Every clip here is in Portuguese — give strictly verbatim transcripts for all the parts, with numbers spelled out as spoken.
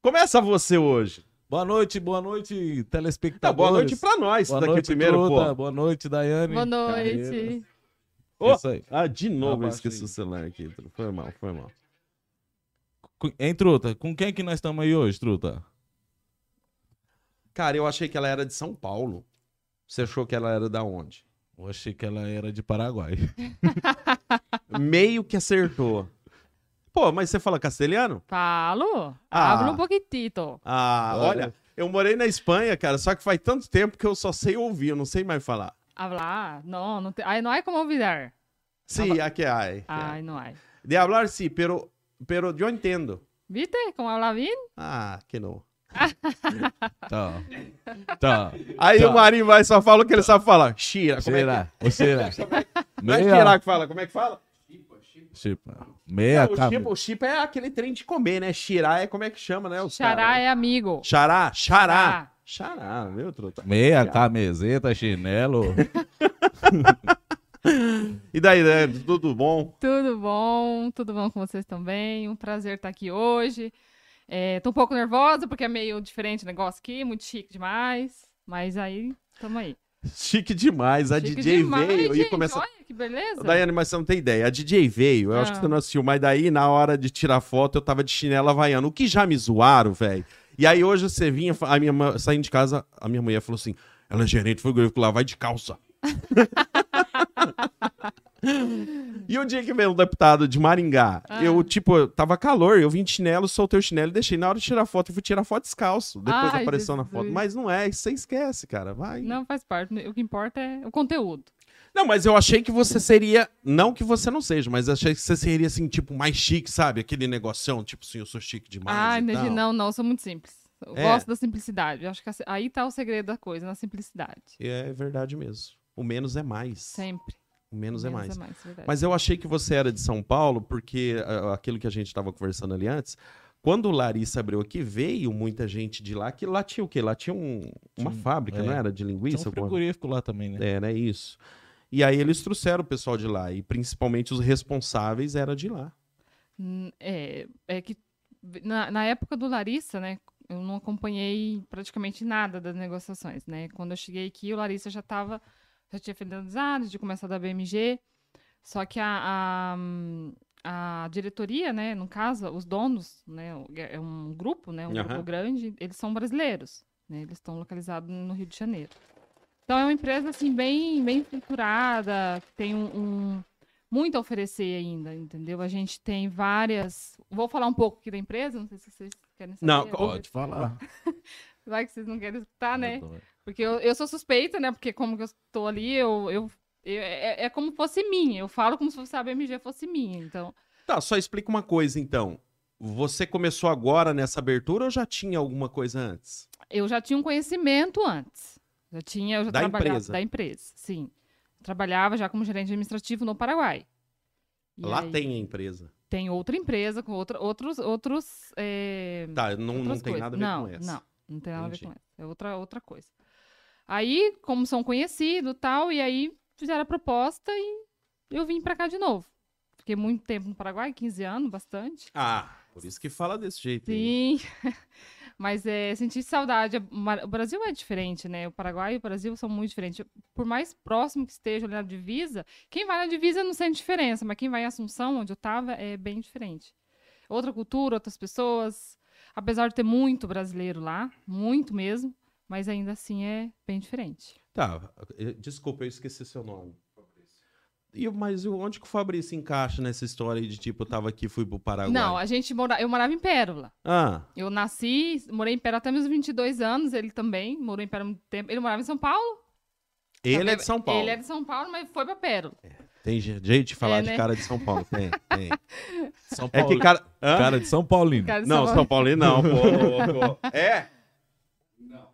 Começa você hoje. Boa noite, boa noite, telespectadores. Tá, boa noite pra nós. Boa daqui noite, primeiro, Truta. pô. Boa noite, Daiane. Boa noite. Oh, Isso aí. ah, de novo eu Abaixa esqueci aí. o celular aqui. Foi mal, foi mal. Com- Hein, Truta? Com quem que nós estamos aí hoje, Truta? Cara, eu achei que ela era de São Paulo. Você achou que ela era da onde? Eu achei que ela era de Paraguai. Meio que acertou. Pô, mas você fala castelhano? Falo. Ah. Hablo um pouquitito. Ah, Olha. olha, eu morei na Espanha, cara, só que faz tanto tempo que eu só sei ouvir, eu não sei mais falar. Hablar. No, no te... Ay, no hay como olvidar. Sí, aquí hay. Ay, no hay. De hablar sí, pero, pero yo entendo. ¿Viste cómo habla bien? Ah, que não. Tá. Tá. Aí Tá. o Marinho vai só fala o que ele sabe falar. Xira, como é que Será? Ou será? Não é Meia. Xira que fala, como é que fala? Chipa. Meia o, cam- chipa, o chipa é aquele trem de comer, né? Xirá é como é que chama, né? os Xará cara? é amigo. Xará, xará. Xará, meu truta. Meia camiseta, chinelo. E daí, né? Tudo bom? Tudo bom? Tudo bom com vocês também? Um prazer estar aqui hoje. É, tô um pouco nervosa porque é meio diferente o negócio aqui, muito chique demais. Mas aí, tamo aí. Chique demais. A Chique D J demais, veio gente, e começou. Olha que beleza. Daiane, mas você não tem ideia. A D J veio, eu acho Ah. que você não assistiu, mas daí, na hora de tirar foto, eu tava de chinela havaiana. O que já me zoaram, velho. E aí hoje você vinha, a minha ma- saindo de casa, a minha mulher falou assim: ela é gerente, foi lá, vai de calça. E o dia que veio um deputado de Maringá, Ah. eu, tipo, eu tava calor, eu vim de chinelo, soltei o chinelo e deixei. Na hora de tirar foto, eu fui tirar foto descalço. Depois Ai, apareceu na Jesus. foto. Mas não é, isso você esquece, cara. Vai. Não faz parte. O que importa é o conteúdo. Não, mas eu achei que você seria. Não que você não seja, mas achei que você seria assim, tipo, mais chique, sabe? Aquele negoção, tipo assim, eu sou chique demais. Ah, e entendi. tal. Não, não, eu sou muito simples. Eu É. gosto da simplicidade. Eu acho que a- aí tá o segredo da coisa, na simplicidade. É verdade mesmo. O menos é mais. Sempre. O menos, é mais. Menos é mais, verdade. Mas eu achei que você era de São Paulo, porque ah, aquilo que a gente estava conversando ali antes, quando o Larissa abriu aqui, veio muita gente de lá, que lá tinha o quê? Lá tinha um- uma Tinha- fábrica, é. não era? De Tinha linguiça? um alguma- frigorífico lá também, né? É, né? Isso. E aí eles trouxeram o pessoal de lá, e principalmente os responsáveis eram de lá. Hum, É, é que na, na época do Larissa, né, eu não acompanhei praticamente nada das negociações, né? Quando eu cheguei aqui, o Larissa já estava, já tinha finalizado, de começar da B M G, só que a, a, a diretoria, né, no caso, os donos, né, o- é um grupo, né, um Aham. grupo grande, eles são brasileiros, né? Eles estão localizados no Rio de Janeiro. Então é uma empresa assim bem, bem estruturada, que tem um, um- muito a oferecer ainda, entendeu? A gente tem várias. Vou falar um pouco aqui da empresa, não sei se vocês querem saber. Não, Pode falar. Vai que vocês não querem escutar, né? Adoro. Porque eu, eu sou suspeita, né? Porque como que eu estou ali, eu, eu, eu- é, é como se fosse minha. Eu falo como se fosse a B M G fosse minha. Então, Tá, só explica uma coisa então. Você começou agora nessa abertura ou já tinha alguma coisa antes? eu já tinha um conhecimento antes. Já tinha, eu já Da trabalhava empresa? da empresa, sim. Trabalhava já como gerente administrativo no Paraguai. E Lá aí tem a empresa. tem outra empresa com outra, outros outros é, Tá, não, não outras tem coisas. nada a ver não, com essa. Não, não tem nada Entendi. a ver com essa. É outra, outra coisa. Aí, como são conhecidos e tal, e aí fizeram a proposta e eu vim pra cá de novo. Fiquei muito tempo no Paraguai, quinze anos, bastante. Ah, por isso que fala desse jeito. aí. Sim, mas é, senti saudade. O Mar- O Brasil é diferente, né? O Paraguai e o Brasil são muito diferentes. Por mais próximo que esteja ali na divisa, quem vai na divisa não sente diferença, mas quem vai em Assunção, onde eu tava, é bem diferente. Outra cultura, outras pessoas. Apesar de ter muito brasileiro lá, muito mesmo, mas ainda assim é bem diferente. Tá, eh, desculpa, eu esqueci seu nome. E, o- mas o- onde que o Fabrício encaixa nessa história aí de tipo, eu tava aqui e fui pro Paraguai? Não, a gente mora, eu morava em Pérola. Ah, Eu nasci, morei em Pérola até meus vinte e dois anos, ele também morou em Pérola há muito tempo. Ele morava em São Paulo. ele é de São Paulo. Ele é de São Paulo, mas foi pra Pérola. Tem je- jeito de falar É, de né? cara deÃo Paulo. Tem, tem. São É Paulo. que cara... Hã? Cara de São Paulino. Cara de Não, São São Paulo não, pô, pô, pô. É? Não.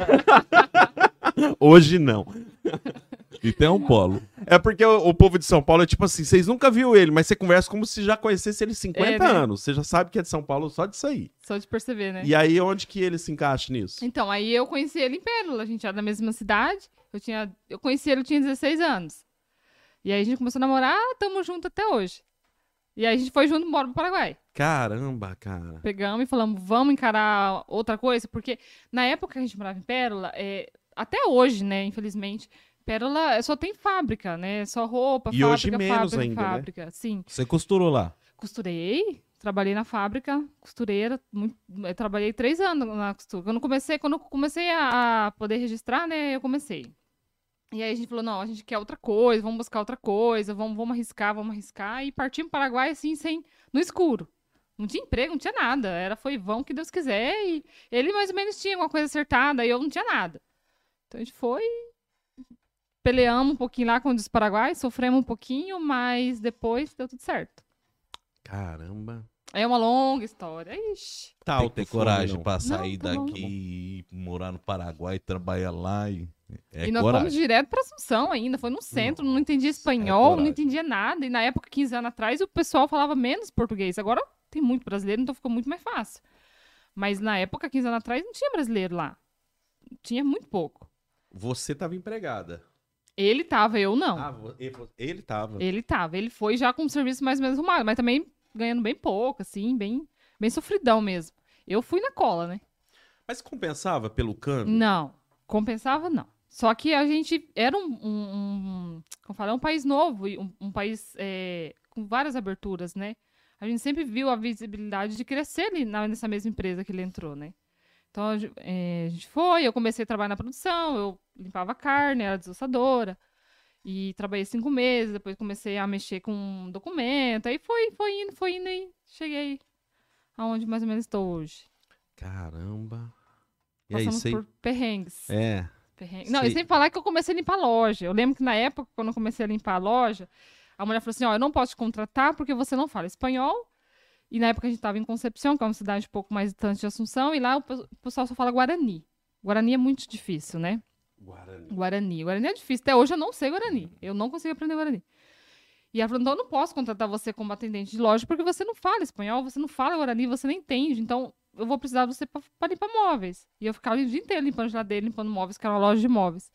Hoje não. E tem um polo. É porque o, o povo de São Paulo é tipo assim, vocês nunca viram ele, mas você conversa como se já conhecesse ele cinquenta É, né? anos. Você já sabe que é de São Paulo só disso aí. Só de perceber, né? E aí, onde que ele se encaixa nisso? Então, aí eu conheci ele em Pérola, a gente era da mesma cidade. Eu, tinha, eu conheci ele, eu tinha dezesseis anos. E aí a gente começou a namorar, tamo junto até hoje. E aí a gente foi junto embora pro Paraguai. Caramba, cara. Pegamos e falamos, vamos encarar outra coisa, porque na época que a gente morava em Pérola, é, até hoje, né, infelizmente, Pérola só tem fábrica, né? Só roupa, E fábrica, hoje menos fábrica, ainda, né? fábrica. Sim. Você costurou lá? Costurei, trabalhei na fábrica, costureira, muito, eu trabalhei três anos na costura. Quando comecei, quando eu comecei a, a poder registrar, né, eu comecei. E aí a gente falou, não, a gente quer outra coisa, vamos buscar outra coisa, vamos, vamos arriscar, vamos arriscar. E partimos para o Paraguai, assim, sem, no escuro. Não tinha emprego, não tinha nada. Era, foi vão que Deus quiser. E ele mais ou menos tinha alguma coisa acertada, e eu não tinha nada. Então a gente foi, peleamos um pouquinho lá com os Paraguai, sofremos um pouquinho, mas depois deu tudo certo. Caramba. É uma longa história. Ixi. Tá, Tem que ter coragem pra Não, sair tá bom. daqui e ir morar no Paraguai, trabalhar lá e... É e nós coragem. fomos direto pra Assunção ainda. Foi no centro, não entendia espanhol, não coragem. entendia nada. E na época, quinze anos atrás, o pessoal falava menos português. Agora tem muito brasileiro, então ficou muito mais fácil. Mas na época, quinze anos atrás, não tinha brasileiro lá. Tinha muito pouco. Você tava empregada. Ele tava, eu não. Ah, vo- ele, ele tava. Ele tava. Ele foi já com o serviço mais ou menos arrumado, mas também ganhando bem pouco, assim, bem, bem sofridão mesmo. Eu fui na cola, né? Mas compensava pelo câmbio? Não, compensava não. Só que a gente era um, um, um como falar, um país novo, e um, um país é, com várias aberturas, né? A gente sempre viu a visibilidade de crescer ali na- nessa mesma empresa que ele entrou, né? Então a, ge- é, a gente foi, eu comecei a trabalhar na produção, eu limpava carne, era desossadora, e trabalhei cinco meses, depois comecei a mexer com documento, aí foi, foi indo, foi indo, e cheguei aonde mais ou menos estou hoje. Caramba. E aí, Passamos sei... por perrengues. É. Perrengue. Não, Sei. e sem falar que eu comecei a limpar a loja. Eu lembro que na época, quando eu comecei a limpar a loja, a mulher falou assim, ó, eu não posso te contratar porque você não fala espanhol. E na época a gente estava em Concepción, que é uma cidade um pouco mais distante de Assunção, e lá o pe- o pessoal só fala Guarani. Guarani é muito difícil, né? Guarani. Guarani. Guarani é difícil. Até hoje eu não sei Guarani. Eu não consigo aprender Guarani. E ela falou, então eu não posso contratar você como atendente de loja porque você não fala espanhol, você não fala Guarani, você não entende. Então eu vou precisar de você para limpar móveis. E eu ficava o dia inteiro limpando geladeira, limpando móveis, que era uma loja de móveis.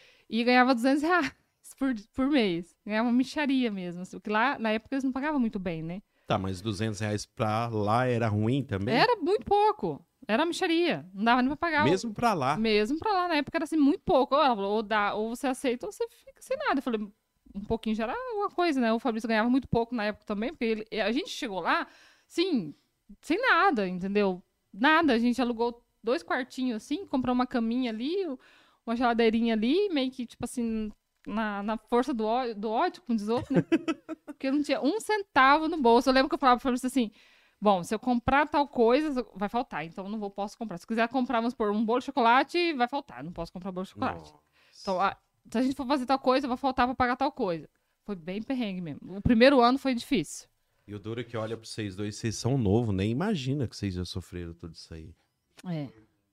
E ganhava duzentos reais por, por mês. Ganhava uma mixaria mesmo. Assim, porque lá, na época, eles não pagavam muito bem, né? Tá, mas duzentos reais pra lá era ruim também? Era muito pouco. Era uma mixaria. Não dava nem pra pagar. o- Mesmo pra lá. Mesmo pra lá, na época era assim, muito pouco. Ou, ela falou, ou, dá, ou você aceita ou você fica sem nada. Eu falei, um pouquinho já era alguma coisa, né? O Fabrício ganhava muito pouco na época também, porque ele- a gente chegou lá, sim, sem nada, entendeu? Nada. A gente alugou dois quartinhos assim, comprou uma caminha ali, uma geladeirinha ali, meio que, tipo assim, na, na força do ódio, do ódio, como diz outro, né? Porque eu não tinha um centavo no bolso. Eu lembro que eu falava pro Fabrício assim, bom, se eu comprar tal coisa, vai faltar, então eu não vou, posso comprar. Se quiser comprar, vamos por um bolo de chocolate, vai faltar, não posso comprar bolo de chocolate. Nossa. Então, a- se a gente for fazer tal coisa, vai faltar pra pagar tal coisa. Foi bem perrengue mesmo. O primeiro ano foi difícil. E o duro é que olha pra vocês dois, vocês são novos, nem imagina que vocês já sofreram tudo isso aí. É.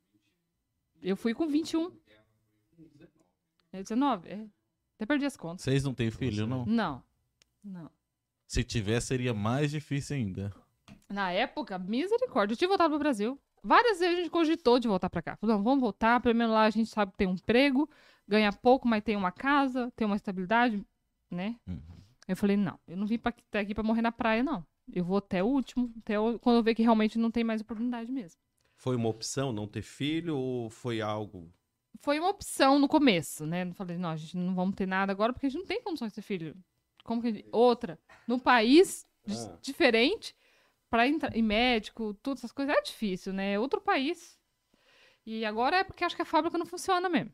Eu fui com vinte e um. É dezenove? É. Até perdi as contas. Vocês não têm filho, não? Não. Não. Se tiver, seria mais difícil ainda. Na época, misericórdia, eu tinha voltado pro Brasil. Várias vezes a gente cogitou de voltar pra cá. Falou, não, vamos voltar. Primeiro lá a gente sabe que tem um emprego, ganha pouco, mas tem uma casa, tem uma estabilidade, né? Uhum. Eu falei, não, eu não vim pra, até aqui pra morrer na praia, não. Eu vou até o último, até o- quando eu ver que realmente não tem mais oportunidade mesmo. Foi uma opção não ter filho ou foi algo... Foi uma opção no começo, né? Eu falei, não, a gente não vamos ter nada agora porque a gente não tem condições de ter filho. Como que a gente... Outra, no país dis- Ah. diferente, para entrar em médico, todas essas coisas, é difícil, né? É outro país. E agora é porque acho que a fábrica não funciona mesmo.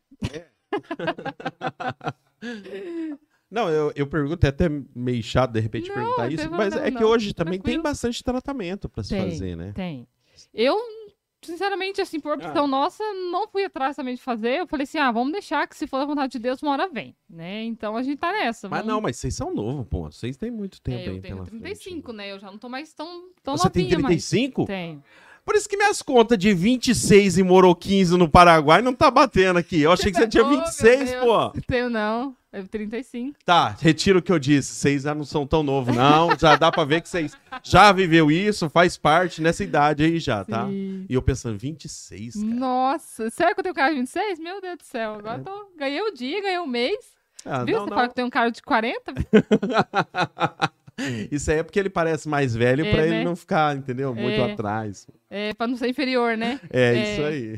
Não, eu, eu pergunto, é até meio chato de repente Não, perguntar não isso, tem mas problema, é que não. hoje também tem Tranquilo. bastante tratamento pra se Tem. fazer, né? Tem. Eu, sinceramente, assim, por opção Ah. nossa, não fui atrás também de fazer. Eu falei assim, ah, vamos deixar que se for da vontade de Deus, uma hora vem, né? Então a gente tá nessa. Mas vamos- não, mas vocês são novos, pô. Vocês têm muito tempo É, eu aí tenho pela trinta e cinco, frente. né? Eu já não tô mais tão, tão Você tem novinha trinta e cinco? mais. Tenho. Por isso que minhas contas de vinte e seis e morou quinze no Paraguai não tá batendo aqui. Eu achei que você tinha Oh, meu vinte e seis, Deus. pô. Tenho não. Eu tenho trinta e cinco. Tá, retiro o que eu disse. Vocês já não são tão novos, não. Já dá pra ver que vocês já viveu isso, faz parte nessa idade aí já, tá? Sim. E eu pensando, vinte e seis, cara. Nossa, será que eu tenho cara de vinte e seis? Meu Deus do céu. Agora eu tô... ganhei o dia, ganhei o mês. Ah, Viu? não, Você não. fala que tem um cara de quarenta? Isso aí é porque ele parece mais velho É, pra né? ele não ficar, entendeu? Muito É. atrás. É, pra não ser inferior, né? É, É. isso aí.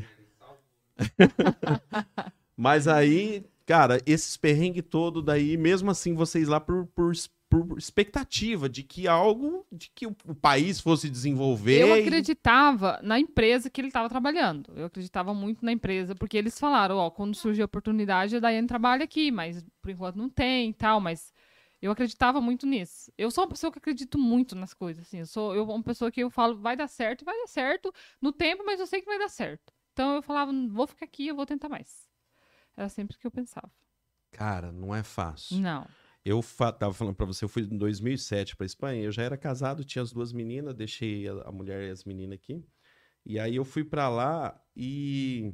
Mas aí, cara, esses perrengues todo daí, mesmo assim, vocês lá por, por, por expectativa de que algo, de que o, o país fosse desenvolver. Eu e- acreditava na empresa que ele estava trabalhando. Eu acreditava muito na empresa, porque eles falaram, ó, quando surgir a oportunidade, a Daiane trabalha aqui, mas por enquanto não tem e tal, mas eu acreditava muito nisso. Eu sou uma pessoa que acredito muito nas coisas, assim. Eu sou eu, uma pessoa que eu falo, vai dar certo, vai dar certo no tempo, mas eu sei que vai dar certo. Então eu falava, "Não vou ficar aqui, eu vou tentar mais." Era sempre o que eu pensava. Cara, não é fácil. Não. Eu fa tava falando pra você, eu fui em dois mil e sete pra Espanha, eu já era casado, tinha as duas meninas, deixei a, a mulher e as meninas aqui. E aí eu fui pra lá e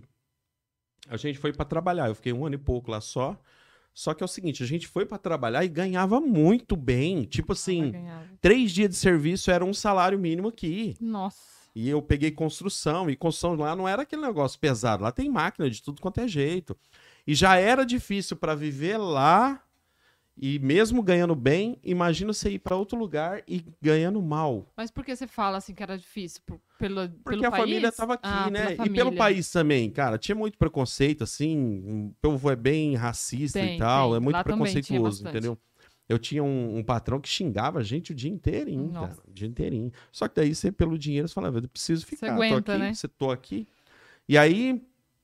a gente foi pra trabalhar. Eu fiquei um ano e pouco lá só. Só que é o seguinte, a gente foi pra trabalhar e ganhava muito bem. Tipo assim, Ganhava. três dias de serviço era um salário mínimo aqui. Nossa. E eu peguei construção, e construção lá não era aquele negócio pesado. Lá tem máquina de tudo quanto é jeito. E já era difícil pra viver lá, e mesmo ganhando bem, imagina você ir pra outro lugar e ganhando mal. Mas por que você fala assim que era difícil? Por, pelo, Porque pelo a país? família tava aqui, Ah, né? pela E pelo família. país também, cara, tinha muito preconceito, assim, o povo é bem racista Tem, e tal, tem. é muito Lá também tinha preconceituoso, bastante. entendeu? Eu tinha um, um patrão que xingava a gente o dia inteirinho, Nossa. cara, o dia inteirinho. Só que daí você, pelo dinheiro, você falava, eu preciso ficar, tô aguenta, aqui, né? você tô aqui. E aí,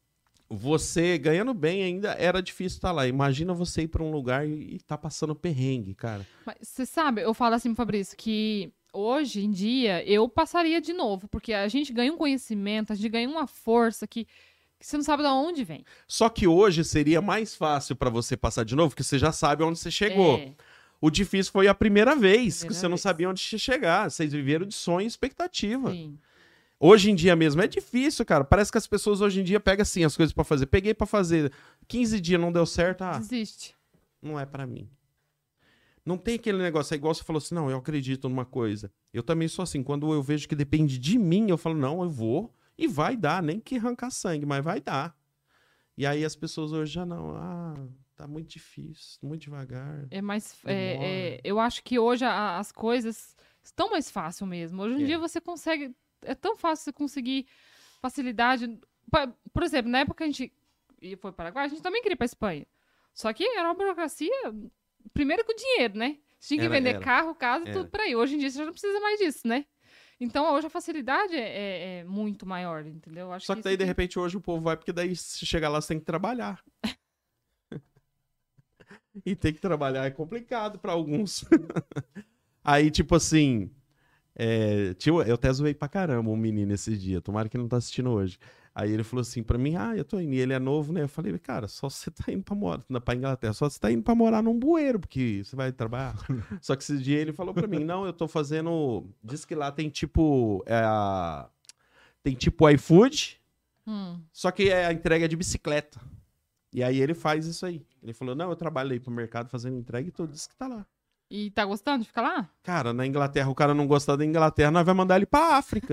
você ganhando bem ainda, era difícil estar lá. Imagina você ir pra um lugar e, e tá passando perrengue, cara. Mas você sabe, eu falo assim, Fabrício, que hoje em dia eu passaria de novo, porque a gente ganha um conhecimento, a gente ganha uma força que, que você não sabe de onde vem. Só que hoje seria mais fácil pra você passar de novo, porque você já sabe onde você chegou. É, O difícil foi a primeira vez, que Primeira você não vez. sabia onde ia chegar. Vocês viveram de sonho e expectativa. sim. Hoje em dia mesmo é difícil, cara. Parece que as pessoas hoje em dia pegam assim as coisas pra fazer. Peguei pra fazer quinze dias, não deu certo. Ah, Desiste. não é pra mim. Não tem aquele negócio, é igual você falou assim, não, eu acredito numa coisa. Eu também sou assim, quando eu vejo que depende de mim, eu falo, não, eu vou e vai dar, nem que arrancar sangue, mas vai dar. E aí as pessoas hoje já não, ah, tá muito difícil, muito devagar. É mais. é, Demora. é, eu acho que hoje a- as coisas estão mais fácil mesmo. Hoje em É. dia você consegue. É tão fácil você conseguir facilidade. Pa- Por exemplo, na época que a gente ia- foi para o Paraguai, a gente também queria ir para Espanha. Só que era uma burocracia, primeiro com dinheiro, né? Você tinha que Era, vender era. carro, casa e Era. tudo por aí. Hoje em dia você já não precisa mais disso, né? Então hoje a facilidade é, é- é muito maior, entendeu? Eu acho Só que isso daí, de repente, hoje o povo vai, porque daí se chegar lá, você tem que trabalhar. E ter que trabalhar é complicado pra alguns. Aí, tipo assim, é, tio, eu até zoei pra caramba um menino esse dia, tomara que ele não tá assistindo hoje. Aí ele falou assim pra mim, ah, eu tô indo, e ele é novo, né? Eu falei, cara, só você tá indo pra morar, pra Inglaterra, só você tá indo pra morar num bueiro, porque você vai trabalhar. Só que esse dia ele falou pra mim, não, eu tô fazendo, diz que lá tem tipo, é, a- tem tipo iFood, Hum. só que é a entrega de bicicleta. E aí ele faz isso aí. Ele falou, não, eu trabalho aí pro mercado fazendo entrega e tudo, disse que tá lá. E tá gostando de ficar lá? Cara, na Inglaterra, o cara não gostar da Inglaterra, nós vai mandar ele pra África.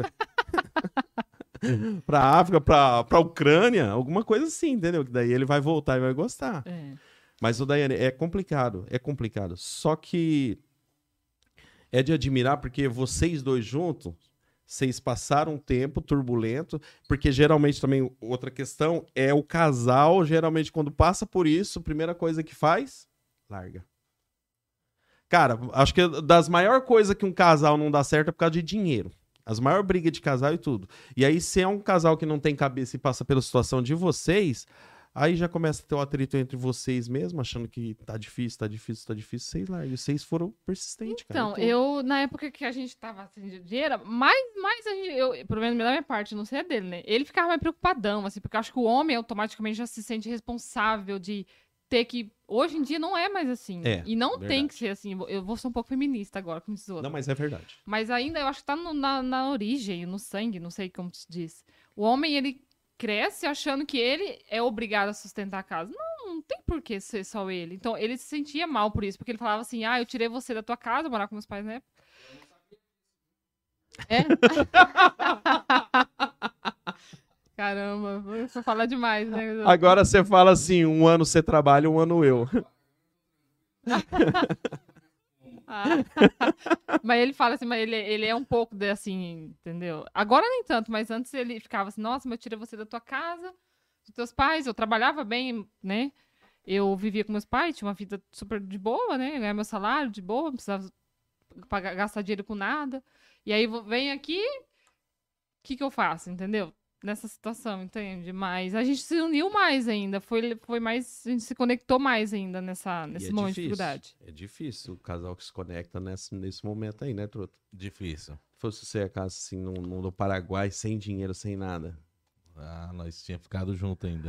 pra África, pra, pra Ucrânia, alguma coisa assim, entendeu? Que daí ele vai voltar e vai gostar. É. Mas, o Daiane, é complicado, é complicado. Só que é de admirar, porque vocês dois juntos, vocês passaram um tempo turbulento, porque geralmente também, outra questão, é o casal, geralmente quando passa por isso, a primeira coisa que faz, larga. Cara, acho que das maiores coisas que um casal não dá certo é por causa de dinheiro. As maiores brigas de casal e tudo. E aí, se é um casal que não tem cabeça e passa pela situação de vocês, aí já começa a ter o atrito entre vocês mesmo, achando que tá difícil, tá difícil, tá difícil, sei lá. E vocês foram persistentes, cara. Então, tô- eu, na época que a gente tava assim de dinheiro, mais, mais a gente, eu, pelo menos da minha parte, não sei a dele, né? Ele ficava mais preocupadão, assim, porque eu acho que o homem automaticamente já se sente responsável de ter que. Hoje em dia não é mais assim. É, e não verdade. tem que ser assim. Eu vou ser um pouco feminista agora, como diz o outro. Não, mas é verdade. Mas ainda eu acho que tá no- na, na origem, no sangue, não sei como se diz. O homem, ele cresce achando que ele é obrigado a sustentar a casa. Não, não tem por que ser só ele. Então, ele se sentia mal por isso, porque ele falava assim, ah, eu tirei você da tua casa, morar com meus pais na época. É? Caramba, vou falar demais, né? Agora você fala assim, um ano você trabalha, um ano eu. Mas ele fala assim, mas ele, ele é um pouco de, assim, entendeu? Agora nem tanto, mas antes ele ficava assim, nossa, mas eu tirei você da tua casa, dos teus pais, eu trabalhava bem, né? Eu vivia com meus pais, tinha uma vida super de boa, né? Ganhava meu salário de boa, não precisava pagar, gastar dinheiro com nada. E aí vou- vem aqui, o que que eu faço, entendeu? Nessa situação, entende? Mas a gente se uniu mais ainda, foi, foi mais, a gente se conectou mais ainda nessa, E nesse é momento de difícil. dificuldade. É difícil o casal que se conecta nesse, nesse momento aí, né, Truto? Difícil. Se fosse você, acaso, assim, no, no, no Paraguai, sem dinheiro, sem nada. Ah, nós tínhamos ficado junto ainda.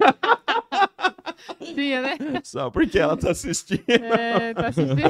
Tinha, né? Só porque ela tá assistindo. É, tá assistindo.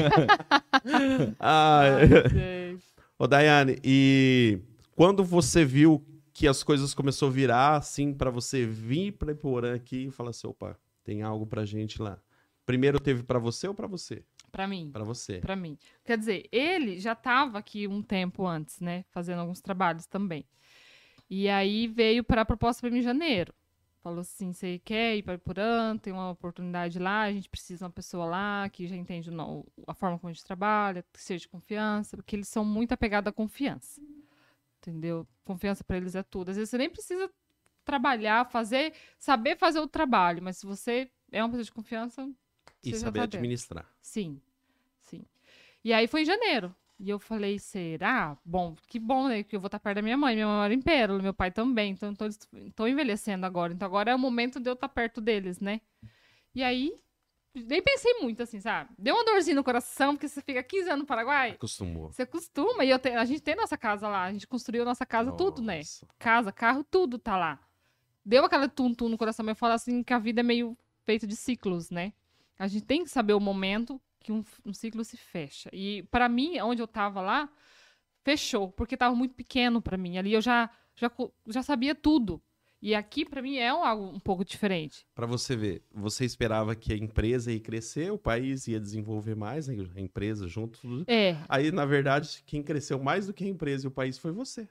Ah, Ai, gente. ô, Daiane, e quando você viu que as coisas começaram a virar, assim, pra você vir pra Iporã aqui e falar assim, opa, tem algo pra gente lá. Primeiro teve pra você ou pra você? Pra mim. Pra você. Pra mim. Quer dizer, ele já estava aqui um tempo antes, né? Fazendo alguns trabalhos também. E aí veio para a proposta para mim em janeiro. Falou assim, você quer ir para Iporã, tem uma oportunidade lá, a gente precisa de uma pessoa lá que já entende o no- a forma como a gente trabalha, que seja de confiança, porque eles são muito apegados à confiança. Entendeu? Confiança para eles é tudo. Às vezes você nem precisa trabalhar, fazer, saber fazer o trabalho, mas se você é uma pessoa de confiança, E você já saber tá dentro. administrar. Sim, sim. E aí foi em janeiro. E eu falei, será? Bom, que bom, né? Que eu vou estar perto da minha mãe. Minha mãe mora em Pérola, meu pai também. Então, então eles estão envelhecendo agora. Então agora é o momento de eu estar perto deles, né? E aí, nem pensei muito, assim, sabe? Deu uma dorzinha no coração, porque você fica quinze anos no Paraguai. Acostumou. Você acostuma. E eu te- a gente tem nossa casa lá. A gente construiu nossa casa, tudo, né? Nossa. Casa, carro, tudo tá lá. Deu aquela tum-tum no coração, mas eu falo assim que a vida é meio feita de ciclos, né? A gente tem que saber o momento que um, um ciclo se fecha. E pra mim, onde eu tava lá, fechou, porque tava muito pequeno pra mim. Ali eu já, já, co- já sabia tudo. E aqui, pra mim, é um, algo um pouco diferente. Pra você ver, você esperava que a empresa ia crescer, o país ia desenvolver mais, né? A empresa junto, tudo. É, Aí, na verdade, quem cresceu mais do que a empresa e o país foi você.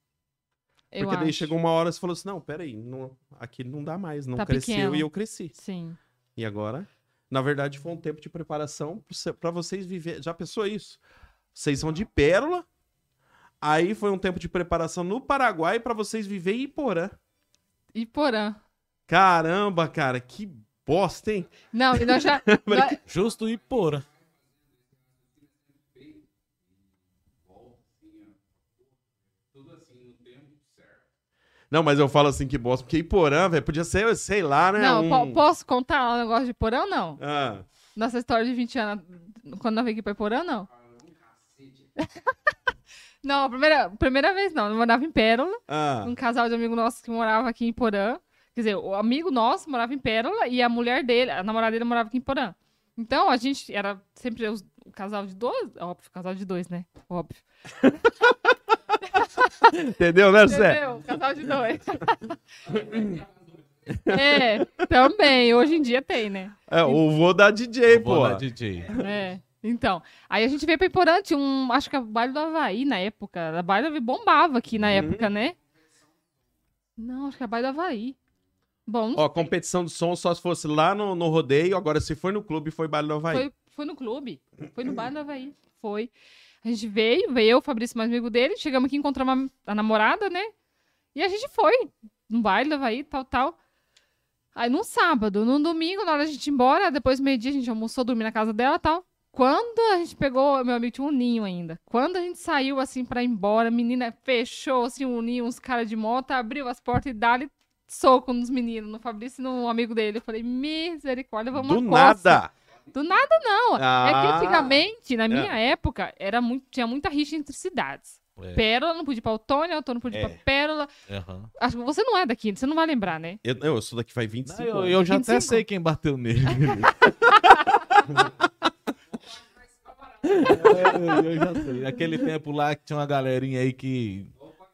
eu Porque daí acho. chegou uma hora e você falou assim, não, peraí, não, aqui não dá mais, não Tá cresceu pequeno. e eu cresci. Sim. E agora, na verdade, foi um tempo de preparação para vocês viver. Já pensou isso? Vocês são de Pérola, aí foi um tempo de preparação no Paraguai para vocês viver em Iporã. E Porã. Caramba, cara, que bosta, hein? Não, e nós já. nós- Justo e pora. Não, mas eu falo assim que bosta, porque Iporã, velho, podia ser, sei lá, né? não, um... po- posso contar um negócio de Porã ou não? Ah, Nossa história de vinte anos, quando nós veio aqui pra Iporã, não. Não, a primeira, primeira vez não. Eu morava em Pérola. ah, Um casal de amigo nosso que morava aqui em Porã. Quer dizer, o amigo nosso morava em Pérola e a mulher dele, a namorada dele morava aqui em Porã. Então, a gente era sempre os- o casal de dois. Óbvio, casal de dois, né? Óbvio. entendeu, né, Zé? Entendeu? Casal de dois. É, também. Hoje em dia tem, né? É, o vô da D J, Vou pô. lá, D J. É. Então, aí a gente veio pra Iporã, tinha um, acho que é o baile do Havaí na época. A baile do Havaí bombava aqui na Uhum. época, né? Não, acho que é a baile do Havaí. Bom, não Ó, competição de som só se fosse lá no, no rodeio, agora se for no clube, foi baile do Havaí. Foi, foi no clube. Foi no bar do Havaí. Foi. A gente veio, veio eu, o Fabrício, mais amigo dele. Chegamos aqui, encontramos a, a namorada, né? E a gente foi. No baile do Havaí, tal, tal. Aí, num sábado, num domingo, na hora da gente ir embora, depois do meio-dia, a gente almoçou, dormir na casa dela e tal. Quando a gente pegou, meu amigo tinha um ninho ainda. Quando a gente saiu, assim, pra ir embora, a menina fechou, assim, um ninho, uns caras de moto, abriu as portas e dá-lhe soco nos meninos, no Fabrício e no amigo dele. Eu falei, misericórdia, vamos Do uma coça. nada. Do nada, não. É que Ah. antigamente, na minha época, era muito, tinha muita rixa entre cidades. É. Pérola não podia ir pra Autônia, Autônia não podia ir É. pra Pérola. Aham. Acho que você não é daqui, você não vai lembrar, né? Eu, eu sou daqui faz vinte e Não, cinco eu, anos. eu já vinte e até cinco. sei quem bateu nele. É, eu já sei. Aquele tempo lá que tinha uma galerinha aí que.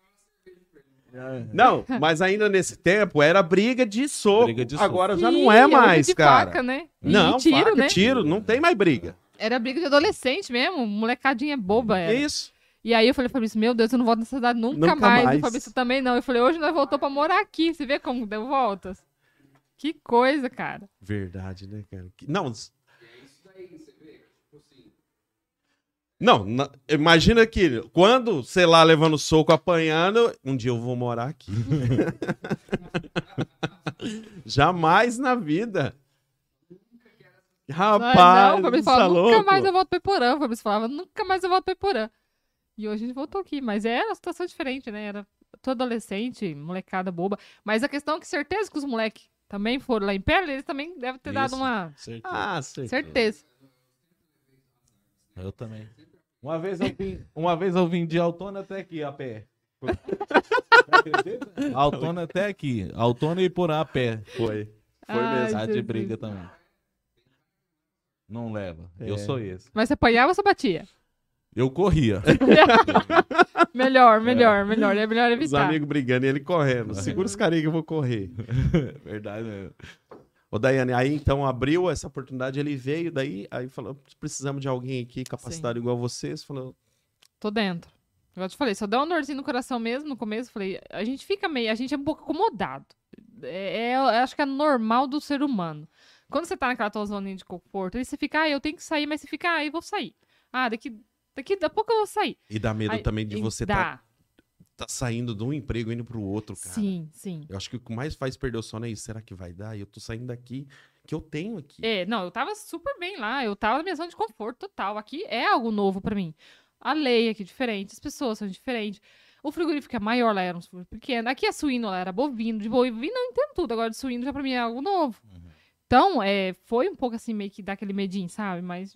Não, mas ainda nesse tempo era briga de soco. Briga de soco. Agora já Sim, não é era mais, de cara. faca, né? E Não, tiro, faca, né? tiro, não tem mais briga. Era briga de adolescente mesmo, molecadinha boba É era. isso. E aí eu falei, Fabrício, meu Deus, eu não volto nessa cidade nunca, Nunca mais. mais. E o Fabrício também não. Eu falei, hoje nós voltou pra morar aqui. Você vê como deu voltas? Que coisa, cara. Verdade, né, cara? Que- Não, Não, na- imagina que quando, sei lá, levando soco, apanhando, um dia eu vou morar aqui. Jamais na vida. Rapaz, não, o Fabrício tá falava, nunca louco? mais eu volto pra Iporã. O Fabrício falava, nunca mais eu volto pra Iporã. E hoje a gente voltou aqui. Mas era uma situação diferente, né? Era todo adolescente, molecada boba. Mas a questão é que certeza que os moleques também foram lá em Pérola, eles também devem ter dado Isso. uma Certeza. Ah, certeza. certeza. Eu também. Uma vez eu vim, uma vez eu vim de Altona até aqui a pé. Altona até aqui. Altona e Iporã a pé. Foi. Foi Ai, mesmo. Tá de Jesus. briga também. Não leva. É. Eu sou esse. Mas você apanhava ou você batia? Eu corria. Melhor, melhor, melhor. É melhor Os evitar. amigos brigando e ele correndo. Segura os carinhos que eu vou correr. Verdade mesmo. Ô, Daiane, aí então abriu essa oportunidade, ele veio, daí aí falou, precisamos de alguém aqui capacitado igual vocês. Falou, Tô dentro. Igual eu te falei, só dá um dorzinho no coração mesmo no começo. Falei, a gente fica meio, a gente é um pouco acomodado. É, é- eu acho que é normal do ser humano. Quando você tá naquela tua zona de conforto, aí você fica, ah, eu tenho que sair, mas você fica, ah, eu vou sair. Ah, daqui, daqui a pouco eu vou sair. e dá medo Aí, também de e você dá. tá, tá saindo de um emprego indo pro outro, cara. Sim, sim. Eu acho que o que mais faz perder o sono é isso. Será que vai dar? E eu tô saindo daqui, que eu tenho aqui. É, não, eu tava super bem lá. Eu tava na minha zona de conforto total. Aqui é algo novo pra mim. A lei aqui é diferente, as pessoas são diferentes. O frigorífico é maior, lá era um frigorífico pequeno. Aqui é suíno, lá era bovino. De bovino eu entendo tudo. Agora de suíno já pra mim é algo novo. Então, é, foi um pouco assim, meio que dá aquele medinho, sabe? Mas,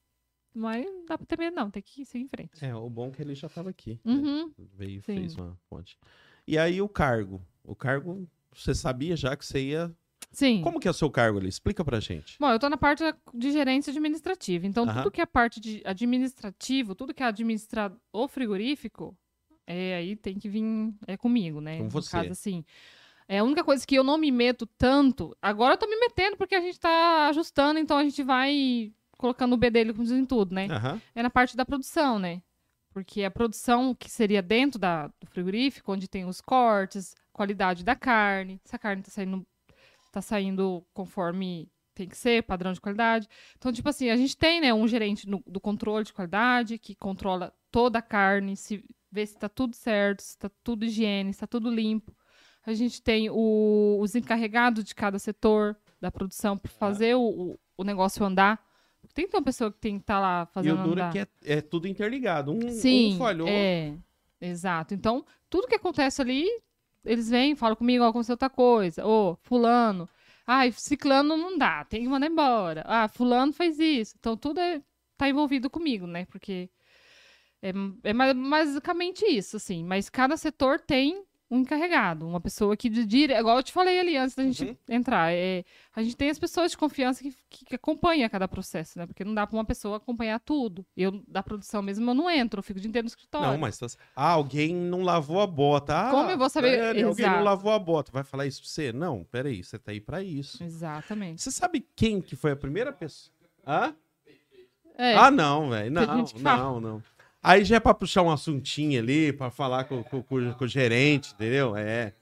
mas não dá pra ter medo, não. Tem que seguir em frente. É, o bom é que ele já tava aqui. né? Uhum. Veio e Sim. fez uma ponte. E aí o cargo? O cargo, você sabia já que você ia... Sim. Como que é o seu cargo ali? Explica pra gente. Bom, eu tô na parte de gerência administrativa. Então, Aham. tudo que é parte de administrativo, tudo que é administrar o frigorífico, é, aí tem que vir é comigo, né? Com No você. caso, assim. É a única coisa que eu não me meto tanto. Agora eu tô me metendo porque a gente tá ajustando, então a gente vai colocando o B dele como dizem tudo, né? Aham. É na parte da produção, né? Porque a produção que seria dentro da, do frigorífico, onde tem os cortes, qualidade da carne, se a carne tá saindo, tá saindo conforme tem que ser, padrão de qualidade. Então, tipo assim, a gente tem, né, um gerente no- do controle de qualidade que controla toda a carne, se vê se tá tudo certo, se tá tudo higiene, se tá tudo limpo. A gente tem o- os encarregados de cada setor da produção para fazer o, o, o negócio andar. Tem que ter uma pessoa que tem que estar lá E fazendo o duro é andar. que é, é tudo interligado. Um, Sim, um falhou. é. Exato. Então, tudo que acontece ali, eles vêm, falam comigo, ó, aconteceu outra coisa. Ô, fulano. Ai, ciclano não dá, tem que mandar embora. Ah, fulano fez isso. Então, tudo é, tá envolvido comigo, né? Porque é, é ma- basicamente isso, assim. Mas cada setor tem um encarregado, uma pessoa que de dire... igual eu te falei ali antes da gente Uhum. entrar, é, a gente tem as pessoas de confiança que, que, que acompanham cada processo, né? Porque não dá para uma pessoa acompanhar tudo. Eu, da produção mesmo, eu não entro, eu fico o dia inteiro no escritório. Não, mas... tá- Ah, alguém não lavou a bota. Ah, Como eu vou saber? Daiane, alguém não Exato. lavou a bota. Vai falar isso pra você? Não, peraí, você tá aí pra isso. Exatamente. Você sabe quem que foi a primeira pessoa? Hã? É, Ah, não, velho. Tem Não, gente que fala. não, não. Aí já é pra puxar um assuntinho ali, pra falar com, com- com- com o gerente, entendeu? É.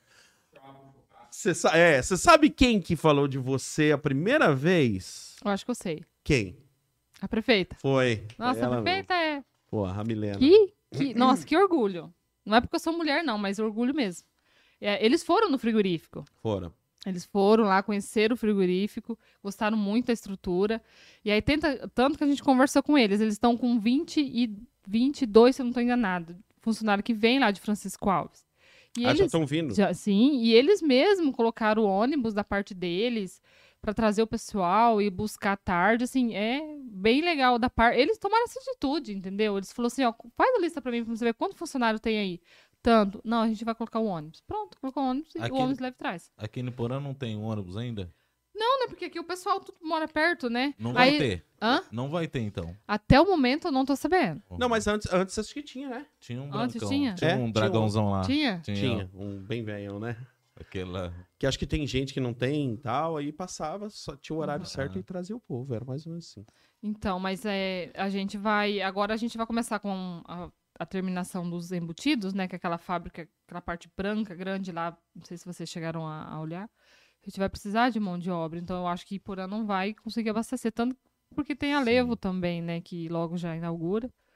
Você sa- é, você sabe quem que falou de você a primeira vez? eu acho que eu sei. Quem? A prefeita. Foi. Nossa, Ela a prefeita é. Porra, a Milena. Que, que, nossa, que orgulho. Não é porque eu sou mulher, não, mas orgulho mesmo. É, eles foram no frigorífico. Fora. Eles foram lá conhecer o frigorífico, gostaram muito da estrutura. E aí, tenta, tanto que a gente conversou com eles. Eles estão com vinte e vinte e dois, se eu não estou enganado, funcionário que vem lá de Francisco Alves. E Ah, já eles, estão vindo? já- sim, e eles mesmo colocaram o ônibus da parte deles para trazer o pessoal e buscar à tarde, assim, é bem legal da parte. Eles tomaram essa atitude, entendeu? Eles falaram assim, ó, faz a lista para mim, pra você ver quanto funcionário tem aí. Tanto. Não, a gente vai colocar o ônibus. Pronto, colocou o ônibus e Aquele- o ônibus leva e traz. Aqui no Porã não tem ônibus ainda? Não, né? Porque aqui o pessoal tudo mora perto, né? Não vai Aí- ter. Hã? Não vai ter, então. Até o momento eu não tô sabendo. Não, mas antes, antes acho que tinha, né? Tinha um Antes brancão. tinha? Tinha É, um tinha dragãozão lá. Tinha? Tinha. Tinha. Um bem velho, né? Aquela... Que acho que tem gente que não tem e tal, aí passava, só tinha o horário Uhum. certo Ah. e trazia o povo, era mais ou menos assim. Então, mas é, a gente vai. Agora a gente vai começar com a, a terminação dos embutidos, né? Que é aquela fábrica, aquela parte branca, grande lá. Não sei se vocês chegaram a, a olhar. A gente vai precisar de mão de obra. Então, eu acho que Iporã não vai conseguir abastecer tanto, porque tem a Sim. Levo também, né? Que logo já inaugura.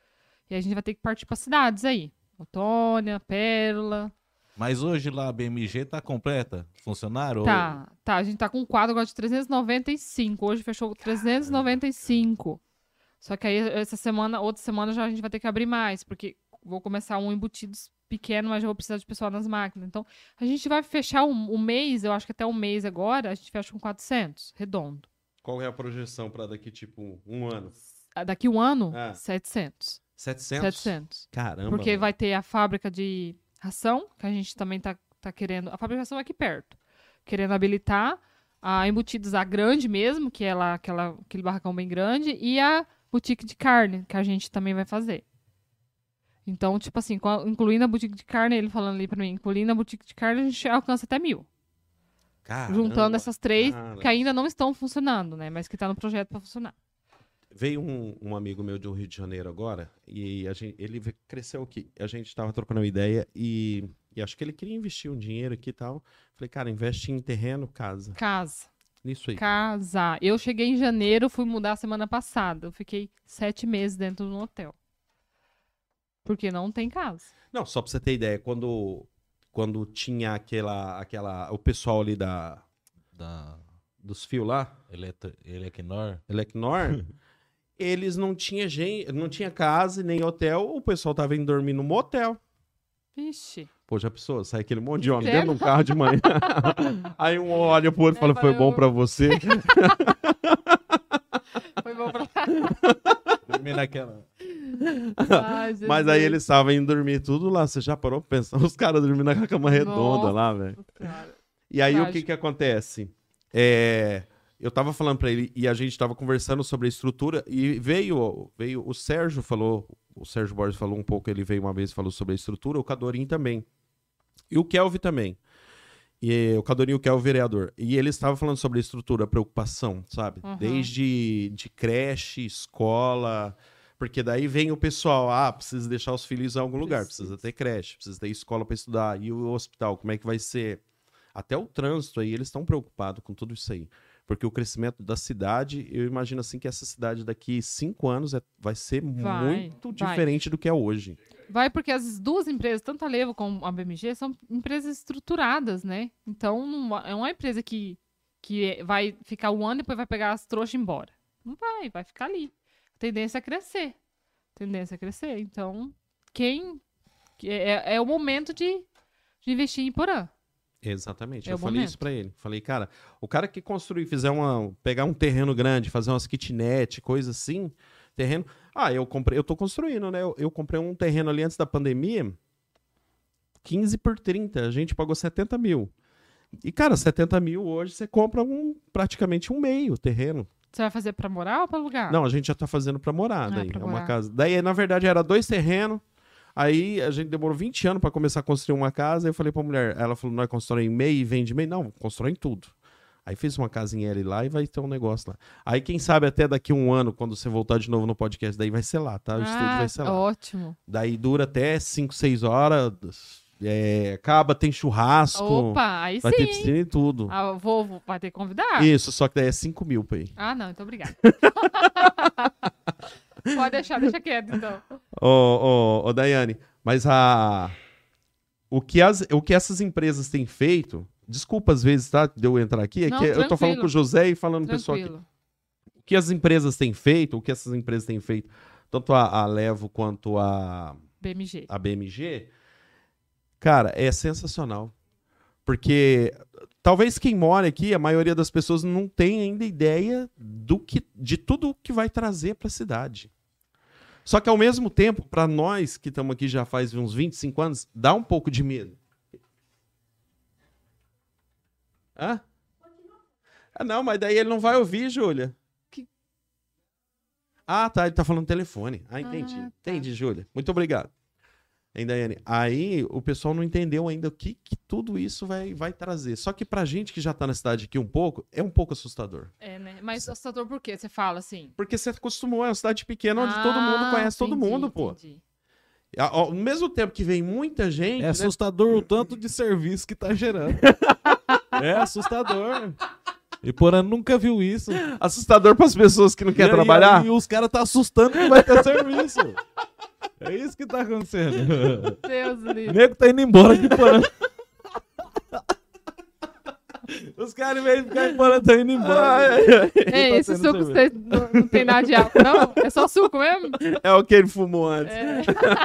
E a gente vai ter que partir para cidades aí. Autônia, Pérola. Mas hoje lá a B M G tá completa? Funcionário? Tá, tá. A gente tá com um quadro agora de trezentos e noventa e cinco. Hoje fechou trezentos e noventa e cinco. Só que aí essa semana, outra semana já a gente vai ter que abrir mais, porque vou começar um embutidos pequeno, mas já vou precisar de pessoal nas máquinas. Então, a gente vai fechar um, um mês, eu acho que até um mês agora, a gente fecha com quatrocentos, redondo. Qual é a projeção para daqui, tipo, um ano? Ah, daqui um ano, Ah. setecentos. setecentos? setecentos. Caramba. Porque mano. vai ter a fábrica de ração, que a gente também tá, tá querendo... A fábrica de ração é aqui perto. Querendo habilitar. A embutidos, a grande mesmo, que é lá aquela, aquele barracão bem grande. E a boutique de carne, que a gente também vai fazer. Então, tipo assim, com- incluindo a boutique de carne, ele falando ali pra mim, incluindo a boutique de carne, a gente alcança até mil. Caramba. Juntando essas três, cara. que ainda não estão funcionando, né? Mas que tá no projeto pra funcionar. Veio um, um amigo meu do Rio de Janeiro agora, e a gente, ele ve- cresceu aqui. A gente tava trocando uma ideia e, e acho que ele queria investir um dinheiro aqui e tal. Falei, cara, investe em terreno, casa. Casa. Nisso aí. Casa. Eu cheguei em janeiro, fui mudar semana passada. Eu fiquei sete meses dentro de um hotel. Porque não tem casa. Não, só pra você ter ideia, quando, quando tinha aquela, aquela. O pessoal ali da, Da dos fios lá, Eletro... Elecnor? Elecnor, eles não tinham gente, não tinha casa e nem hotel, o pessoal tava indo dormir no motel. Vixe. Pô, já pensou? Sai aquele monte de homem Sério? dentro de um carro de manhã. Aí um olha pro outro e fala, É, foi valeu. bom pra você. Foi bom pra... Dormir naquela. Ai, Mas aí Jesus. eles estavam indo dormir tudo lá. Você já parou pra pensar? Os caras dormindo na cama redonda Nossa lá, velho. Senhora. E aí o que Trágico. que acontece? É, eu tava falando pra ele e a gente tava conversando sobre a estrutura e veio, veio o Sérgio falou, o Sérgio Borges falou um pouco, ele veio uma vez e falou sobre a estrutura, o Cadorim também. E o Kelvin também. E o Cadorim e o Kelvin, vereador. E eles estavam falando sobre a estrutura, a preocupação, sabe? Uhum. Desde de creche, escola, porque daí vem o pessoal, ah, precisa deixar os filhos em algum lugar, Precisa. precisa ter creche, precisa ter escola para estudar, e o hospital, como é que vai ser? Até o trânsito aí, eles estão preocupados com tudo isso aí. Porque o crescimento da cidade, eu imagino assim que essa cidade daqui cinco anos é- vai ser Vai, muito vai. diferente do que é hoje. Vai porque as duas empresas, tanto a Levo como a B M G, são empresas estruturadas, né? Então, não va- é uma empresa que, que é- vai ficar um ano e depois vai pegar as trouxas e ir embora. Não vai, vai ficar ali. A tendência é crescer. A tendência é crescer. Então, quem... que É, é o momento de, de investir em Porã. Exatamente. É eu o falei momento. isso pra ele. Falei, cara, o cara que construir, fizer uma. Pegar um terreno grande, fazer umas kitnet, coisa assim, terreno. Ah, eu comprei, eu tô construindo, né? Eu, eu comprei um terreno ali antes da pandemia, quinze por trinta. A gente pagou setenta mil. E, cara, setenta mil hoje você compra um, praticamente um meio terreno. Você vai fazer pra morar ou pra alugar? Não, a gente já tá fazendo pra morar. Ah, Daí. pra É uma morar. casa. Daí, na verdade, era dois terrenos. Aí a gente demorou vinte anos pra começar a construir uma casa. Aí eu falei pra mulher, ela falou: nós constrói em meio e vende meio. Não, constrói em tudo. Aí fez uma casinha L lá e vai ter um negócio lá. Aí, quem sabe, até daqui um ano, quando você voltar de novo no podcast, daí vai ser lá, tá? O estúdio Ah, vai ser lá. ótimo. Daí dura até cinco, seis horas. é, acaba, tem churrasco. Opa, aí vai sim. ter piscina e tudo. Ah, vou, vou- vai ter que convidar? Isso, só que daí é cinco mil pra ir. Ah, não, então obrigada. Pode deixar, deixa quieto, então. Ô, ô, ô, Daiane, mas a... O que, as... o que essas empresas têm feito... Desculpa às vezes, tá? De eu entrar aqui. É Não, que eu tô falando tranquilo. com o José e falando com o pessoal aqui. Tranquilo. O que as empresas têm feito, o que essas empresas têm feito, tanto a, a Levo quanto a, B M G. a B M G, cara, é sensacional. Porque talvez quem mora aqui, a maioria das pessoas não tem ainda ideia do que, de tudo que vai trazer para a cidade. Só que ao mesmo tempo, para nós que estamos aqui já faz uns vinte e cinco anos, dá um pouco de medo. Hã? Ah, não, mas daí ele não vai ouvir, Júlia. Que- Ah, tá, ele tá falando no telefone. Ah, entendi. Ah, tá. Entendi, Júlia. Muito obrigado. Hein, Daiane? Aí o pessoal não entendeu ainda o que, que tudo isso vai, vai trazer. Só que pra gente que já tá na cidade aqui um pouco, é um pouco assustador. É, né? Mas assustador por quê? Você fala assim? Porque você acostumou, é uma cidade pequena onde Ah, todo mundo conhece todo entendi, mundo, pô. entendi. A- Ao mesmo tempo que vem muita gente, É né? assustador o tanto de serviço que tá gerando. É assustador. E Porã nunca viu isso. assustador pras pessoas que não E querem aí- trabalhar. E os caras tá assustando que vai ter serviço. É isso que tá acontecendo. Deus O livre. nego tá indo embora de Porã. Os caras, em vez de ficar em Porã, estão indo embora. Ei, tá esse tendo suco cerveja. você não, não tem nada de álcool, não? É só suco mesmo? É o que ele fumou antes. É.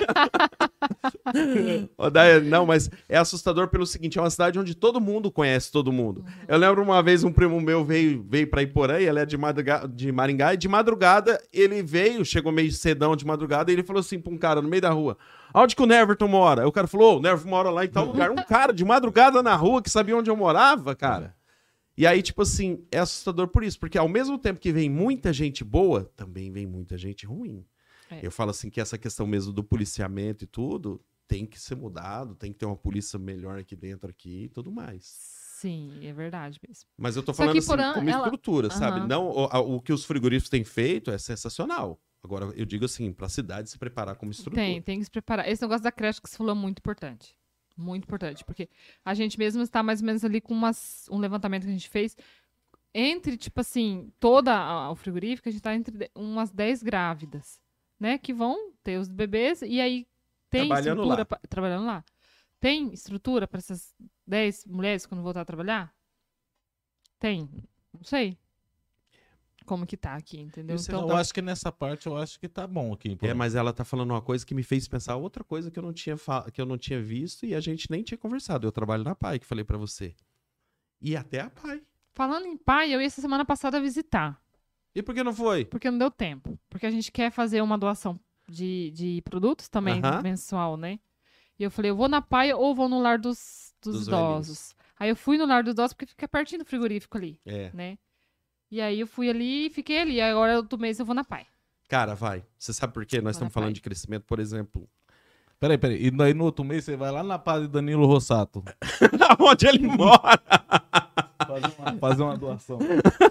Ô, Daiane, não, mas é assustador pelo seguinte, é uma cidade onde todo mundo conhece todo mundo. Eu lembro uma vez um primo meu veio, veio pra Iporã, e ele é de, madruga, de Maringá, e de madrugada ele veio, chegou meio cedão de madrugada, e ele falou assim pra um cara no meio da rua, onde que o Neverton mora? Aí o cara falou, ô, o Neverton mora lá em tal lugar. Um cara de madrugada na rua que sabia onde eu morava, cara. E aí, tipo assim, é assustador por isso, porque ao mesmo tempo que vem muita gente boa, também vem muita gente ruim. É. Eu falo assim que essa questão mesmo do policiamento e tudo tem que ser mudado, tem que ter uma polícia melhor aqui dentro aqui e tudo mais. Sim, é verdade mesmo. Mas eu tô Só falando que assim, Porã, como ela- estrutura, sabe? Aham. Não, o, a- o que os frigoríficos têm feito é sensacional. Agora, eu digo assim, pra cidade se preparar como estrutura. Tem, tem que se preparar. Esse negócio da creche que você falou é muito importante. Muito importante. Porque a gente mesmo está mais ou menos ali com umas, um levantamento que a gente fez. Entre, tipo assim, toda a- o frigorífico, a gente tá entre de- umas dez grávidas, né? Que vão ter os bebês e aí tem Trabalhando estrutura lá. pra- trabalhando lá. Tem estrutura para essas dez mulheres quando voltar a trabalhar? Tem. Não sei. Como que tá aqui, entendeu? Isso é Então, Eu acho que nessa parte eu acho que tá bom aqui em Porã. É, mas ela tá falando uma coisa que me fez pensar outra coisa que eu não tinha, fa- que eu não tinha visto e a gente nem tinha conversado. Eu trabalho na P A I, que falei pra você. E até a P A I. falando em pai, eu ia essa semana passada visitar. E por que não foi? Porque não deu tempo. Porque a gente quer fazer uma doação de, de produtos também, Aham. mensual, né? E eu falei, eu vou na Paia ou vou no lar dos, dos, Dos idosos. Aí eu fui no lar dos idosos porque fica pertinho do frigorífico ali, É. né? E aí eu fui ali e fiquei ali. Agora outro mês eu vou na Paia. Cara, vai. Você sabe por quê? Nós Vai estamos na falando P A I. de crescimento, por exemplo. Peraí, peraí. E daí no outro mês você vai lá na Paz de Danilo Rossato. Onde ele mora? Fazer uma, fazer uma doação.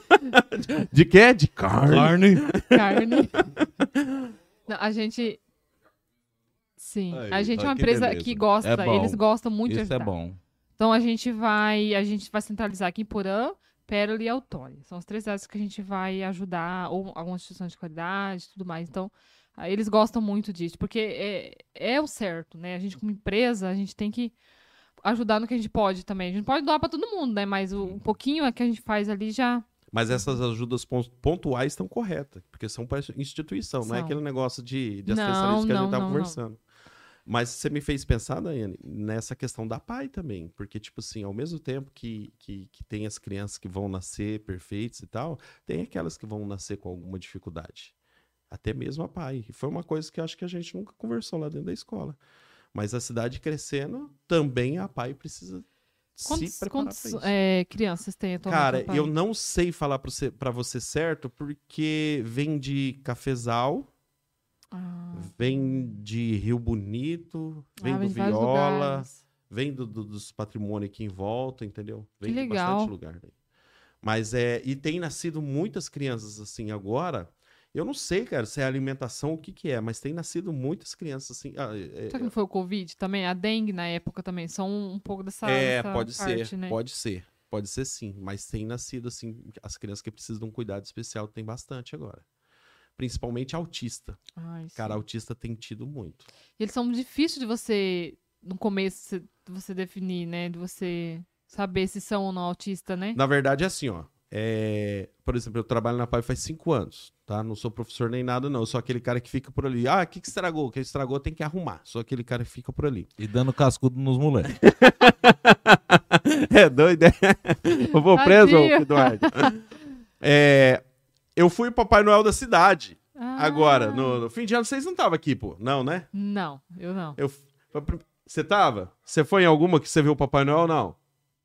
De quê? De carne. Carne. Não, a gente... Sim. Aí, a gente é ó, uma que empresa beleza. que gosta. É bom. Eles gostam muito de Isso é ajudar. bom. Então a gente vai, a gente vai centralizar aqui em Porã, Pérola e Autólia. São as três cidades que a gente vai ajudar, ou algumas instituições de qualidade e tudo mais. Então, ah, eles gostam muito disso, porque é, é o certo, né? A gente, como empresa, a gente tem que ajudar no que a gente pode também. A gente não pode doar para todo mundo, né? Mas o, um pouquinho que a gente faz ali já. Mas essas ajudas pon- pontuais estão corretas, porque são para instituição, não é São. aquele negócio de, de Não, assistencialista que a não, gente estava não, não. conversando. Mas você me fez pensar, Daiane, nessa questão da P A I também. Porque, tipo assim, ao mesmo tempo que, que, que tem as crianças que vão nascer perfeitas e tal, tem aquelas que vão nascer com alguma dificuldade. Até mesmo a P A I. E foi uma coisa que eu acho que a gente nunca conversou lá dentro da escola. Mas a cidade crescendo, também a P A I precisa Quantos, se preparar quantos pra isso. é, crianças tem atualmente? Cara, na P A I? eu não sei falar pra você, pra você certo, porque vem de Cafezal, Ah, vem de Rio Bonito, vem ah, do de vários Viola, lugares. vem do, do- dos patrimônios aqui em volta, entendeu? Vem Que de legal. bastante lugar. Daí. Mas é. E tem nascido muitas crianças assim agora. Eu não sei, cara, se é alimentação ou o que que é, mas tem nascido muitas crianças assim. ah, é, Será que não foi o Covid também? A dengue na época também. São um, um pouco dessa, é, dessa pode parte, ser, né? pode ser. Pode ser sim, mas tem nascido assim, as crianças que precisam de um cuidado especial tem bastante agora. Principalmente autista. Ai, Cara, sim. autista tem tido muito. E eles são difíceis de você, no começo, você- de você definir, né? De você saber se são ou não autistas, né? Na verdade, é assim, ó. é, Por exemplo, eu trabalho na P A I faz cinco anos, tá? Não sou professor nem nada, não. Eu sou aquele cara que fica por ali. Ah, o que, que estragou? O que estragou tem que arrumar. Sou aquele cara que fica por ali. E dando cascudo nos moleques. É doido, é? Eu vou preso, Tadinho. Eduardo. É, Eu fui o Papai Noel da cidade. Ah, Agora, no, no fim de ano, vocês não estavam aqui, pô. Não, né? Não, eu não. Eu... foi a prim- Você tava? Você foi em alguma que você viu o Papai Noel ou não?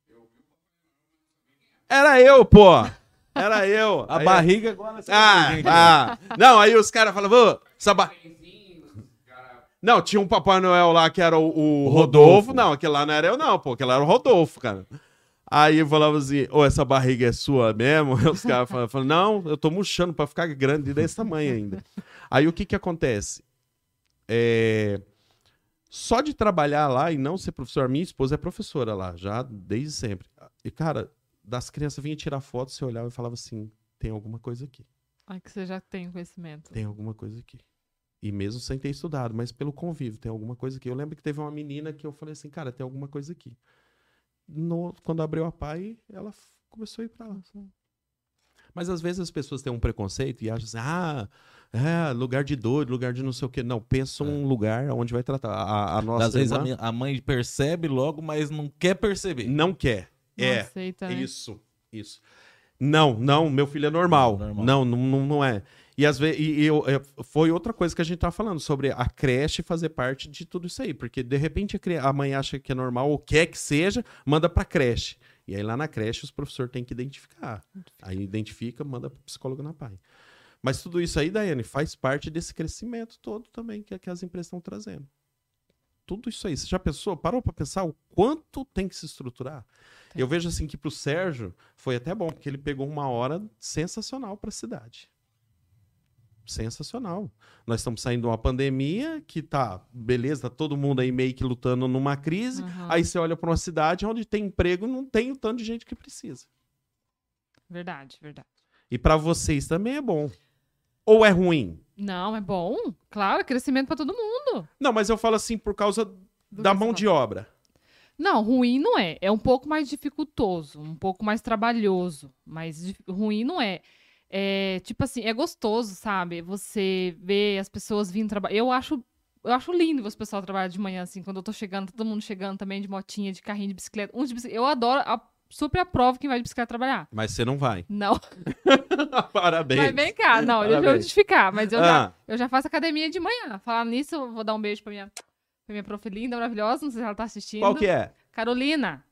Era eu, pô! Era eu. A Aí- barriga agora... você Ah, vê, gente. ah. Não, aí os caras falavam, "Ô, essa ba-" Não, tinha um Papai Noel lá que era o, o O Rodolfo. Rodolfo. Não, aquele lá não era eu, não, pô. Aquele lá era o Rodolfo, cara. Aí eu falava assim, ô, essa barriga é sua mesmo? Aí os caras falavam, falavam, não, eu tô murchando pra ficar grande desse tamanho ainda. Aí o que que acontece? É... Só de trabalhar lá e não ser professor, minha esposa é professora lá, já desde sempre. E, cara, das crianças vinha tirar foto, você olhava e falava assim, tem alguma coisa aqui. Ai, que você já tem conhecimento. Tem alguma coisa aqui. E mesmo sem ter estudado, mas pelo convívio, tem alguma coisa aqui. Eu lembro que teve uma menina que eu falei assim, cara, tem alguma coisa aqui. No, quando abriu a P A I, ela f- começou a ir pra lá. Mas às vezes as pessoas têm um preconceito e acham assim, ah, é, lugar de doido, lugar de não sei o quê. Não, pensa um lugar onde vai tratar. A, a nossa Às vezes a, irmã minha- a mãe percebe logo, mas não quer perceber. não quer. Não é, aceita, né? isso, isso. Não, não, meu filho é normal. Não, normal. Não, não, não, não é. E às vezes, e, e eu, é, foi outra coisa que a gente tava falando, sobre a creche fazer parte de tudo isso aí. Porque de repente a, cri- a mãe acha que é normal, ou quer que seja, manda pra creche. E aí lá na creche os professores têm que identificar. Aí identifica, manda pro psicólogo na P A I. Mas tudo isso aí, Daiane, faz parte desse crescimento todo também que, que as empresas estão trazendo. Tudo isso aí. Você já pensou? Parou pra pensar o quanto tem que se estruturar? Tem. Eu vejo assim que pro Sérgio foi até bom, porque ele pegou uma hora sensacional pra cidade. Sensacional. Nós estamos saindo de uma pandemia que tá, beleza, tá todo mundo aí meio que lutando numa crise. Uhum. Aí você olha pra uma cidade onde tem emprego, não tem o tanto de gente que precisa. Verdade, verdade. E pra vocês também é bom. Ou é ruim? Não, é bom. Claro, crescimento pra todo mundo. Não, mas eu falo assim por causa Do da que mão você de obra. Não, ruim não é. É um pouco mais dificultoso, um pouco mais trabalhoso, mas dif- ruim não é. É tipo assim, é gostoso, sabe? Você vê as pessoas vindo trabalhar. Eu acho, eu acho lindo ver os pessoal trabalhar de manhã, assim, quando eu tô chegando, todo mundo chegando também de motinha, de carrinho, de bicicleta. Um de bicicleta. Eu adoro, a- super aprovo quem vai de bicicleta trabalhar. Mas você não vai. Não, Parabéns. mas vem cá, não, deixa eu Parabéns. justificar. Mas eu, já, Ah, eu já faço academia de manhã. Falando nisso, eu vou dar um beijo pra minha, pra minha prof linda, maravilhosa. Não sei se ela tá assistindo. qual que é? Carolina.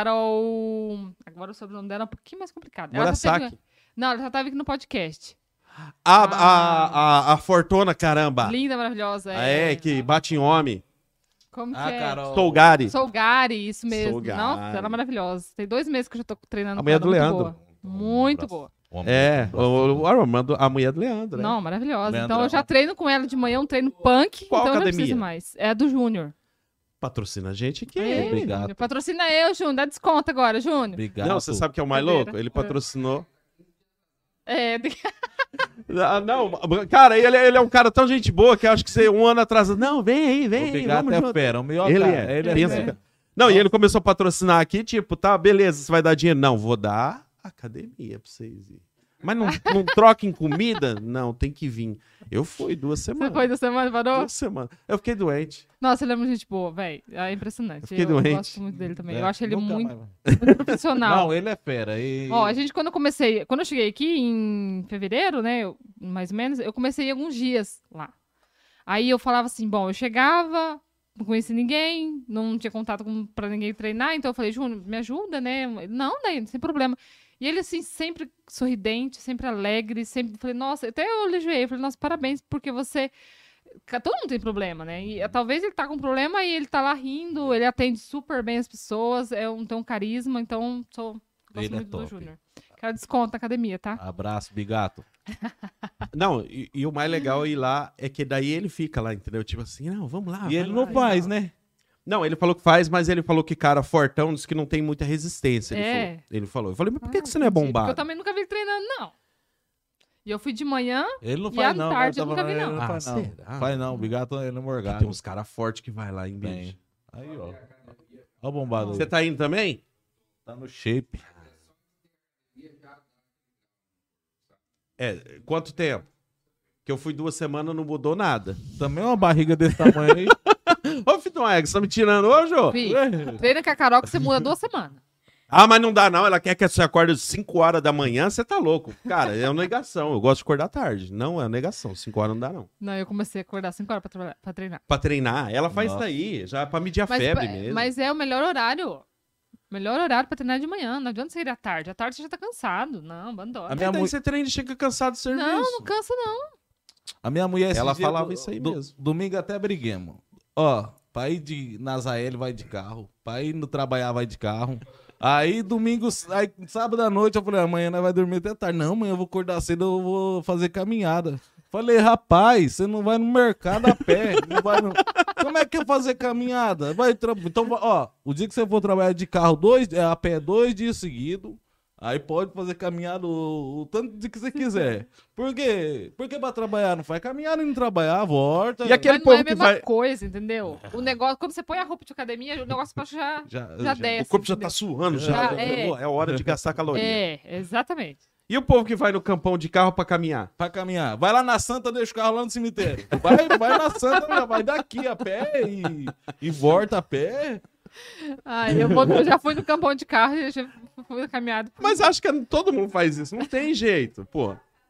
Carol. Agora o sobrenome dela é um pouquinho mais complicado. Ela já Murasaki. teve- Não, ela já tava aqui no podcast. A, Ah. a, a, a Fortuna, caramba. Linda, maravilhosa. Ah, é, que bate em homem. Como que Ah, é? Carol. Solgari. Soulgari, isso mesmo. Soulgari. Nossa, ela é maravilhosa. Tem dois meses que eu já tô treinando A com mulher ela, do muito Leandro. boa. Muito Um boa. Homem, É, um o, o Armando, a mulher do Leandro. né? Não, maravilhosa. Leandro então eu é já um- treino com ela de manhã, um treino punk. Qual então eu não academia? preciso mais. É a do Júnior. Patrocina a gente aqui. Ei, obrigado. Júnior. Patrocina eu, Júnior. Dá desconto agora, Júnior. Obrigado. Não, você sabe que é o mais Brincadeira. louco? Ele patrocinou. É, tem- Ah, não, cara, ele, ele é um cara tão gente boa que eu acho que você um ano atrás. Não, vem aí, vem aí. Obrigado, vamos é junto. fera. O melhor Ele cara. é. Ele é pensa, fera. cara. Não, e ele começou a patrocinar aqui, tipo, tá, beleza, você vai dar dinheiro. Não, vou dar academia pra vocês ir. Mas não, não troquem comida? Não, tem que vir. Eu fui duas Você semanas. foi da semana, parou? Duas semanas. Eu fiquei doente. Nossa, ele é muito gente boa, velho. É impressionante. Eu fiquei eu doente. gosto muito dele também. É, Eu acho ele nunca muito, mais vai. muito profissional. Não, ele é fera. E... Ó, a gente, quando eu comecei, quando eu cheguei aqui em fevereiro, né, eu- mais ou menos, eu comecei alguns dias lá. Aí eu falava assim, bom, eu chegava, não conhecia ninguém, não tinha contato com, pra ninguém treinar, então eu falei, Júnior, me ajuda, né? Ele, Não, daí, sem problema. E ele, assim, sempre sorridente, sempre alegre, sempre, falei, nossa, até eu elogiei, falei, nossa, parabéns, porque você... Ca- Todo mundo tem problema, né? E eh, talvez ele tá com problema e ele tá lá rindo, ele atende super bem as pessoas, é um, tem um carisma, então sou, gosto Ele é muito do top. Júnior. Quero desconto na academia, tá? Abraço, Bigato. Não, e, e o mais legal é ir lá é que daí ele fica lá, entendeu? Tipo assim, não, vamos lá. e vai ele lá, não e faz, tal. né? Não, ele falou que faz, mas ele falou que cara fortão diz que não tem muita resistência. Ele, É. falou. ele falou. Eu falei, mas por que, Ah, que você não é entendi. Porque bombado? eu também nunca vi ele treinando, não. E eu fui de manhã, Ele não E faz, à não. tarde né? eu nunca vi, Ele não. Ah, faz, não. será? Faz não. O Bigato, ele é Porque morgado. tem uns caras fortes que vai lá em Tem. bicho. Aí, ó. Ó o bombado. Você tá indo também? Tá no shape. É, quanto tempo? Que eu fui duas semanas, não mudou nada. Também uma barriga desse tamanho aí. Ô, Fitão Egg, você tá me tirando hoje, ô? vi. Treina com a Carol que você muda duas semanas. Ah, mas não dá não, ela quer que você acorde às cinco horas da manhã, você tá louco. Cara, é uma negação, eu gosto de acordar tarde. Não, é uma negação, cinco horas não dá não. Não, eu comecei a acordar cinco horas pra, trabalhar, pra treinar. Pra treinar, ela faz Nossa. daí, já é pra medir a Mas, febre pa- mesmo. mas é o melhor horário. Melhor horário pra treinar de manhã. Não adianta você ir à tarde. À tarde você já tá cansado. Não, abandona. A Aí minha daí mu- você treina e chega cansado do serviço. Não, não cansa, não. A minha mulher... esse Ela dia falava do- isso aí do- mesmo. Domingo até briguemos. Ó, pra ir de Nazael vai de carro. Pra ir no trabalhar vai de carro. Aí domingo, aí, sábado à noite eu falei, amanhã nós vai dormir até tarde. Não, amanhã eu vou acordar cedo, eu vou fazer caminhada. Falei, rapaz, você não vai no mercado a pé. Não vai no... Como é que eu fazer caminhada? Vai tra... Então, ó, o dia que você for trabalhar de carro dois, é, a pé dois dias seguidos, Aí pode fazer caminhada o, o tanto de que você quiser. Por quê? Porque pra trabalhar não faz caminhada e não trabalhar, volta. E aquele Mas não é povo a que mesma vai... coisa, entendeu? O negócio, quando você põe a roupa de academia, o negócio já, já, Já, já- desce. O corpo já tá entendeu? suando, já. Já, é. É hora de gastar caloria. É, exatamente. E o povo que vai no campão de carro pra caminhar? Pra caminhar. Vai lá na Santa, deixa o carro lá no cemitério. Vai, vai na Santa, já vai daqui a pé e, e volta a pé. Ah, eu, vou- eu já fui no campão de carro e já fui caminhado. Mas acho que todo mundo faz isso. Não tem jeito, pô.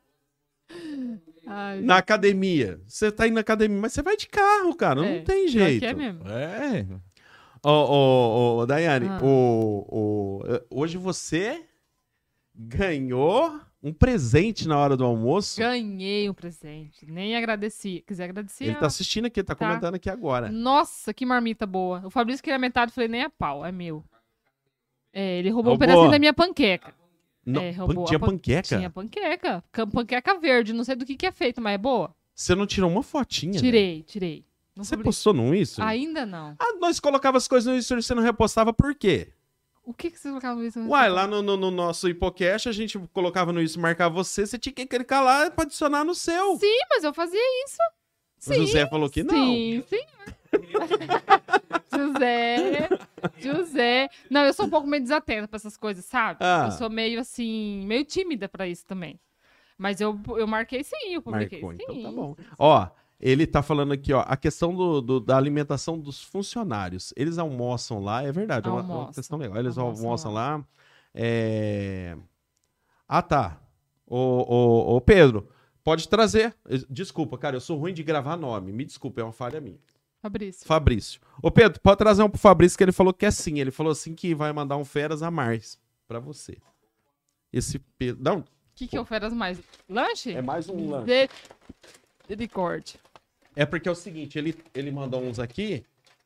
Ai, Na academia. Você tá indo na academia, mas você vai de carro, cara. é, Não tem pior jeito. que é mesmo. É. Ô, ô, ô, Daiane, Ah. o, o, hoje você ganhou um presente na hora do almoço. Ganhei um presente. Nem agradeci. Quiser agradecer. Ele tá assistindo aqui, tá, Tá. comentando aqui agora. Nossa, que marmita boa. O Fabrício queria metade, eu falei, nem a pau, é meu. É, ele roubou um Roubou. pedacinho da minha panqueca. Não, É, pan- roubou a tinha pan- panqueca? Tinha panqueca. Cam- Panqueca verde, não sei do que que é feito, mas é boa. Você não tirou uma fotinha? né? Tirei, tirei. Não Você publi- postou no isso? Ainda não. Ah, nós colocava as coisas no History e você não repostava por quê? O que que vocês colocavam isso? Uai, lá no, no- no nosso Hipocast, a gente colocava no isso, marcava você, você tinha que clicar lá pra adicionar no seu. Sim, mas eu fazia isso. O José falou que não. Sim, sim. José, José. Não, eu sou um pouco meio desatenta pra essas coisas, sabe? Ah. Eu sou meio assim, meio tímida pra isso também. Mas eu, eu marquei sim, eu publiquei Marcou, então sim. tá bom. Ó, ele tá falando aqui, ó, a questão do, do- da alimentação dos funcionários. Eles almoçam lá, é verdade, é uma, uma Almoçam. questão legal. Eles almoçam, Almoçam lá. é... Ah, tá. Ô, ô, ô, Pedro, pode trazer. Desculpa, cara, eu sou ruim de gravar nome. Me desculpa, é uma falha minha. Fabrício. Fabrício. Ô, Pedro, pode trazer um pro Fabrício que ele falou que é sim. Ele falou assim que vai mandar um Feras a mais pra você. Esse Pedro... Não, O que que oferece mais? Lanche? é mais um lanche. De... Misericórdia. É porque é o seguinte, ele, ele mandou uns aqui.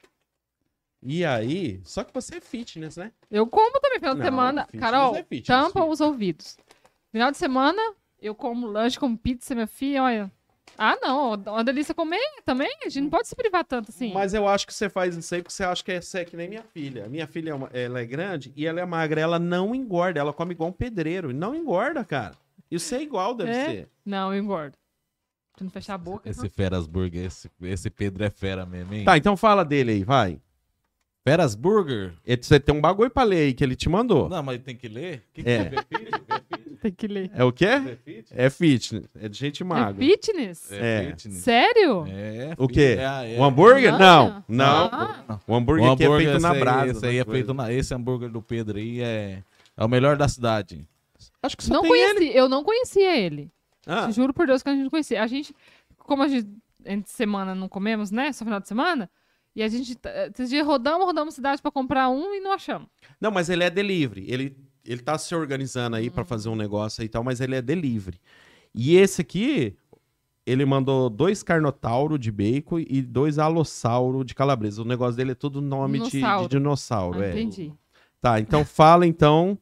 E aí. Só que você é fitness, né? Eu como também final de Não, semana. fitness Carol, é fitness, tampa filho. os ouvidos. Final de semana, eu como lanche, como pizza, minha filha, olha. Ah, não, uma delícia comer também. A gente não pode se privar tanto assim. Mas eu acho que você faz isso aí porque você acha que é, você é que nem minha filha. Minha filha é uma- ela é grande e ela é magra. Ela não engorda. Ela come igual um pedreiro. E não engorda, cara. Isso é igual, deve É? ser. Não, eu engordo. Tu não fechar a boca. Esse Feras Burger, esse, esse Pedro é fera mesmo, hein? Tá, então fala dele aí, vai. Feras Burger? Ele- Você tem um bagulho pra ler aí que ele te mandou. Não, mas tem que ler? O que, É. que é V-Fit? V-Fit? Tem que ler. É o quê? V-Fit? É fitness. É de gente É magra. fitness? É. fitness. Sério? É, O quê? é, é. O hambúrguer? Não. Não. Ah, O hambúrguer aqui é feito esse na aí- brasa. Esse aí é essas feito coisas. na. Esse hambúrguer do Pedro aí é, é o melhor da cidade. Acho que só não tem conheci, ele. eu não conhecia ele. Ah, Te juro por Deus que a gente não conhecia. A gente, como a gente, entre semana não comemos, né? Só final de semana. E a gente, eh, esses dias rodamos, rodamos cidade pra comprar um e não achamos. não, mas ele é delivery. Ele, ele tá se organizando aí Hum. pra fazer um negócio aí e tal, mas ele é delivery. E esse aqui, ele mandou dois carnotauro de bacon e dois alossauro de calabresa. O negócio dele é tudo nome de, de Dinossauro. dinossauro. Ah, é. entendi. Tá, então fala então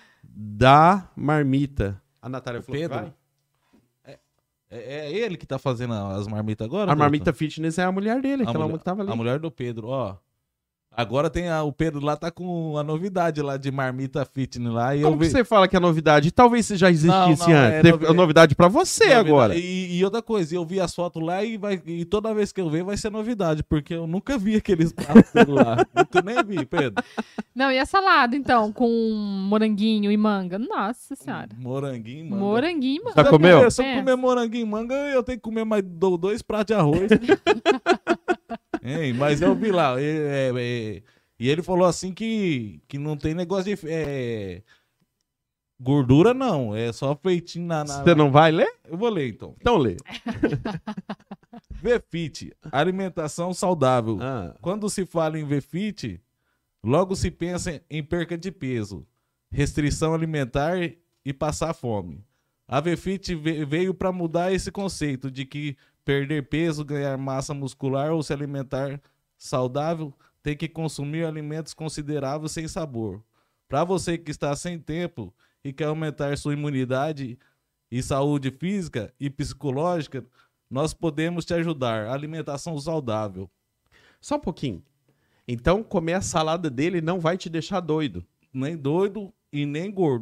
da marmita. A Natália O falou que Pedro? vai? É, é ele que tá fazendo as marmitas agora? A Doutor? marmita fitness é a mulher dele, A aquela mulher- uma que tava ali. A mulher do Pedro, ó. Agora tem a- o Pedro lá tá com a novidade lá de marmita fitness lá. E Como eu que vi... você fala que é novidade? Talvez se já existisse Não, não, antes. é Teve- novi- É novidade pra você Novidade. agora. E, e outra coisa, eu vi as fotos lá e, vai, e toda vez que eu ver vai ser novidade, porque eu nunca vi aqueles pratos tudo lá. Nunca nem vi, Pedro. Não, e a salada, então, com moranguinho e manga? Nossa senhora. Moranguinho, manga. Moranguinho e manga. Já Se eu comeu? comer- Se eu Pensa. comer moranguinho e manga, eu tenho que comer mais do- dois pratos de arroz. Hein, mas eu vi lá. E, é, é, e ele falou assim que, que não tem negócio de é, gordura, não. É só feitinho na. na- Você não vai ler? Eu vou ler então. Então lê. V-Fit, alimentação saudável. Ah, Quando se fala em V-Fit, logo se pensa em perca de peso, restrição alimentar e passar fome. A V-Fit ve- veio para mudar esse conceito de que perder peso, ganhar massa muscular ou se alimentar saudável tem que consumir alimentos consideráveis sem sabor. Para você que está sem tempo e quer aumentar sua imunidade e saúde física e psicológica, nós podemos te ajudar. Alimentação saudável. só um pouquinho. Então, comer a salada dele não vai te deixar doido. Nem doido e nem gordo.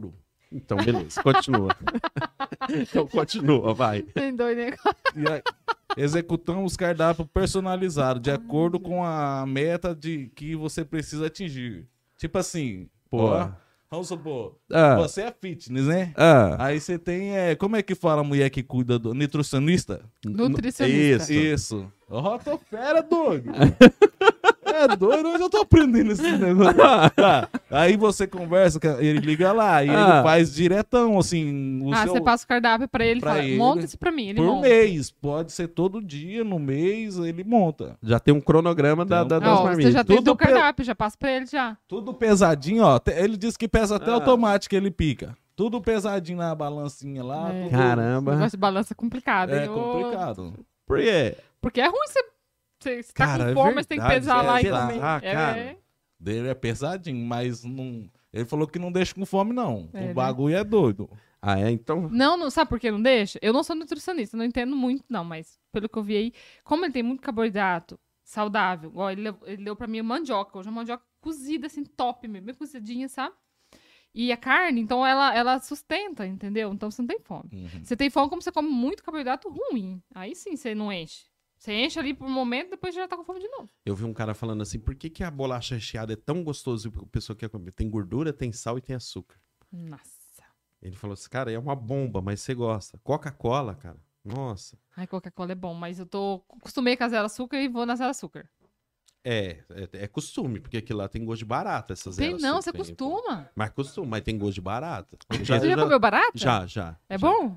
Então, beleza, continua. Então, continua, vai. Tem dois negócios. E aí, executamos cardápio personalizado de acordo com a meta de que você precisa atingir. Tipo assim, Pô. ó, vamos supor, Ah, você é fitness, né? ah, Aí você tem, é, como é que fala a mulher que cuida do nutricionista? Nutricionista. Isso. Isso. Ó, tô fera, doido. É doido, hoje eu tô aprendendo esse negócio. Tá. Aí você conversa, ele liga lá e Ah. ele faz diretão, assim, o Ah, seu... você passa o cardápio pra ele e pra fala, ele, monta isso pra mim. Ele por monta. mês. Pode ser todo dia, no mês, ele monta. Já tem um cronograma da, Tem um da, das Ó, você marmitas. já tem o Tudo teu pe- cardápio, já passa pra ele já. Tudo pesadinho, ó. Te- Ele disse que pesa até Ah. o tomate que ele pica. Tudo pesadinho na balancinha lá. É. Tudo... O Caramba. negócio de balança é complicado. É hein? Ô, complicado. Por quê? Porque é ruim você, você, você tá Cara, é com fome, mas tem que verdade, pesar é lá e pesar, comer. cara. É, Dele é pesadinho, mas não... Ele falou que não deixa com fome, não. É, o né? bagulho é doido. Ah, é? Então. Não, não, sabe por que não deixa? Eu não sou nutricionista, não entendo muito, não, mas pelo que eu vi aí, como ele tem muito carboidrato saudável, ó, ele, levou- ele deu pra mim mandioca, hoje é mandioca cozida, assim, top mesmo, bem cozidinha, sabe? E a carne, então ela, ela sustenta, entendeu? Então você não tem fome. Uhum. Você tem fome como você come muito carboidrato ruim. Aí sim você não enche. Você enche ali por um momento, depois já tá com fome de novo. Eu vi um cara falando assim, por que, que a bolacha recheada é tão gostosa e a pessoa quer comer? Tem gordura, tem sal e tem açúcar. Nossa. Ele falou assim, cara, é uma bomba, mas você gosta. Coca-Cola, cara, nossa. Ai, Coca-Cola é bom, mas eu tô acostumei com a zero açúcar e vou na zero açúcar. É, é, é costume, porque aquilo lá tem gosto de barata, essas Tem zero não, açúcar, você tem, pô. costuma. Mas costuma, mas tem gosto de barata. Você já comeu barata? Já, já. É já. bom?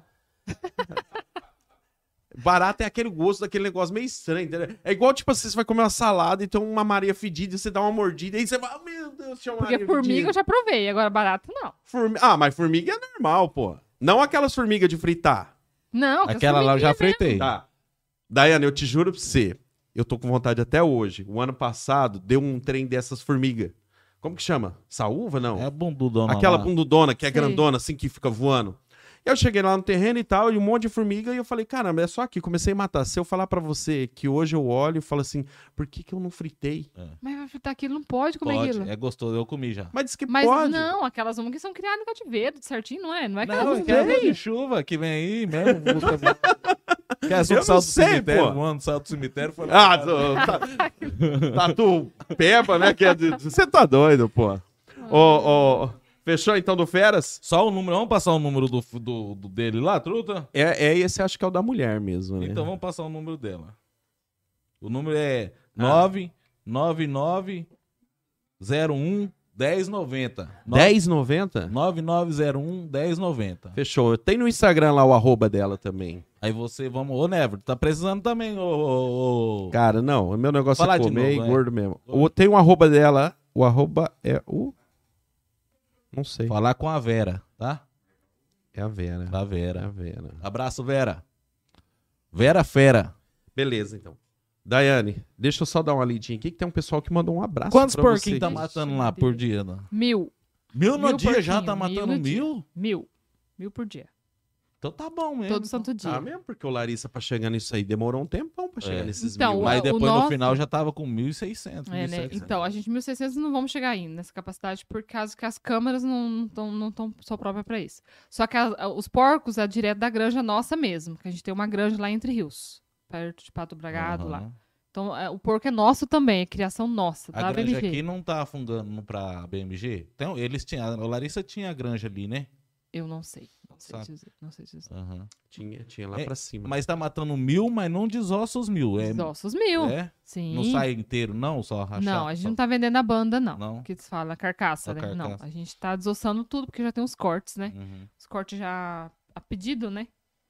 Barata é aquele gosto daquele negócio meio estranho, entendeu? É igual, tipo assim, você vai comer uma salada e tem uma Maria fedida, você dá uma mordida e aí você fala, ah, meu Deus, tinha uma Porque Maria formiga fedida. eu já provei, agora barata não. Formi- Ah, mas formiga é normal, pô. Não aquelas formigas de fritar. Não, que as Aquela lá eu já formiguinhas fritei. Tá. Daiane, eu te juro pra você, eu tô com vontade até hoje. O ano passado deu um trem dessas formigas. Como que chama? Saúva, não? É bundudona Aquela lá. bundudona que é Sei. grandona, assim, que fica voando. Eu cheguei lá no terreno e tal, e um monte de formiga, e eu falei, caramba, é só aqui, comecei a matar. Se eu falar pra você que hoje eu olho e falo assim, por que que eu não fritei? mesmo. Mas vai fritar aquilo, não pode comer Pode, aquilo. é gostoso, eu comi já. Mas diz que Mas pode. não, aquelas umas que são criadas no cativeiro, certinho, não é? Não é que Não, elas é não que é vêm. de chuva que vem aí mesmo. Que é Eu só não sal do sei, cemitério, pô. voando, sal do cemitério. Foi Ah, tô- tá, tatu peba, né? Que é de- Você tá doido, pô. Ô, ô, fechou então do Feras? Só o número, vamos passar o número do, do, do dele lá, truta? É, é esse, acho que é o da mulher mesmo, né? Então vamos passar o número dela. O número é Ah. nove nove nove zero um dez noventa. dez e noventa? nove nove zero um dez noventa. Fechou. Tem no Instagram lá o arroba dela também. Aí você, vamos... Ô, Never, tá precisando também, ô... ô, ô. Cara, não, o meu negócio Fala é de comer novo, e é. gordo mesmo. O, tem um arroba dela, o arroba é o... Não sei. Falar com a Vera, tá? É a Vera. Da É a Vera. Vera. Abraço, Vera. Vera Fera. Beleza, então. Daiane, deixa eu só dar uma lidinha aqui, que tem um pessoal que mandou um abraço Quantos pra porquinhos você tá aqui. matando lá por dia? Né? Mil. Mil no Mil dia já porquinho, tá mil matando no dia. mil? Mil. Mil por dia. Então tá bom mesmo. Todo santo dia. Ah, mesmo porque o Larissa, pra chegar nisso aí, demorou um tempão pra chegar É. nesses Então, mil. o- Mas depois no nosso- final já tava com mil e seiscentos. É, né? Então, a gente mil e seiscentos não vamos chegar ainda nessa capacidade por causa que as câmeras não estão não tão só próprias para isso. Só que a- a- os porcos é direto da granja nossa mesmo, que a gente tem uma granja lá entre rios, perto de Pato Bragado lá. Então, é, o porco é nosso também, é criação nossa, A da granja B M G. aqui não tá afundando pra B M G? Então, eles tinham, a Larissa tinha a granja ali, né? Eu não sei, não sei Sabe. dizer, não sei dizer. Aham. Tinha, tinha lá É, pra cima. Mas tá matando mil, mas não desossa os mil. É, Os ossos mil, é? sim. Não sai inteiro, não? Só rachar? Não, a gente só- não tá vendendo a banda, não. Não? Que eles falam, a carcaça, A né? carcaça. Não, a gente tá desossando tudo, porque já tem os cortes, né? Uhum. Os cortes já a pedido, né?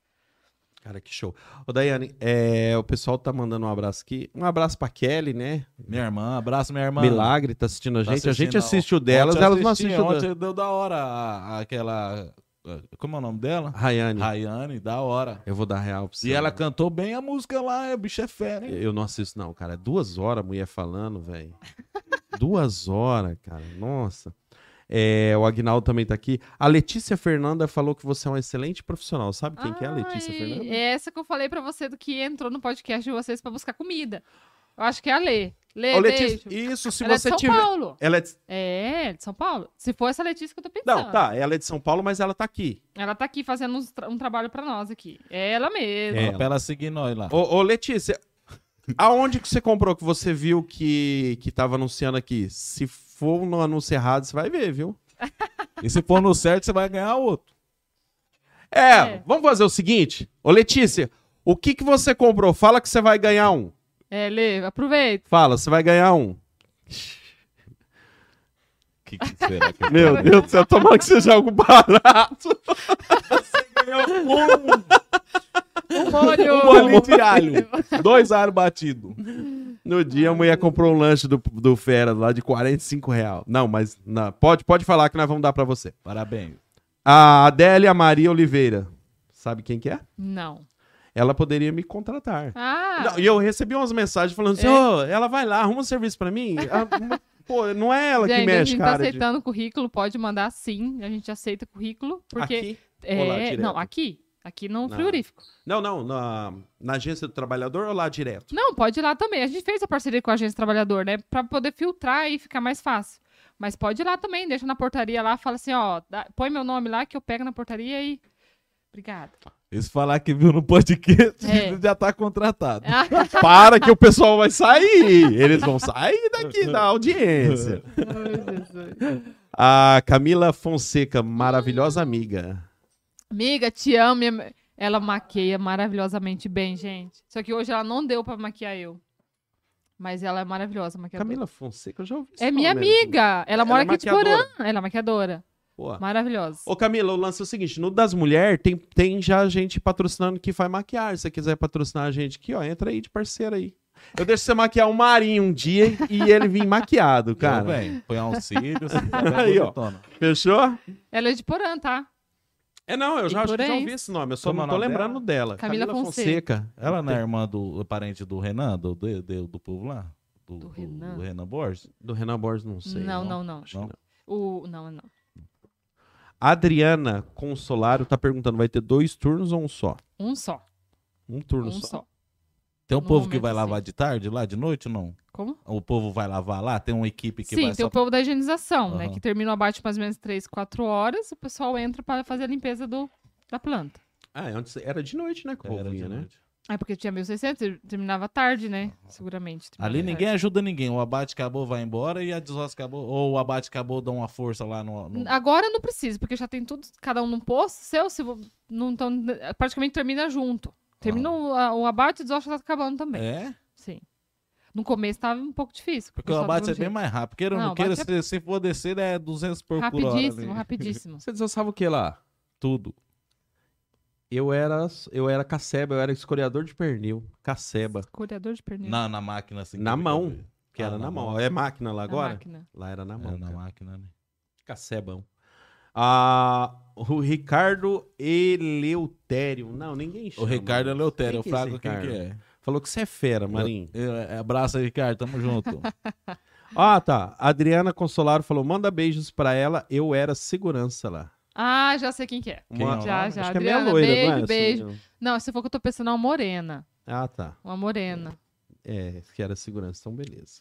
Cara, que show. Ô, Daiane, é, o pessoal tá mandando um abraço aqui. Um abraço pra Kelly, né? Minha irmã, abraço minha irmã. Milagre, tá assistindo a Tá gente. a gente assistindo, assiste o delas, Ontem elas não assisti, assistem o da... Ontem deu da hora a- a- aquela... Como é o nome dela? Rayane, Rayane, da hora. eu vou dar real pra você. E ela né? cantou bem a música lá, é bicho é fera, hein? Eu não assisto, não, cara. Duas horas a mulher falando, velho. Duas horas, cara. Nossa. É, o Agnaldo também tá aqui. A Letícia Fernanda falou que você é um excelente profissional. Sabe quem que é a Letícia Ai, Fernanda? É essa que eu falei pra você do que entrou no podcast de vocês pra buscar comida. Eu acho que é a Lê. Lê, Ô, Letícia, beijo. isso se Ela é de você São tiver. Paulo. Ela é de... É, de São Paulo. Se for essa Letícia que eu tô pensando. Não, tá, ela é de São Paulo, mas ela tá aqui. Ela tá aqui fazendo uns tra- um trabalho pra nós aqui. É ela mesma. É. Fala pra ela seguir nós lá. Ô, ô, Letícia, aonde que você comprou que você viu que, que tava anunciando aqui? Se for no anúncio errado, você vai ver, viu? E se for no certo, você vai ganhar outro. É, É. vamos fazer o seguinte. Ô, Letícia, o que que você comprou? Fala que você vai ganhar um. É, Lê, aproveita. Fala, você vai ganhar um. O que, que será que é? Meu Deus do céu, tomara que seja algo barato. Um molho. Um bolinho de alho. Dois alhos batidos. No dia, a mulher comprou um lanche do, do Fera lá de quarenta e cinco reais. Não, mas não, pode, pode falar que nós vamos dar pra você. Parabéns. A Adélia Maria Oliveira. Sabe quem que é? Não. Ela poderia me contratar. Ah, Não, e eu recebi umas mensagens falando assim, É. ô, ela vai lá, arruma um serviço pra mim. Ah, mas, pô, não é ela que gente, a mexe, gente tá cara. de- aceitando currículo, pode mandar sim. A gente aceita currículo, porque... Aqui? É, Ou lá direto? não, aqui. Aqui no Não. frigorífico. Não, não, na, na agência do trabalhador ou lá direto? Não, pode ir lá também. A gente fez a parceria com a agência trabalhador, né? Pra poder filtrar e ficar mais fácil. Mas pode ir lá também, deixa na portaria lá, fala assim, ó, dá- põe meu nome lá que eu pego na portaria e... Obrigada. E se falar que viu no podcast, É. já tá contratado. Ah, Para que o pessoal vai sair. Eles vão sair daqui da audiência. ai, Jesus. A Camila Fonseca, maravilhosa amiga. Amiga, te amo. minha- Ela maqueia maravilhosamente bem, gente. Só que hoje ela não deu pra maquiar eu. Mas ela é maravilhosa, maquiadora. Camila Fonseca, eu já ouvi esse É minha nome mesmo. amiga. Ela Ela mora é aqui de maquiadora. Porã. Ela é maquiadora. Pô. Maravilhosa. Ô Camila, o lance é o seguinte, no das mulheres tem, tem já gente patrocinando que faz maquiagem. Se você quiser patrocinar a gente aqui, ó, entra aí de parceiro aí. Eu deixo você maquiar um Marinho um dia e ele vir maquiado, Cara, cara. bem, põe um cílios. Aí, ó. Fechou? Ela é de Porã, tá? É, não, eu já, acho que já Porém- ouvi esse nome, eu só Como é não o tô nome lembrando dela. Camila Fonseca. Ela não é irmã do parente do Renan, do, do, do, do povo lá? Do, Do do- Renan? do Renan Borges? Do Renan Borges, não sei. não, não, não. Acho que Não? não. O... Não, não. Adriana Consolaro tá perguntando, vai ter dois turnos ou um só? Um só. Um turno Um só. só. Tem um No povo que momento, vai lavar sim. de tarde lá, de noite ou não? Como? O povo vai lavar lá? Tem uma equipe que Sim, vai tem só... o povo da higienização, né? Aham. Que termina o abate mais ou menos três, quatro horas. O pessoal entra para fazer a limpeza do, da planta. Ah, antes era de noite, né, que o Era povo de vinha, né? noite. É porque tinha mil e seiscentos, ter- terminava tarde, né? Seguramente. terminava Ali tarde. ninguém ajuda ninguém. O abate acabou, vai embora e a desroça acabou. Ou o abate acabou, dá uma força lá no. no- Agora não precisa, porque já tem tudo, cada um num posto seu, se vo- não tão, praticamente termina junto. Termina o, a- o abate e o desastre tá acabando também. É? Sim. No começo tava um pouco difícil. Porque o pessoal abate dava é um bem jeito. mais rápido. Queira ou Não, não, o queira, abate se, se for descer, é duzentos por, por hora. Rapidíssimo, ali. rapidíssimo. Você desossava o que lá? Tudo. Eu era, eu era caceba, eu era escoriador de pernil. Caceba. Escolhedor de pernil. Na, na máquina, assim. Na que mão, fica- Que Ah, era na na mão. mão. É máquina lá Na agora? máquina. Lá era na mão. É, na cara. máquina, né? Cacebão. Ah, o Ricardo Eleutério. Não, ninguém O chama. Ricardo Eleutério, Quem eu que é esse frago quem que Ricardo? é. Falou que você é fera, Marinho. Eu- eu- abraço aí, Ricardo, tamo junto. Ah, tá. Adriana Consolaro falou: manda beijos pra ela, eu era segurança lá. Ah, já sei quem que é. Quem é o já, nome? já. Acho que é meia Adriana, loira, beijo, não é? beijo. Assim, Não, se for que eu tô pensando, é uma morena. Ah, tá. Uma morena. É, que era segurança, então beleza.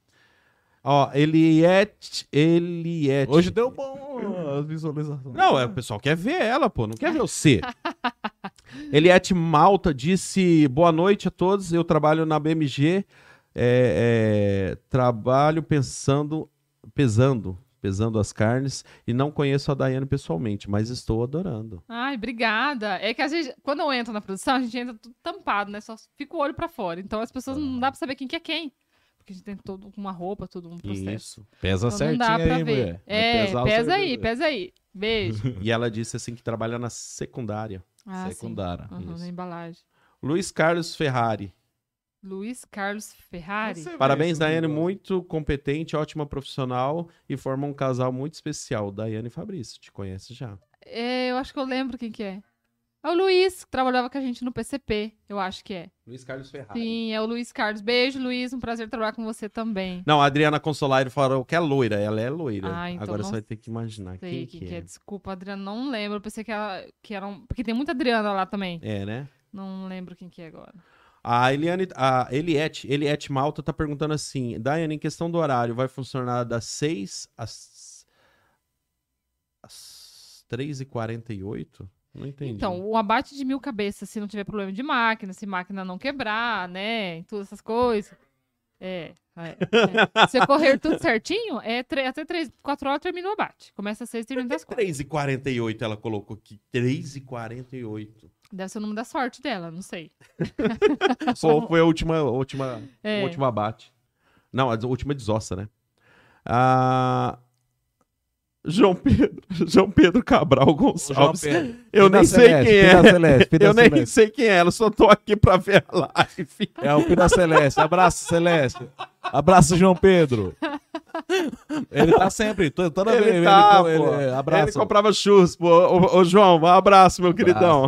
Ó, Eliette. Eliette. Hoje deu bom as visualizações. Não, é, o pessoal quer ver ela, pô, não quer ver você. Eliette Malta disse: boa noite a todos. Eu trabalho na B M G. é, é, trabalho pensando, pesando, pesando as carnes e não conheço a Daiane pessoalmente, mas estou adorando. Ai, obrigada. É que a gente, quando eu entro na produção, a gente entra tudo tampado, né? Só fica o olho pra fora. Então as pessoas não dá pra saber quem que é quem. Porque a gente tem todo com uma roupa, tudo um processo. Isso. Pesa Então não certinho dá pra aí, ver. mulher. Vai É, pesar o pesa seu- aí, pesa aí. Beijo. E ela disse assim que trabalha na secundária. Ah, sim. Secundária. Aham, Isso. na embalagem. Luiz Carlos Ferrari. Luiz Carlos Ferrari. Você vê Parabéns, esse Daiane, negócio. muito competente, ótima profissional e forma um casal muito especial. Daiane e Fabrício, te conhece já. É, eu acho que eu lembro quem que é. É o Luiz, que trabalhava com a gente no P C P. Eu acho que é. Luiz Carlos Ferrari. Sim, é o Luiz Carlos. Beijo, Luiz. Um prazer trabalhar com você também. Não, a Adriana Consolari falou que é loira, ela é loira. Ah, então Agora não você vai ter que imaginar Sei quem quem que que é. é. Desculpa, Adriana, não lembro. Eu pensei que, ela, que era um... Porque tem muita Adriana lá também. É, né? Não lembro quem que é agora. A Eliane, a Eliette, Eliette Malta tá perguntando assim, Daiane, em questão do horário, vai funcionar das seis às, às três e quarenta e oito? Não entendi. Então, o abate de mil cabeças, se não tiver problema de máquina, se máquina não quebrar, né? e Todas essas coisas. É. é, é. Se ocorrer tudo certinho, é tre- até três, quatro horas termina o abate. Começa às seis e termina das quatro. três e quarenta e oito ela colocou aqui. três e quarenta e oito. Deve ser o número da sorte dela, não sei. Ou foi a última, a última, É. o último abate. Não, a última desossa, né? Ah, João Pedro, João Pedro Cabral João Gonçalves. Pedro. Eu Pina nem sei Celeste, quem Pina é. Celeste, Pina Eu nem Celeste. sei quem é, ela só tô aqui pra ver a live. É o Pina Celeste. Abraço, Celeste. Abraço, João Pedro. Ele tá sempre, to- toda Ele vez. tá, ele, pô. ele, abraço. Ele comprava churros, pô. Ô, ô, João, um abraço, meu queridão.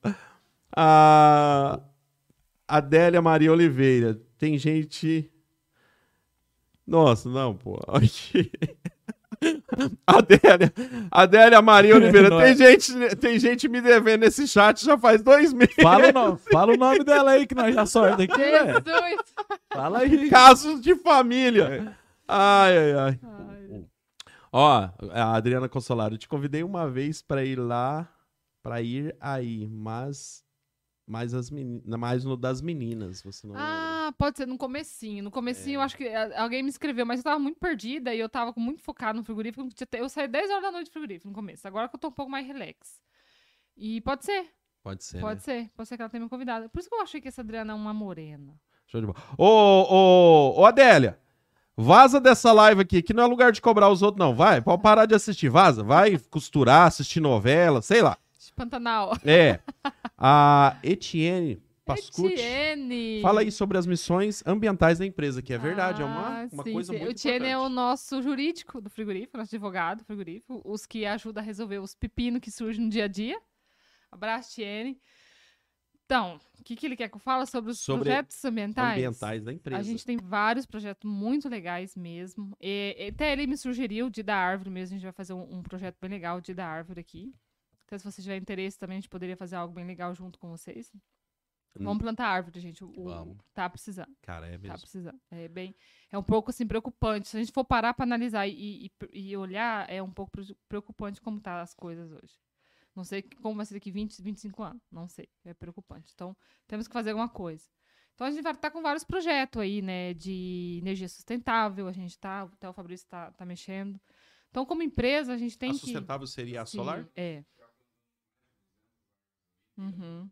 A Adélia Maria Oliveira. Tem gente... Nossa, não, pô. Aqui. Adélia, Adélia Maria Oliveira. Não Tem, é. gente, tem gente me devendo nesse chat já faz dois meses. Fala o, nome, fala o nome dela aí que nós já sorte aqui, velho. Jesus! Fala aí. Casos de família. Ai, ai, ai. Ai, Ó, a Adriana Consolaro, eu te convidei uma vez pra ir lá, pra ir aí, mas mais, as meni- mais no das meninas, você não lembra? Ah, pode ser no comecinho. No comecinho, eu acho que ah, alguém me escreveu, mas eu tava muito perdida e eu tava com- muito focado no frigorífico. Eu tinha- Eu saí dez horas da noite do frigorífico no começo. Agora que eu tô um pouco mais relax. E pode ser, Pode ser, pode né? ser. Pode ser que ela tenha me convidado. Por isso que eu achei que essa Adriana é uma morena. Show de bola. Ô, ô, ô, Adélia, vaza dessa live aqui, que não é lugar de cobrar os outros, não. Vai, pode parar de assistir, vaza. Vai costurar, assistir novela, sei lá. De Pantanal. É. A Etienne Pascucci. Etienne. Fala aí sobre as missões ambientais da empresa, que é verdade, é uma, Ah, uma sim, coisa sim. muito O Etienne é o importante. nosso jurídico do frigorífico, nosso advogado do frigorífico, os que ajudam a resolver os pepinos que surgem no dia a dia. Abraço, Etienne. Então, o que, que ele quer que eu fale sobre os Sobre projetos ambientais? Ambientais da empresa. A gente tem vários projetos muito legais mesmo. E, e até ele me sugeriu de dar árvore mesmo. A gente vai fazer um, um projeto bem legal de dar árvore aqui. Então, se você tiver interesse também, a gente poderia fazer algo bem legal junto com vocês. Hum. Vamos plantar árvore, gente. O, o- Vamos. tá precisando. Cara, é Tá mesmo. precisando. É bem. É um pouco assim preocupante. Se a gente for parar para analisar e, e, e olhar, é um pouco pre- preocupante como tá as coisas hoje. Não sei como vai ser daqui vinte, vinte e cinco anos. Não sei. É preocupante. Então, temos que fazer alguma coisa. Então, a gente vai estar com vários projetos aí, né? De energia sustentável. A gente tá. Até o Fabrício tá, tá mexendo. Então, como empresa, a gente tem A que. sustentável seria a Sim, solar? É. Uhum.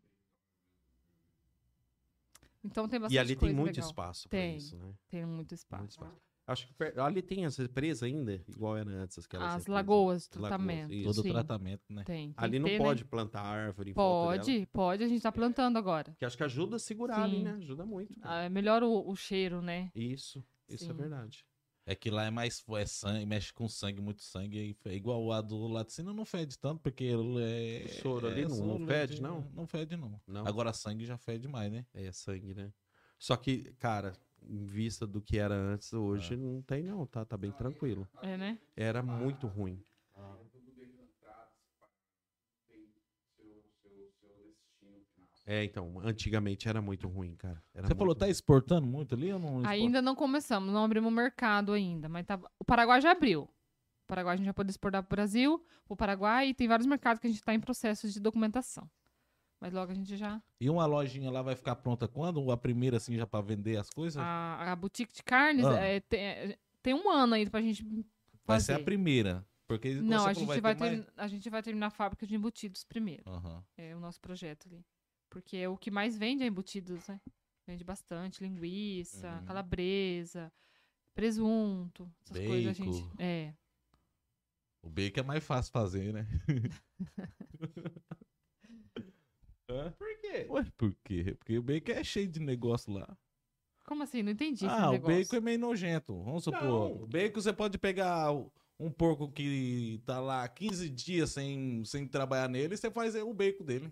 Então, tem bastante E ali tem coisa muito legal. espaço pra Tem. isso, né? Tem muito espaço. Muito espaço. Acho que per- ali tem essa empresa ainda, igual era antes. Aquelas As represas. lagoas de As lagoas, tratamento. isso. Todo Sim. tratamento, né? Tem. tem Ali que não ter, né? pode plantar árvore em volta dela. Pode, pode. A gente tá plantando agora. Que acho que ajuda a segurar ali, Sim. né? Ajuda muito. cara. Ah, é melhor o, o cheiro, né? Isso, isso é Sim. verdade. É que lá é mais é sangue, mexe com sangue, muito sangue. É igual a do laticínio não fede tanto, porque ele é. O soro ali é não- não fede, não? Não fede, não. Não. Agora sangue já fede mais, né? É sangue, né? Só que, cara, em vista do que era antes, hoje não tem não, tá? Tá bem tranquilo. É, né? Era muito ruim. É, então, antigamente era muito ruim, cara. Era Você muito falou, tá ruim. exportando muito ali ou não? exporta? Ainda não começamos, não abrimos o mercado ainda. Mas tá... o Paraguai já abriu. O Paraguai a gente já pode exportar para o Brasil, o Paraguai, e tem vários mercados que a gente está em processo de documentação. Mas logo a gente já. E uma lojinha lá vai ficar pronta quando? A primeira, assim, já pra vender as coisas? A, a boutique de carnes Ah. é, tem, é, tem um ano aí pra gente fazer. vai ser a primeira. Porque igual Não, você a falou, gente vai, ter mais- ter, a gente vai terminar a fábrica de embutidos primeiro. Aham. É o nosso projeto ali. Porque é o que mais vende é embutidos, né? Vende bastante linguiça, Uhum. calabresa, presunto, essas coisas a gente. Bacon. É. O bacon é mais fácil fazer, né? Por quê? Ué, por quê? Porque o bacon é cheio de negócio lá. Como assim? Não entendi esse Ah, o negócio. bacon é meio nojento. Vamos supor. Não. O bacon você pode pegar o- um porco que tá lá quinze dias sem, sem trabalhar nele e você faz o bacon dele.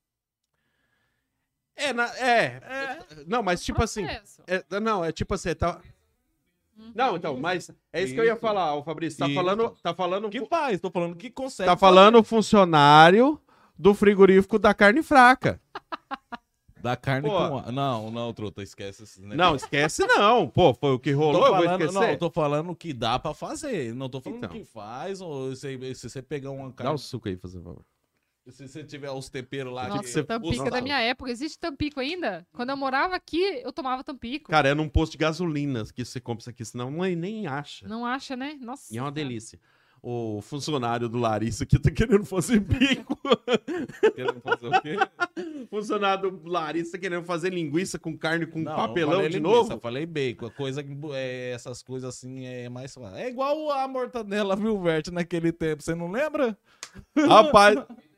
É, na- é, é, não, mas tipo assim, Processo. é, não, é tipo assim, tá... Uhum. Não, então, mas é isso que eu ia Isso. falar, o Fabrício, tá Isso. falando, tá falando, Que faz? Tô falando que consegue. tá falando funcionário do frigorífico da carne fraca. Da carne Pô. com... Não, não, truta, esquece esses negócios. Não, esquece não. Pô, foi o que rolou, Tô eu vou falando, esquecer. não, eu tô falando que dá pra fazer. Não tô falando Então. que faz, ou se, se você pegar uma Dá carne... o suco aí, fazer favor. Se você tiver os temperos lá... Nossa, que você- Tampico usa- da minha época. Existe Tampico ainda? Quando eu morava aqui, eu tomava Tampico. Cara, é num posto de gasolina que você compra isso aqui, senão mãe nem acha. Não acha, né? Nossa. E é uma Senhora. delícia. O funcionário do Larissa aqui tá querendo fazer bico. Querendo fazer o quê? funcionário do Larissa tá querendo fazer linguiça com carne com Não, eu papelão falei de linguiça, novo. Eu falei bacon. A coisa, que- é, essas coisas assim é mais fácil. É igual a mortadela, viu, Vert, naquele tempo. Você não lembra? Rapaz,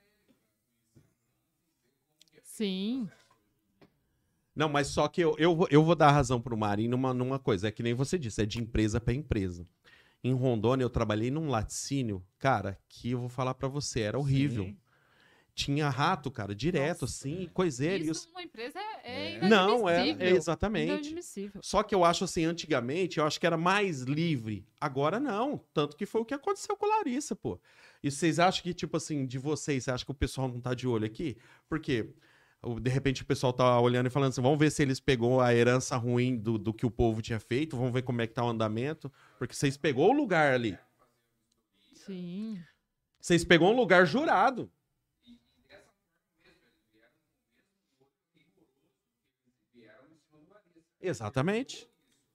Sim. não, mas só que eu, eu, vou- eu vou dar razão pro Marinho numa, numa coisa. É que nem você disse, é de empresa pra empresa. Em Rondônia, eu trabalhei num laticínio, cara, que eu vou falar pra você, era horrível. Sim. Tinha rato, cara, direto, Nossa. assim, coiseira. e os- Isso numa empresa é, é É. Não, é, inadmissível. é exatamente. Inadmissível. Só que eu acho assim, antigamente, eu acho que era mais livre. Agora não. Tanto que foi o que aconteceu com a Larissa, pô. E vocês acham que, tipo assim, de vocês, você acha que o pessoal não tá de olho aqui? Porque, o- de repente, o pessoal tá olhando e falando assim, vamos ver se eles pegou a herança ruim do, do que o povo tinha feito, vamos ver como é que tá o andamento. Porque vocês pegou o lugar ali. Sim. Vocês pegou um lugar jurado. Exatamente.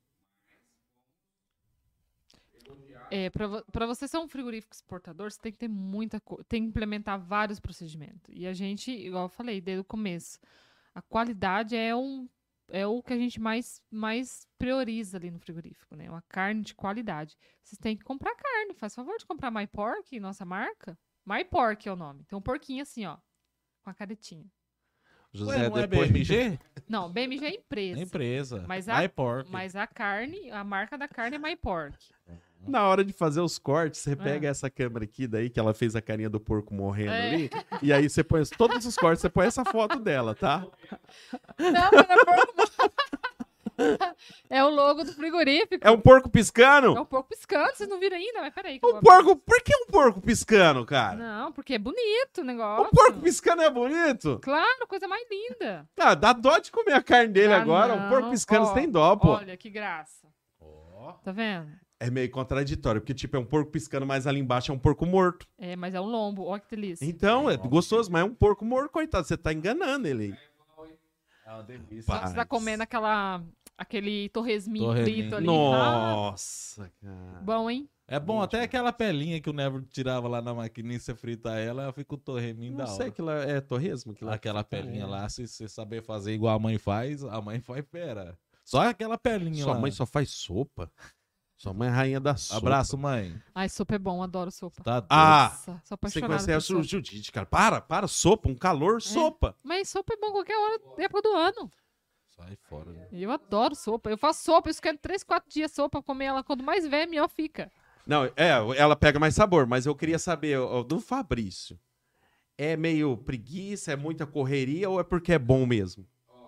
É, para vo pra você ser um frigorífico exportador, você tem que ter muita coisa, tem que implementar vários procedimentos. E a gente, igual eu falei desde o começo, a qualidade é um é o que a gente mais, mais prioriza ali no frigorífico, né? Uma carne de qualidade. Vocês têm que comprar carne. Faz favor de comprar My Pork, nossa marca. My Pork é o nome. Tem um porquinho assim, ó, com a caretinha. José, Ué, não é depois... B M G? Não, B M G é empresa. É empresa. Mas a- iPork. Mas a carne, a marca da carne é My Pork. Na hora de fazer os cortes, você É. pega essa câmera aqui, daí que ela fez a carinha do porco morrendo É. ali, e aí você põe todos os cortes, você põe essa foto dela, tá? Não, mas não é porco. É o logo do frigorífico. É um porco piscando? É um porco piscando, vocês não viram ainda? Mas peraí. que eu Um vou porco, por que um porco piscando, cara? Não, porque é bonito o negócio. Um porco piscando é bonito? Claro, coisa mais linda. Ah, dá dó de comer a carne dele Ah, agora. Um porco não. piscando, Ó, você tem dó, pô. Olha, que graça. Tá vendo? É meio contraditório, porque tipo, é um porco piscando, mas ali embaixo é um porco morto. É, mas é um lombo. Olha que delícia. Então, é gostoso, mas é um porco morto, coitado. Você tá enganando ele aí. É uma delícia. Só que você tá Paz. comendo aquela, aquele torresminho Torresminho. frito ali. Nossa, cara. Ah, bom, hein? É bom, até aquela pelinha que o Never tirava lá na maquininha, você frita ela, ela fica o torreminho da Não hora. sei, que lá é torresmo? Que lá Aquela é. pelinha lá, se você saber fazer igual a mãe faz, a mãe faz pera. Só aquela pelinha Sua lá. mãe só faz sopa? Sua mãe é rainha da sopa. Abraço, mãe. Ai, sopa é bom, adoro sopa. Tá Ah, Nossa, sou você apaixonada conhece a por sopa. Judite, cara. Para, para, sopa, um calor, sopa. Mas sopa é bom qualquer hora, época do ano. Sai fora. Né? Eu adoro sopa. Eu faço sopa, eu esquento três, quatro dias sopa, comer ela. Quanto mais velha, melhor fica. Não, é, ela pega mais sabor, mas eu queria saber, ó, do Fabrício, é meio preguiça, é muita correria ou é porque é bom mesmo?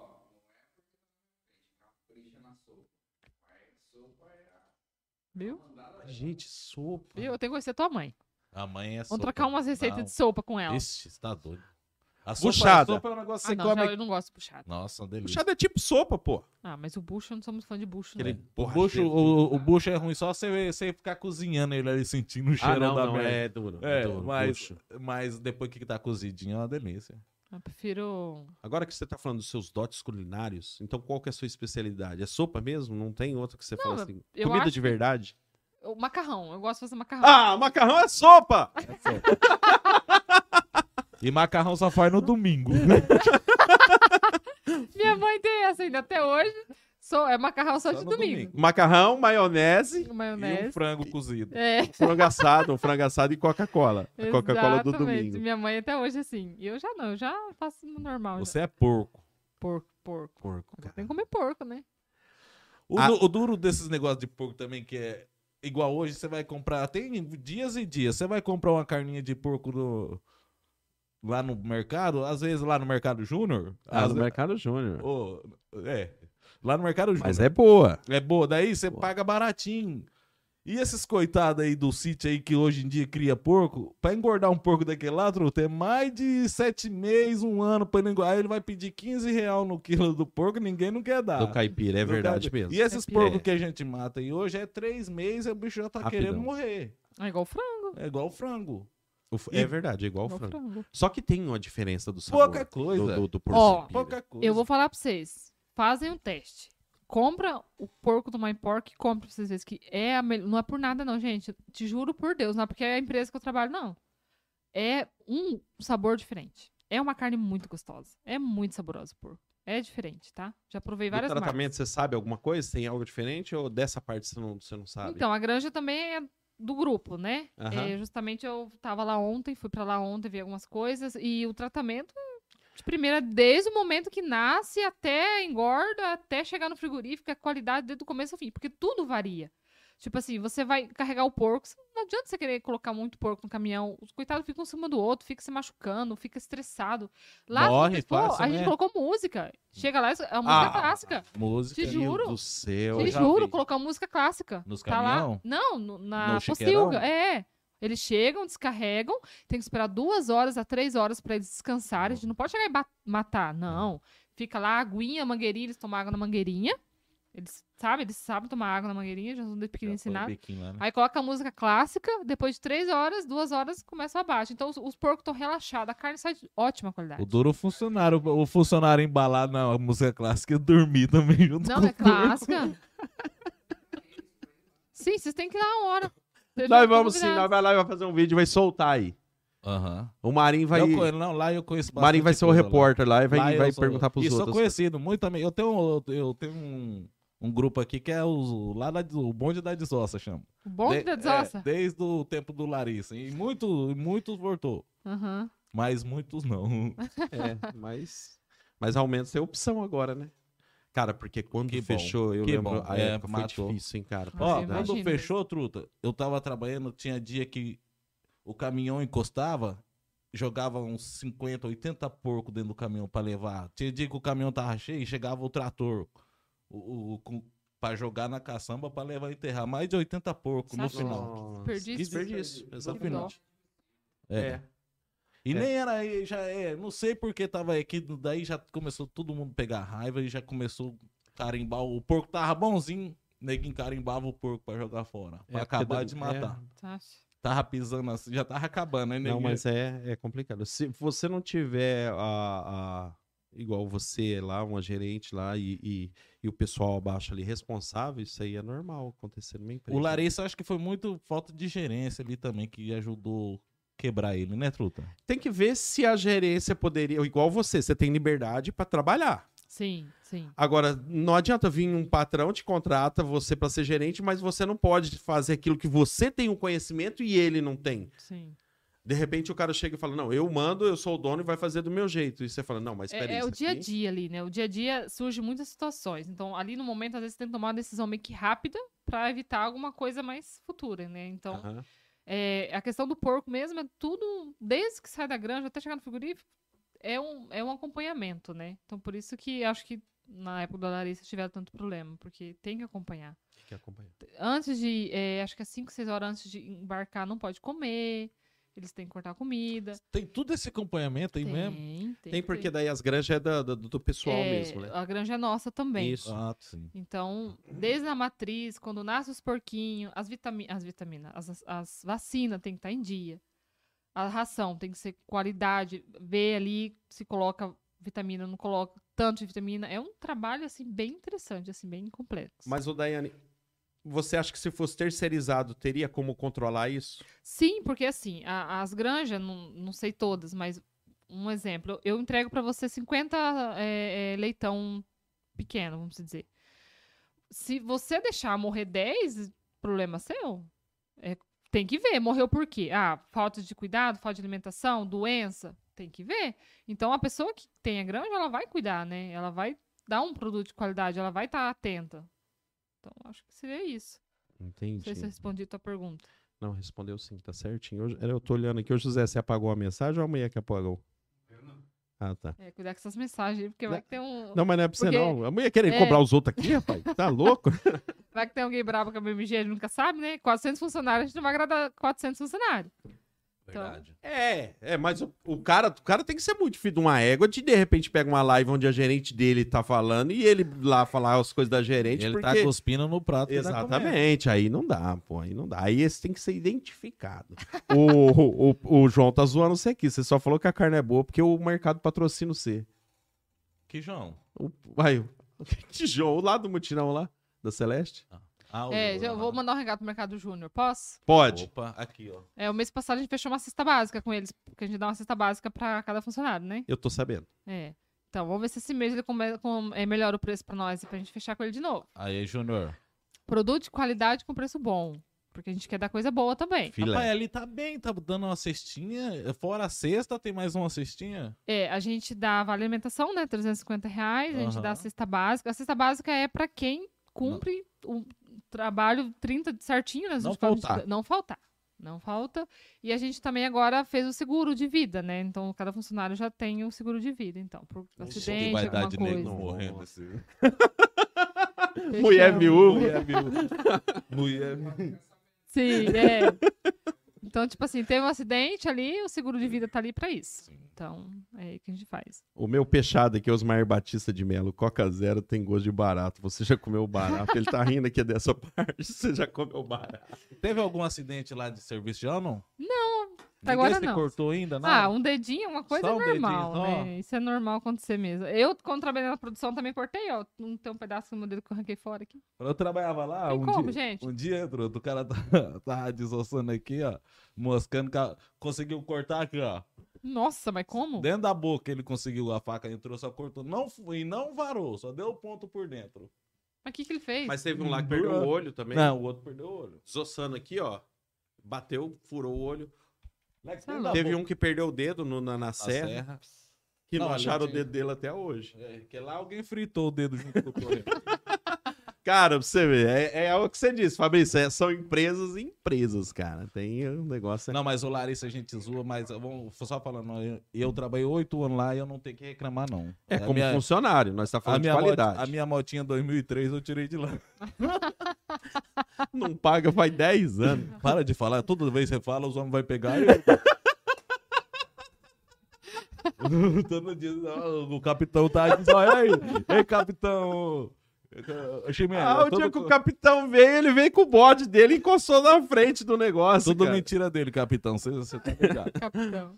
Viu? Gente, sopa. Viu? Eu tenho que conhecer tua mãe. A mãe é Vamos trocar umas receitas de sopa com ela. Ixi, você tá doido. A Buchada. A sopa é um negócio que Ah, você não, come... já eu não gosto de puxado. Nossa, uma delícia. Puxado é tipo sopa, pô. Ah, mas o bucho, eu não somos fã de bucho, Aquele né? O borracheiro. bucho, o, o bucho é ruim só você, você ficar cozinhando ele ali, sentindo o Ah, cheiro não, da não, merda. é duro. É, duro, mas, bucho. mas depois que tá cozidinho é uma delícia. Eu prefiro... Agora que você tá falando dos seus dotes culinários, então qual que é a sua especialidade? É sopa mesmo? Não tem outra que você Não, fala assim? eu Comida acho de que- verdade? O macarrão. Eu gosto de fazer macarrão. Ah, macarrão é sopa! E macarrão só faz no domingo. Minha mãe tem essa ainda até hoje. Só, é macarrão só, Só de no domingo. domingo. Macarrão, maionese, E um Maionese. frango cozido. É, frango assado, um frango assado e Coca-Cola. A Coca-Cola do exatamente. domingo. Minha mãe até hoje assim. E eu já não, eu já faço no normal. já. Você é porco. Porco, porco. Porco, Agora cara. tem que comer porco, né? O, Ah. du- o duro desses negócios de porco também, que é igual hoje, você vai comprar. Tem dias e dias. Você vai comprar uma carninha de porco no- lá no mercado, às vezes lá no Mercado Júnior. Ah, às no ve- Mercado Júnior. Ô, é. Lá no Mercado Júnior. Mas é boa. É boa. Daí você paga baratinho. E esses coitados aí do sítio aí que hoje em dia cria porco, pra engordar um porco daquele lá, truta, é mais de sete meses, um ano pra ele engordar. Aí ele vai pedir quinze reais no quilo do porco, ninguém não quer dar. Do caipira, é Do verdade caipira. mesmo. E esses É porcos pior. que a gente mata aí hoje é três meses e o bicho já tá Rapidão. querendo morrer. É igual frango. É igual frango. O f- E- É verdade, é igual o Igual frango. frango. Só que tem uma diferença do sabor. Pouca coisa. Do, do, do Ó, porco Pouca coisa. Eu vou falar pra vocês. Fazem um teste. Compra o porco do My Pork e compra pra vocês verem que é a mel- não é por nada não, gente. Te juro por Deus, não é porque é a empresa que eu trabalho, não. É um sabor diferente. É uma carne muito gostosa. É muito saborosa o porco. É diferente, tá? Já provei O várias marcas. tratamento, você sabe alguma coisa? Tem algo diferente ou dessa parte você não, você não sabe? Então, a granja também é do grupo, né? Aham. É, justamente eu tava lá ontem, fui pra lá ontem, vi algumas coisas. E o tratamento, de primeira, desde o momento que nasce até engorda, até chegar no frigorífico, a qualidade desde o começo ao fim. Porque tudo varia. Tipo assim, você vai carregar o porco, não adianta você querer colocar muito porco no caminhão. Os coitados ficam um em cima do outro, fica se machucando, fica estressado. Lá Morre pô, fácil, a gente né? colocou música. Chega lá, é a música Ah, clássica. Música. Te juro. Meu Deus do céu. Te já juro, vi. colocar música clássica. Nos Tá lá. caminhão? Não, no- na No chiqueirão? pocilga. É. Eles chegam, descarregam, tem que esperar duas horas a três horas pra eles descansarem. A gente não pode chegar e ba- matar, não. Fica lá, aguinha, mangueirinha, eles tomam água na mangueirinha. Eles sabem, eles sabem tomar água na mangueirinha, já são desde pequenininho Já foi o ensinados. biquinho lá, né? Aí coloca a música clássica, depois de três horas, duas horas, começa a baixa. Então os, os porcos estão relaxados, a carne sai de ótima qualidade. O duro funcionário, o funcionário embalado na música clássica e dormir também junto Não, com é o porco. clássica. Sim, vocês têm que ir lá uma hora. Vocês já Nós estão vamos sim, convidados. nós vai lá e vai fazer um vídeo e vai soltar aí. Aham. O Marinho vai. Eu conhe- não, lá eu conheço O Marinho vai bastante ser o coisa lá. repórter lá e vai, Lá eu vai sou- perguntar pros e sou outros. conhecido muito também. Eu tenho, eu tenho um, um grupo aqui que é o, lá da, o bonde da desossa, chama. O bonde De- da desossa. é, desde o tempo do Larissa. E muito, muitos voltou. Aham. Mas muitos não. É, mas, mas ao menos tem opção agora, né? Cara, porque quando Que bom, fechou, eu que lembro, bom. a É, época foi matou. difícil, hein, cara. pra Ah, Ó, eu cidade. quando imagino fechou, truta, eu tava trabalhando, tinha dia que o caminhão encostava, jogava uns cinquenta, oitenta porco dentro do caminhão pra levar. Tinha dia que o caminhão tava cheio e chegava o trator o, o, com, pra jogar na caçamba pra levar e enterrar. Mais de oitenta porco no Nossa. final. Nossa, Desperdício. que desperdício, Que exatamente. É. É. E É. nem era aí, já é, não sei porque tava aqui, daí já começou todo mundo pegar raiva e já começou a carimbar. O porco tava bonzinho, neguinho carimbava o porco pra jogar fora. Pra É, porque acabar da- de matar. Você acha? Tava pisando assim, já tava acabando, né, Não, neguinho? mas é, é complicado. Se você não tiver a, a- igual você lá, uma gerente lá e, e, e o pessoal abaixo ali responsável, isso aí é normal acontecer numa empresa. O Larissa acho que foi muito falta de gerência ali também que ajudou quebrar ele, né, truta? Tem que ver se a gerência poderia, igual você, você tem liberdade para trabalhar. Sim, sim. Agora, não adianta vir um patrão te contrata você para ser gerente, mas você não pode fazer aquilo que você tem o conhecimento e ele não tem. Sim. De repente o cara chega e fala: "Não, eu mando, eu sou o dono e vai fazer do meu jeito". E você fala: "Não, mas espera É, aí, é o isso dia a aqui- dia ali, né? O dia a dia surge muitas situações. Então, ali no momento, às vezes, você tem que tomar uma decisão meio que rápida pra evitar alguma coisa mais futura, né? Então, Aham. é, a questão do porco mesmo é tudo, desde que sai da granja até chegar no frigorífico, é um, é um acompanhamento, né? Então, por isso que acho que na época da Larissa tiveram tanto problema, porque tem que acompanhar. Tem que acompanhar. Antes de, é, acho que é cinco, seis horas antes de embarcar, não pode comer, eles têm que cortar a comida. Tem tudo esse acompanhamento aí Tem, mesmo? tem. Tem porque tem. daí as granjas é da- da- do, pessoal É, mesmo, né? A granja é nossa também. Isso. Ah, sim. Então, desde a matriz, quando nasce os porquinhos, as, vitami as vitaminas, as, as- as vacinas tem que estar em dia. A ração tem que ser qualidade, ver ali se coloca vitamina, não coloca tanto de vitamina. É um trabalho, assim, bem interessante, assim, bem complexo. Mas o Daiane, você acha que se fosse terceirizado, teria como controlar isso? Sim, porque assim, a- as granjas, não, não sei todas, mas um exemplo, eu entrego para você cinquenta é, é, leitão pequeno, vamos dizer. Se você deixar morrer dez, problema seu. É, tem que ver, morreu por quê? Ah, falta de cuidado, falta de alimentação, doença, tem que ver. Então, a pessoa que tem a granja, ela vai cuidar, né? Ela vai dar um produto de qualidade, ela vai estar atenta. Então, acho que seria isso. Não Entendi. sei se eu respondi a tua pergunta. Não, respondeu sim, tá certinho. Eu, eu tô olhando aqui, ô José, você apagou a mensagem ou a mulher que apagou? Eu não. Ah, tá. É, cuidar com essas mensagens, porque vai que tem um. Não, mas não é pra você Porque- não. A mulher querer é. cobrar os outros aqui, rapaz. Tá louco? Vai que tem alguém bravo com a B M G, a gente nunca sabe, né? quatrocentos funcionários, a gente não vai agradar quatrocentos funcionários. Verdade. É, é, mas o, o cara, o cara tem que ser muito filho de uma égua de de repente pega uma live onde a gerente dele tá falando e ele lá falar as coisas da gerente. Ele porque... tá cuspindo no prato. que tá comendo. Exatamente, aí não dá, pô, aí não dá. Aí esse tem que ser identificado. o, o, o João tá zoando você aqui, você só falou que a carne é boa porque o mercado patrocina você. Que João? O, vai, o que João, o lado do mutirão lá, da Celeste? Ah, o É, João, já eu vou ah. mandar um recado pro Mercado Júnior, posso? Pode. Opa, aqui, ó. É, o mês passado a gente fechou uma cesta básica com eles, porque a gente dá uma cesta básica pra cada funcionário, né? Eu tô sabendo. É. Então, vamos ver se esse mês ele come, com, é, melhora o preço pra nós e pra gente fechar com ele de novo. Aí, Júnior. Produto de qualidade com preço bom, porque a gente quer dar coisa boa também. Filé. Rapaz, ali tá bem, tá dando uma cestinha. Fora a cesta, tem mais uma cestinha? É, a gente dá vale alimentação, né? trezentos e cinquenta reais, a gente Aham. dá a cesta básica. A cesta básica é pra quem cumpre o trabalho trinta certinho, né? Não vinte e quatro faltar. Não faltar. Não falta. E a gente também agora fez o seguro de vida, né? Então, cada funcionário já tem o seguro de vida, então, por Ixi, acidente, que vai dar alguma de coisa. nego morrendo. Esse... Mulher Fechamos. viúva. Mulher viúva. Mulher viúva. Sim, é. Então, tipo assim, teve um acidente ali, o seguro de vida tá ali pra isso. Então, é aí que a gente faz. O meu peixado aqui é Osmar Batista de Melo. Coca Zero tem gosto de barato. Você já comeu barato? Ele tá rindo aqui dessa parte. Você já comeu barato. Teve algum acidente lá de serviço já ou não? Não. Ninguém agora se não. cortou ainda? Ah, Nada? um dedinho, uma coisa Só um normal, dedinho, só? né? Isso é normal acontecer mesmo. Eu, quando trabalhei na produção, também cortei, ó. Não tem um pedaço do meu dedo que eu arranquei fora aqui. Quando eu trabalhava lá, Tem um como, dia, gente? um dia entrou, o cara tá- tava desossando aqui, ó, moscando, ca- conseguiu cortar aqui, ó, Nossa, mas como? dentro da boca ele conseguiu, a faca entrou, só cortou, não, fu- e não varou, só deu o ponto por dentro. Mas o que, que ele fez? Mas teve um lá que perdeu o olho também. Não, o outro perdeu o olho. Desossando aqui, ó. Bateu, furou o olho. Moleque, Tá dentro da Teve boca, um que perdeu o dedo no- na, na a serra. serra. Que não, Não, ali acharam o tinha- dedo dele até hoje. É, que lá alguém fritou o dedo junto com o corrente. Cara, pra você ver, é, é o que você disse, Fabrício. é- são empresas e empresas, cara. Tem um negócio. Não, mas o Larissa a gente zoa, mas vamos só falando, eu, eu trabalhei oito anos lá e eu não tenho que reclamar, não. É A como minha- funcionário, nós tá A falando de minha, moti- qualidade. a minha motinha dois mil e três eu tirei de lá. Não paga faz dez anos. Para de falar, toda vez que você fala, os homens vão pegar e... Todo dia, ó, o capitão tá dizendo, olha aí, ei, capitão. Chimeno, Ah, o tudo, dia que o capitão veio, ele veio com o bode dele e encostou na frente do negócio. tudo cara. mentira dele, capitão, você, você tá ligado. Capitão.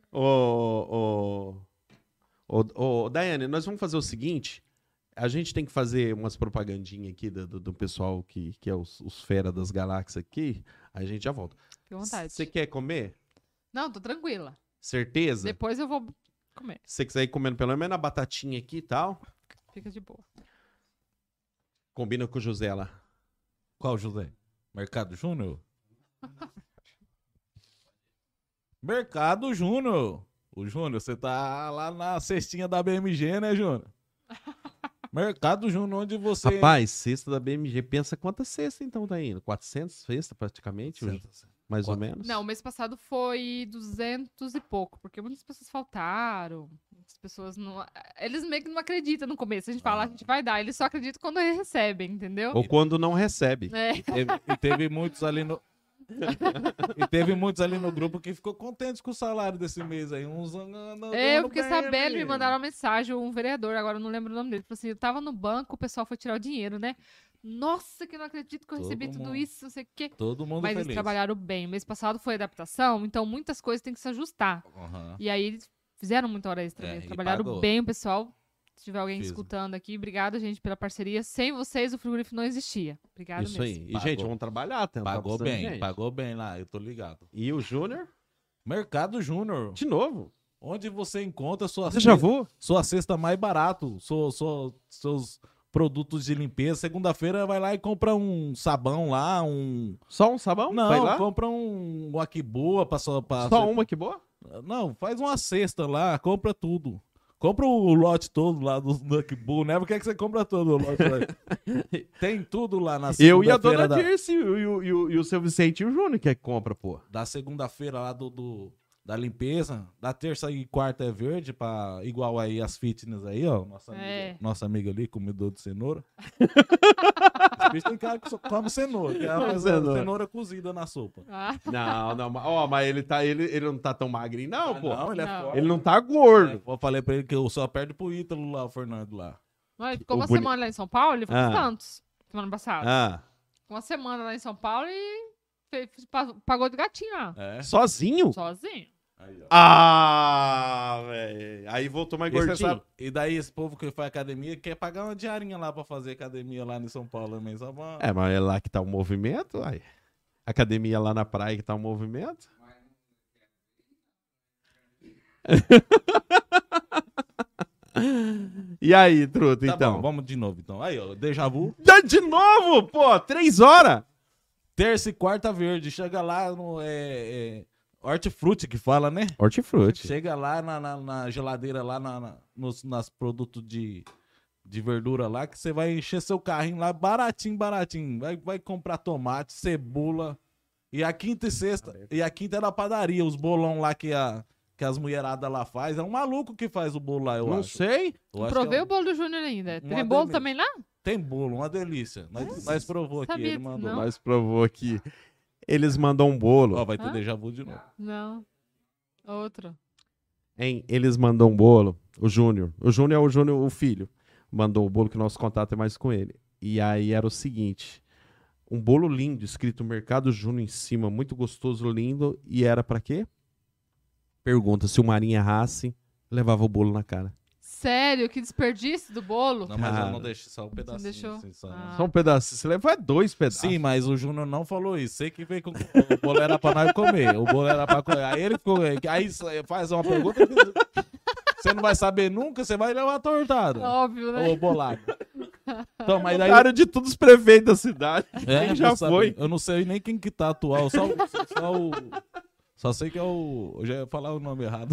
Ô, ô, ô, ô, Daiane, nós vamos fazer o seguinte. A gente tem que fazer umas propagandinhas aqui do, do, do pessoal que, que é os, os fera das galáxias aqui. Aí a gente já volta. Fique à vontade. Você quer comer? Não, tô tranquila. Certeza? Depois eu vou comer. Se você quiser ir comendo pelo menos a batatinha aqui e tal, Fica de boa. combina com o José lá. Qual, José? Mercado Júnior? Mercado Júnior. O Júnior, você tá lá na cestinha da B M G, né, Júnior? Mercado Júnior, onde você... Rapaz, cesta da B M G. Pensa quantas cestas então tá indo? quatrocentas cestas praticamente? Mais ou menos? Não, o mês passado foi duzentos e pouco, porque muitas pessoas faltaram. Muitas pessoas não. Eles meio que não acreditam no começo. A gente fala, a gente vai dar. Eles só acreditam quando eles recebem, entendeu? Ou quando não recebe. É. E teve, e teve muitos ali no... e teve muitos ali no grupo que ficou contentes com o salário desse mês aí. Uns andando É, eu ganhando fiquei bem sabendo, ali. me mandaram uma mensagem, um vereador, agora eu não lembro o nome dele. Falou assim: eu tava no banco, o pessoal foi tirar o dinheiro, né? Nossa, que eu não acredito que eu Todo recebi tudo mundo- isso, não sei o quê. Todo mundo Mas feliz. eles trabalharam bem. Mês passado foi adaptação, então muitas coisas têm que se ajustar. Aham. E aí eles fizeram muita hora extra É, mesmo. e Trabalharam pagou. bem o pessoal. Se tiver alguém Fiz. escutando aqui, obrigado, gente, pela parceria. Sem vocês, o frigorífico não existia. Obrigado Isso mesmo. aí. E, Pagou. gente, vamos trabalhar. Tá, tá Pagou precisando de bem, gente. pagou bem lá, eu tô ligado. E o Júnior? Mercado Júnior, De novo. onde você encontra sua, Você já ce- vou? sua cesta mais barato, sua- sua- seus produtos de limpeza. Segunda-feira vai lá e compra um sabão lá, um... Só um sabão? Vai Não, lá? compra um, um aqui boa pra sua... Pra Só uma que boa? Não, faz uma cesta lá, compra tudo. Compra o lote todo lá do Duck Bull, né? Por que, é que você compra todo o lote lá? Tem tudo lá na Eu e a segunda-feira dona da, Dirce e, o- e o- e o- e o seu Vicente e o Júnior que é que compra, pô. da segunda-feira lá do, do, da limpeza. Da terça e quarta é verde, pra, igual aí as fitness aí, ó. Nossa amiga, É. nossa amiga ali, comedor de cenoura. Esse bicho tem cara que só come cenoura, que é a Cenoura. cenoura cozida na sopa. Ah, Não, não, mas- ó, mas ele, tá, ele, ele não tá tão magrinho, não, Ah, pô. não, ele é Não. forte. Ele não tá gordo. Eu falei pra ele que eu só perdo pro Ítalo lá, o Fernando lá. mas ficou O uma boni- semana lá em São Paulo, ele foi Ah. pro Santos, semana passada. Ah, Uma semana lá em São Paulo e fez- pa- pagou de gatinho lá. É. sozinho? Sozinho. Aí, ó. Ah, velho. Aí voltou mais E, cê gordinho. sabe- e daí esse povo que faz academia quer pagar uma diarinha lá pra fazer academia lá em São Paulo também. Só pra... É, mas é lá que tá o movimento, aí. Academia lá na praia que tá o movimento. E aí, truta, Tá então? bom, vamos de novo então. Aí, ó, déjà vu. Tá de novo, pô, três horas. Terça e quarta verde. Chega lá no. É, é, hortifruti que fala, né? Hortifruti. Chega lá na, na- na geladeira, lá na, na- nos nas produtos de, de verdura lá, que você vai encher seu carrinho lá baratinho, baratinho. Vai, vai comprar tomate, cebola. E a quinta e sexta. E a quinta é na padaria, os bolão lá que, a, que as mulheradas lá faz. É um maluco que faz o bolo lá, eu Não acho. sei. Eu acho Provei que é o bolo do Júnior ainda. Uma Tem bolo delícia. também lá? um- Tem bolo, uma delícia. Nós, nós provou aqui, sabia ele disso, mandou. não. Nós provou aqui. Eles mandam um bolo. Ó, vai ter Hã? déjà vu de novo. Não. Outro. Hein? Eles mandam um bolo. O Júnior. O Júnior é o Júnior, o filho. Mandou o bolo que o nosso contato é mais com ele. E aí era o seguinte. Um bolo lindo, escrito Mercado Júnior em cima. Muito gostoso, lindo. E era pra quê? Pergunta. Se o Marinho errasse, levava o bolo na cara. Sério, que desperdício do bolo. Não, mas eu Cara. não deixei só um pedacinho. deixou? assim, só- Ah. Só um pedaço. Você leva dois pedaços. Sim, mas o Júnior não falou isso. Sei que veio com o bolo era pra nós comer. O bolo era pra comer. Aí ele ficou. Aí faz uma pergunta que você não vai saber nunca, você vai levar tortado. Óbvio, né? Ô, bolado. Então, mas daí. Cara de todos os prefeitos da cidade. É, Quem já não sabe- foi. Eu não sei nem quem que tá atual. Só, o- só o. Só sei que é o. Eu já ia falar o nome errado.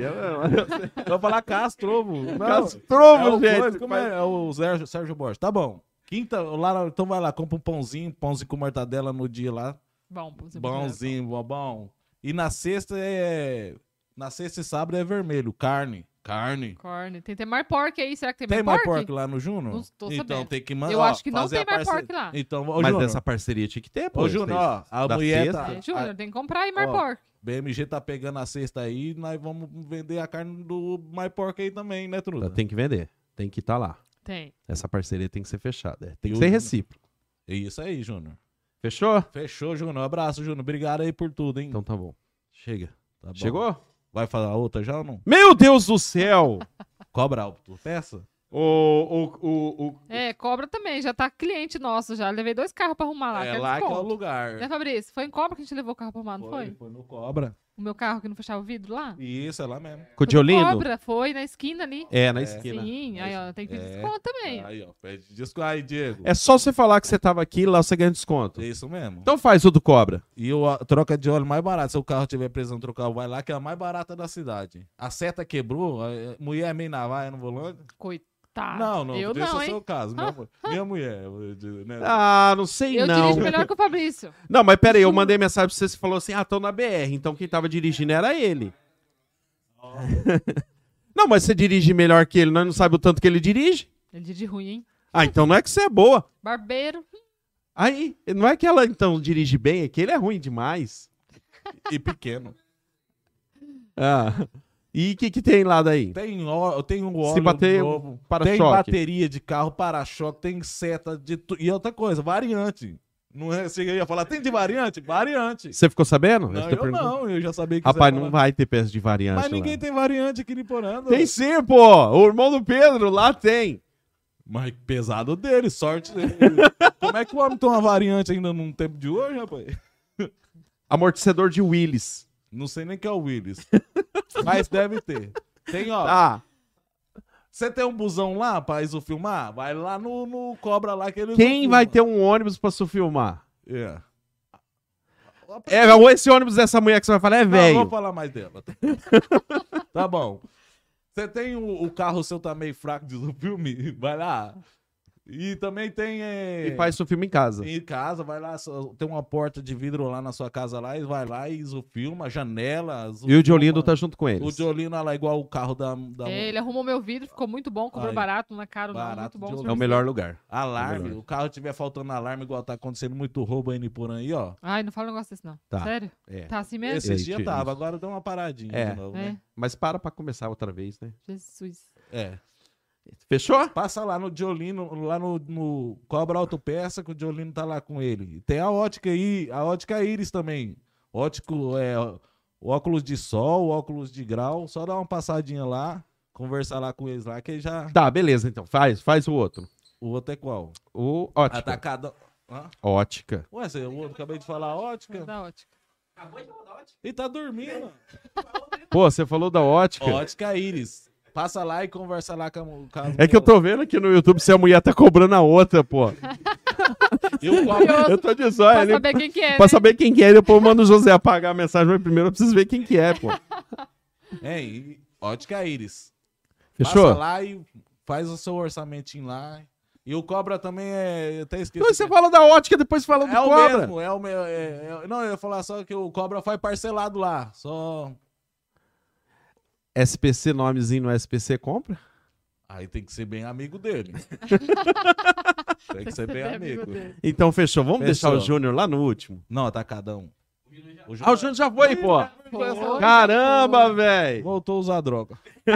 Eu vou falar Castrovo. Não, Castrovo, é o gente. coisa, como é? É o Sérgio, Sérgio Borges. Tá bom. Quinta, lá, então vai lá, compra um pãozinho, pãozinho com mortadela no dia lá. Bom, você Bonzinho, bom, bom. E na sexta é. Na sexta e sábado é vermelho, carne. Carne. Corne. Tem, tem mais pork aí? Será que tem, Tem mais mais pork? pork lá no Júnior? Não tô Então sabendo. tem que mandar. Eu ó, acho que não fazer tem a mais parce- pork lá. Então, ô, Mas Júnior, essa parceria tinha que ter, pô. Ô, Júnior, ó, a Da mulher sexta. tá- É, Júnior, a- tem que comprar aí mais Ó, pork. B M G tá pegando a cesta aí, nós vamos vender a carne do My Pork aí também, né, Truda? Tem que vender. Tem que estar lá. Tem. Essa parceria tem que ser fechada. é. Tem E que o ser Júnior? recíproco. É isso aí, Júnior. Fechou? Fechou, Júnior. Um abraço, Júnior. Obrigado aí por tudo, hein? Então tá bom. Chega. Tá bom. Chegou? Vai falar outra já ou não? Meu Deus do céu! Cobra alto. Peça? o, o, o, o... É, cobra também. Já tá cliente nosso já. Levei dois carros pra arrumar lá. é quero lá que é o desconto. lugar. Né, Fabrício? Foi em cobra que a gente levou o carro pra arrumar, não foi? Foi no Cobra. O meu carro que não fechava o vidro lá? Isso, é lá mesmo. Com o Foi no Diolindo? Cobra, foi na esquina ali. É, na esquina. Sim, aí ó, tem que pedir É. desconto também. Aí, ó. Pede desconto aí, Diego. É só você falar que você tava aqui, lá você ganha desconto. Isso mesmo. Então faz o do Cobra. E o a troca de óleo mais barato. Se o carro tiver precisando trocar, vai lá, que é a mais barata da cidade. A seta quebrou, a a mulher é meio navalha no volante. Coitado. Não, não, Eu esse não, é o hein? seu caso. Minha, mu- minha mulher. Né? Ah, não sei Eu não. dirijo melhor que o Fabrício. Não, mas pera aí, eu mandei mensagem pra você, você falou assim, ah, tô na B R, então quem tava dirigindo era ele. Não, mas você dirige melhor que ele, nós não sabemos o tanto que ele dirige? Ele dirige ruim, hein? Ah, então não é que você é boa. Barbeiro. Aí, não é que ela então dirige bem, é que ele é ruim demais. E pequeno. Ah. E o que que tem lá daí? Tem óleo, tem um óleo Se bater novo, para-choque. tem bateria de carro, para-choque, tem seta de tu... E outra coisa, variante. Não é, você ia falar, tem de variante? Variante. Você ficou sabendo? Não, Essa eu pergunta? não, eu já sabia que Rapaz, você ia não falar. vai ter peça de variante Mas ninguém lá. tem variante aqui em Porã. Tem sim, pô. O irmão do Pedro lá tem. Mas pesado dele, sorte dele. Como é que o homem tem uma variante ainda num tempo de hoje, rapaz? Amortecedor de Willis. Não sei nem que é o Willis. Mas deve ter. Tem, ó. Tá. Você tem um busão lá pra Iso filmar? Vai lá no, no Cobra lá que ele Quem vai ter um ônibus pra su filmar? É. É, ou esse ônibus dessa mulher que você vai falar é Não, velho. vou falar mais dela. Tá bom. Você tem o, o carro seu tá meio fraco de do filme? Vai lá. E também tem... É... E faz seu filme em casa. Em casa, vai lá, só- tem uma porta de vidro lá na sua casa lá, e vai lá e filma, janela. E o Diolindo tá junto com O eles. Diolindo é lá igual o carro da... da... É, ele arrumou meu vidro, ficou muito bom, cobrou Aí. barato, não é caro não, Barato muito bom. de É o melhor lugar. Alarme, melhor. o carro tiver faltando alarme, igual tá acontecendo muito roubo aí por aí, ó. Ai, não fala um negócio desse não. Tá. Sério? É. Tá assim mesmo? Esses Esse- dias tava, agora deu uma paradinha É. de novo, É, né? Mas para pra começar outra vez, né? Jesus. É. Fechou? Passa lá no Diolino, lá no, no Cobra Autopeça, que o Diolino tá lá com ele. E tem a ótica aí, a ótica Íris também. Ótico, é, óculos de sol, óculos de grau. Só dá uma passadinha lá, conversar lá com eles lá, que já... Tá, beleza, então. Faz, faz o outro. O outro é qual? O ótica. Atacado... Hã? Ótica. Ué, você, eu acabei de falar ótica. Da ótica. E tá dormindo. Pô, você falou da ótica. Ótica Íris. Passa lá e conversa lá com, a- com as É que eu tô vendo aqui no YouTube se a mulher tá cobrando a outra, pô. E o Cobra... Eu tô de zóio Pra ali. saber quem que é, Pra né? saber quem que é, depois manda o José apagar a mensagem, mas primeiro eu preciso ver quem que é, pô. É, e ótica Íris. Fechou? Passa lá e faz o seu orçamentinho lá. E o Cobra também é... Eu até esqueci. Então você fala da ótica, depois fala do É o cobra. mesmo, é o meu. é- é- não, eu ia falar só que o Cobra faz parcelado lá. Só. S P C, nomezinho no S P C, compra? Aí tem que ser bem amigo dele. tem que ser bem amigo. dele. Então fechou. Vamos Fechou. deixar o Júnior lá no último. Não, atacadão. O Ah, o Júnior já foi, pô. Foi. Caramba, velho. voltou a usar droga.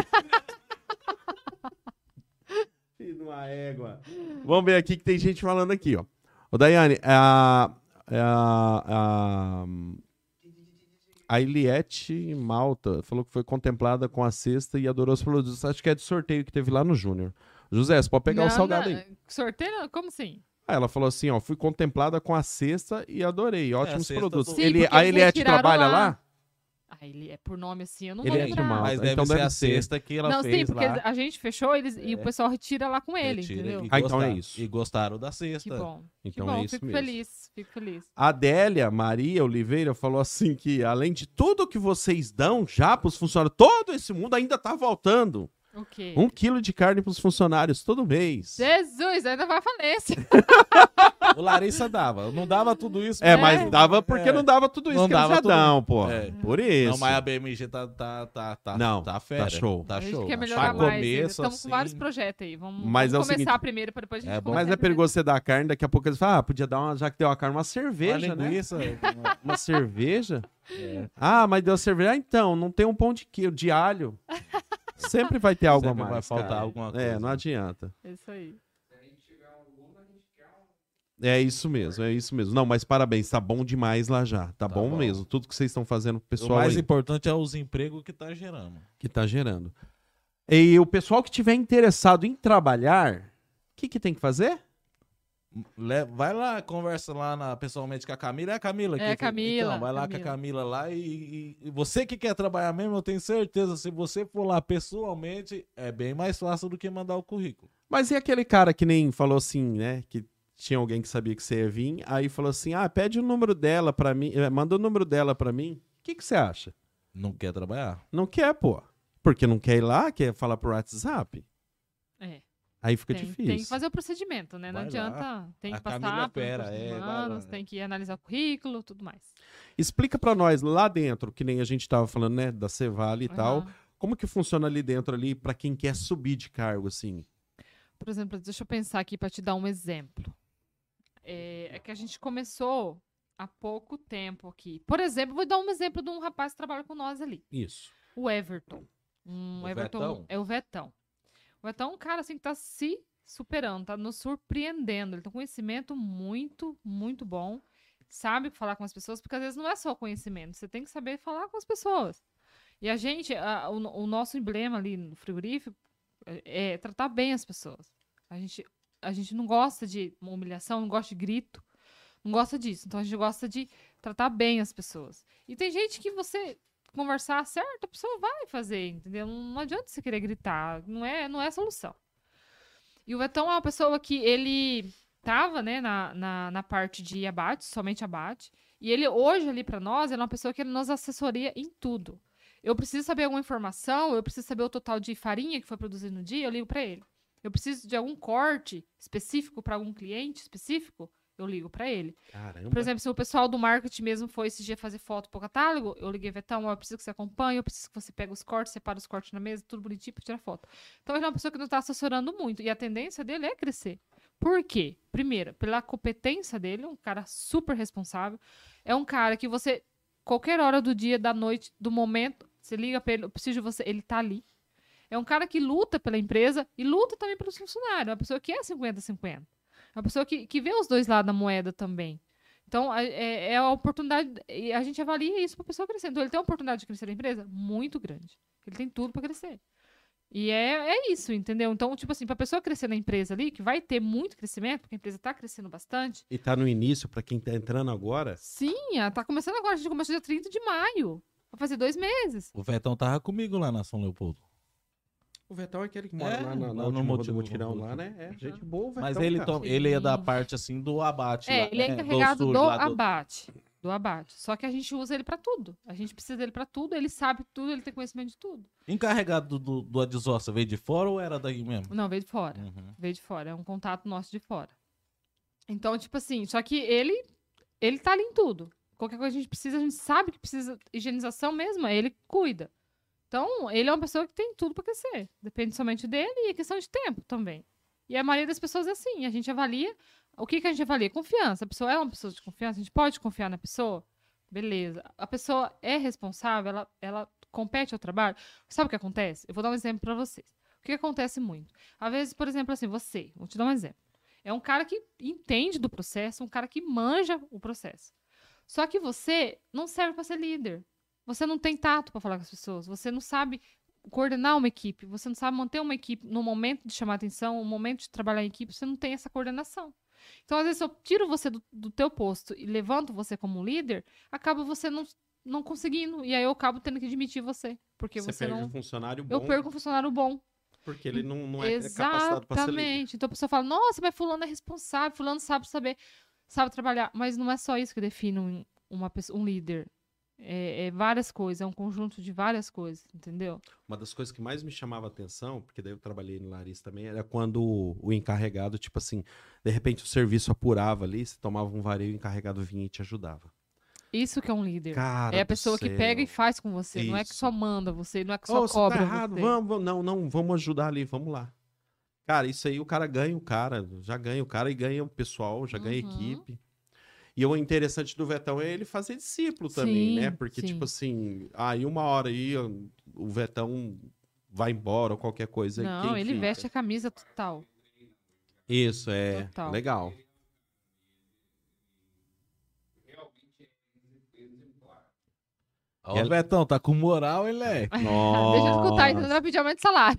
Filho de uma égua. Vamos ver aqui que tem gente falando aqui, ó. Ô, Daiane, a... A, a, a Eliette Malta falou que foi contemplada com a cesta e adorou os produtos. Acho que é de sorteio que teve lá no Júnior. José, você pode pegar o Não, salgado não, aí. Sorteio? não, Como assim? Ah, ela falou assim, ó, fui contemplada com a cesta e adorei. Ótimos cesta produtos. do- Sim, Ele, porque a eles Eliette tiraram trabalha lá. lá? Ah, ele é por nome assim, eu não Ele vou é de lembrar. Malta. Mas deve então ser deve a ser. cesta que ela Não, sim, fez porque lá. a gente fechou eles, e o É. pessoal retira lá com ele, Retira entendeu? e Ah, então é gostaram- isso. E gostaram da Que cesta. bom. Então que bom, é isso fico mesmo. feliz, fico feliz. A Adélia Maria Oliveira falou assim que, além de tudo que vocês dão já pros funcionários, todo esse mundo ainda tá voltando. O quê? Um quilo de carne pros funcionários todo mês. Jesus, ainda vai à falência. O Larissa dava. Não dava tudo isso. É, mas- mas dava porque É. não dava tudo isso Não que eles dava já tudo. dão, pô. É. Por isso. Não, mas a B M G tá, tá, tá, tá, Não, tá fera. tá show. Tá a gente show. quer Pra melhorar mais. ainda. começo, Estamos assim, com vários projetos aí. Vamos, Mas vamos é o começar seguinte- primeiro para depois a gente É bom. Mas é começar perigoso você dar carne, daqui a pouco eles falam, ah, podia dar uma, já que deu a carne, uma Uma cerveja, né? linguiça. Uma cerveja? É. Ah, mas deu cerveja. Ah, então, não tem um pão de queijo, de alho. Sempre vai ter algo Sempre a mais. vai faltar cara. alguma É, coisa. não adianta. É isso aí. É isso mesmo, é isso mesmo. Não, mas parabéns, tá bom demais lá já. Tá, Tá bom, bom. mesmo. Tudo que vocês estão fazendo pro O pessoal mais aí, importante é os empregos que tá gerando. que tá gerando. E o pessoal que tiver interessado em trabalhar, o que, que tem que fazer? Le- Vai lá, conversa lá na- pessoalmente com a Camila. É a Camila aqui. É a Camila, Então, vai lá Camila. com a Camila lá e, e- e você que quer trabalhar mesmo, eu tenho certeza, se você for lá pessoalmente, é bem mais fácil do que mandar o currículo. Mas e aquele cara que nem falou assim, né? Que tinha alguém que sabia que você ia vir, aí falou assim: ah, pede o número dela pra mim, eh, manda o número dela pra mim. O que, que você acha? Não quer trabalhar? Não quer, pô. Porque não quer ir lá, quer falar por WhatsApp. É. Aí fica Tem, difícil. tem que fazer o procedimento, né? Não Vai adianta. Tem A que Camila passar por pera, recursos é, vai humanos, lá. tem que analisar o currículo, tudo mais. Explica pra nós lá dentro, que nem a gente tava falando, né, da Cevale e tal, Aham. como que funciona ali dentro ali pra quem quer subir de cargo assim? Por exemplo, deixa eu pensar aqui para te dar um exemplo. É, é que a gente começou há pouco tempo aqui. Por exemplo, vou dar um exemplo de um rapaz que trabalha com nós ali. Isso. O Everton. Um O Everton Vetão? é o Vetão. O Vetão é um cara assim que tá se superando, tá nos surpreendendo. Ele tem um conhecimento muito, muito bom. Sabe falar com as pessoas, porque às vezes não é só conhecimento, você tem que saber falar com as pessoas. E a gente, a- o, o nosso emblema ali no frigorífico é, é tratar bem as pessoas. A gente, a gente não gosta de humilhação, não gosta de grito, não gosta disso. Então a gente gosta de tratar bem as pessoas. E tem gente que você conversar certo, a pessoa vai fazer, entendeu? Não, não adianta você querer gritar, não é, não é a solução. E o Vetão é uma pessoa que ele tava, né, na, na, na parte de abate, somente abate, e ele hoje ali para nós, ele é uma pessoa que ele nos assessoria em tudo. Eu preciso saber alguma informação, eu preciso saber o total de farinha que foi produzido no dia, eu ligo para ele. Eu preciso de algum corte específico para algum cliente específico, eu ligo para ele. Caramba. Por exemplo, se o pessoal do marketing mesmo foi esse dia fazer foto pro catálogo, eu liguei, Vetão, eu preciso que você acompanhe, eu preciso que você pegue os cortes, separa os cortes na mesa, tudo bonitinho pra tirar foto. Então, ele é uma pessoa que não tá assessorando muito. E a tendência dele é crescer. Por quê? Primeiro, pela competência dele, um cara super responsável. É um cara que você, qualquer hora do dia, da noite, do momento, você liga pra ele, eu preciso de você, ele tá ali. É um cara que luta pela empresa e luta também pelos funcionários. É uma pessoa que é cinquenta a cinquenta. É uma pessoa que, que vê os dois lados da moeda também. Então, a- é, é a oportunidade. E a gente avalia isso para a pessoa crescer. Então, ele tem uma oportunidade de crescer na empresa muito grande. Ele tem tudo para crescer. E é, é isso, entendeu? Então, tipo assim, para a pessoa crescer na empresa ali, que vai ter muito crescimento, porque a empresa está crescendo bastante. E tá no início, pra quem tá entrando agora. Sim, ela tá começando agora. A gente começou dia trinta de maio. Vai fazer dois meses. O Vetão tava comigo lá na São Leopoldo. O Vetão é aquele que mora É, lá, na, lá na no última rua do Motivo- mutirão lá, né? É, gente boa, o Vetão, Mas ele, cara. to- ele é da Sim. parte, assim, do abate. É, lá, ele é né? encarregado do, sujo lá abate. Do abate. Só que a gente usa ele para tudo. A gente precisa dele para tudo, ele sabe tudo, ele tem conhecimento de tudo. Encarregado do, do, do adsossa veio de fora ou era daí mesmo? Não, veio de fora. Uhum. Veio de fora. É um contato nosso de fora. Então, tipo assim, só que ele, ele tá ali em tudo. Qualquer coisa que a gente precisa, a gente sabe que precisa. Higienização mesmo, ele cuida. Então, ele é uma pessoa que tem tudo para crescer. Depende somente dele e é questão de tempo também. E a maioria das pessoas é assim. A gente avalia. O que, que a gente avalia? Confiança. A pessoa é uma pessoa de confiança? A gente pode confiar na pessoa? Beleza. A pessoa é responsável? Ela, ela compete ao trabalho? Sabe o que acontece? Eu vou dar um exemplo para vocês. O que acontece muito? Às vezes, por exemplo, assim, você, vou te dar um exemplo. É um cara que entende do processo, um cara que manja o processo. Só que você não serve para ser líder. Você não tem tato para falar com as pessoas. Você não sabe coordenar uma equipe. Você não sabe manter uma equipe no momento de chamar atenção, no momento de trabalhar em equipe. Você não tem essa coordenação. Então, às vezes, se eu tiro você do, do teu posto e levanto você como líder, acaba você não, não conseguindo. E aí eu acabo tendo que demitir você. Porque Você, você, perde não... um funcionário bom, Eu perco um funcionário bom. porque ele não, não é capacitado pra ser líder. Exatamente. Então a pessoa fala, nossa, mas fulano é responsável, fulano sabe saber, sabe trabalhar. Mas não é só isso que define um, uma pessoa, um líder. É, é várias coisas, é um conjunto de várias coisas, entendeu? Uma das coisas que mais me chamava atenção, porque daí eu trabalhei no Larissa também, era quando o, o encarregado, tipo assim, de repente o serviço apurava ali, você tomava um vareio, o encarregado vinha e te ajudava. Isso que é um líder. Cara É a do pessoa que céu. pega e faz com você. Não é que Isso. só manda você, não é que Ô, só você cobra tá errado, você. vamos, vamos, não, não, vamos ajudar ali, vamos lá. Cara, isso aí o cara ganha o cara, já ganha o cara e ganha o pessoal, já ganha a Uhum. equipe. E o interessante do Vetão é ele fazer discípulo também, Sim, né? Porque, sim. tipo assim, aí uma hora aí ó, o Vetão vai embora ou qualquer coisa. e Não, quem ele fica? veste a camisa total. Isso, é Total. legal. Ó, E o Vetão, tá com moral, ele é. Deixa eu escutar, então ele vai pedir aumento de salário.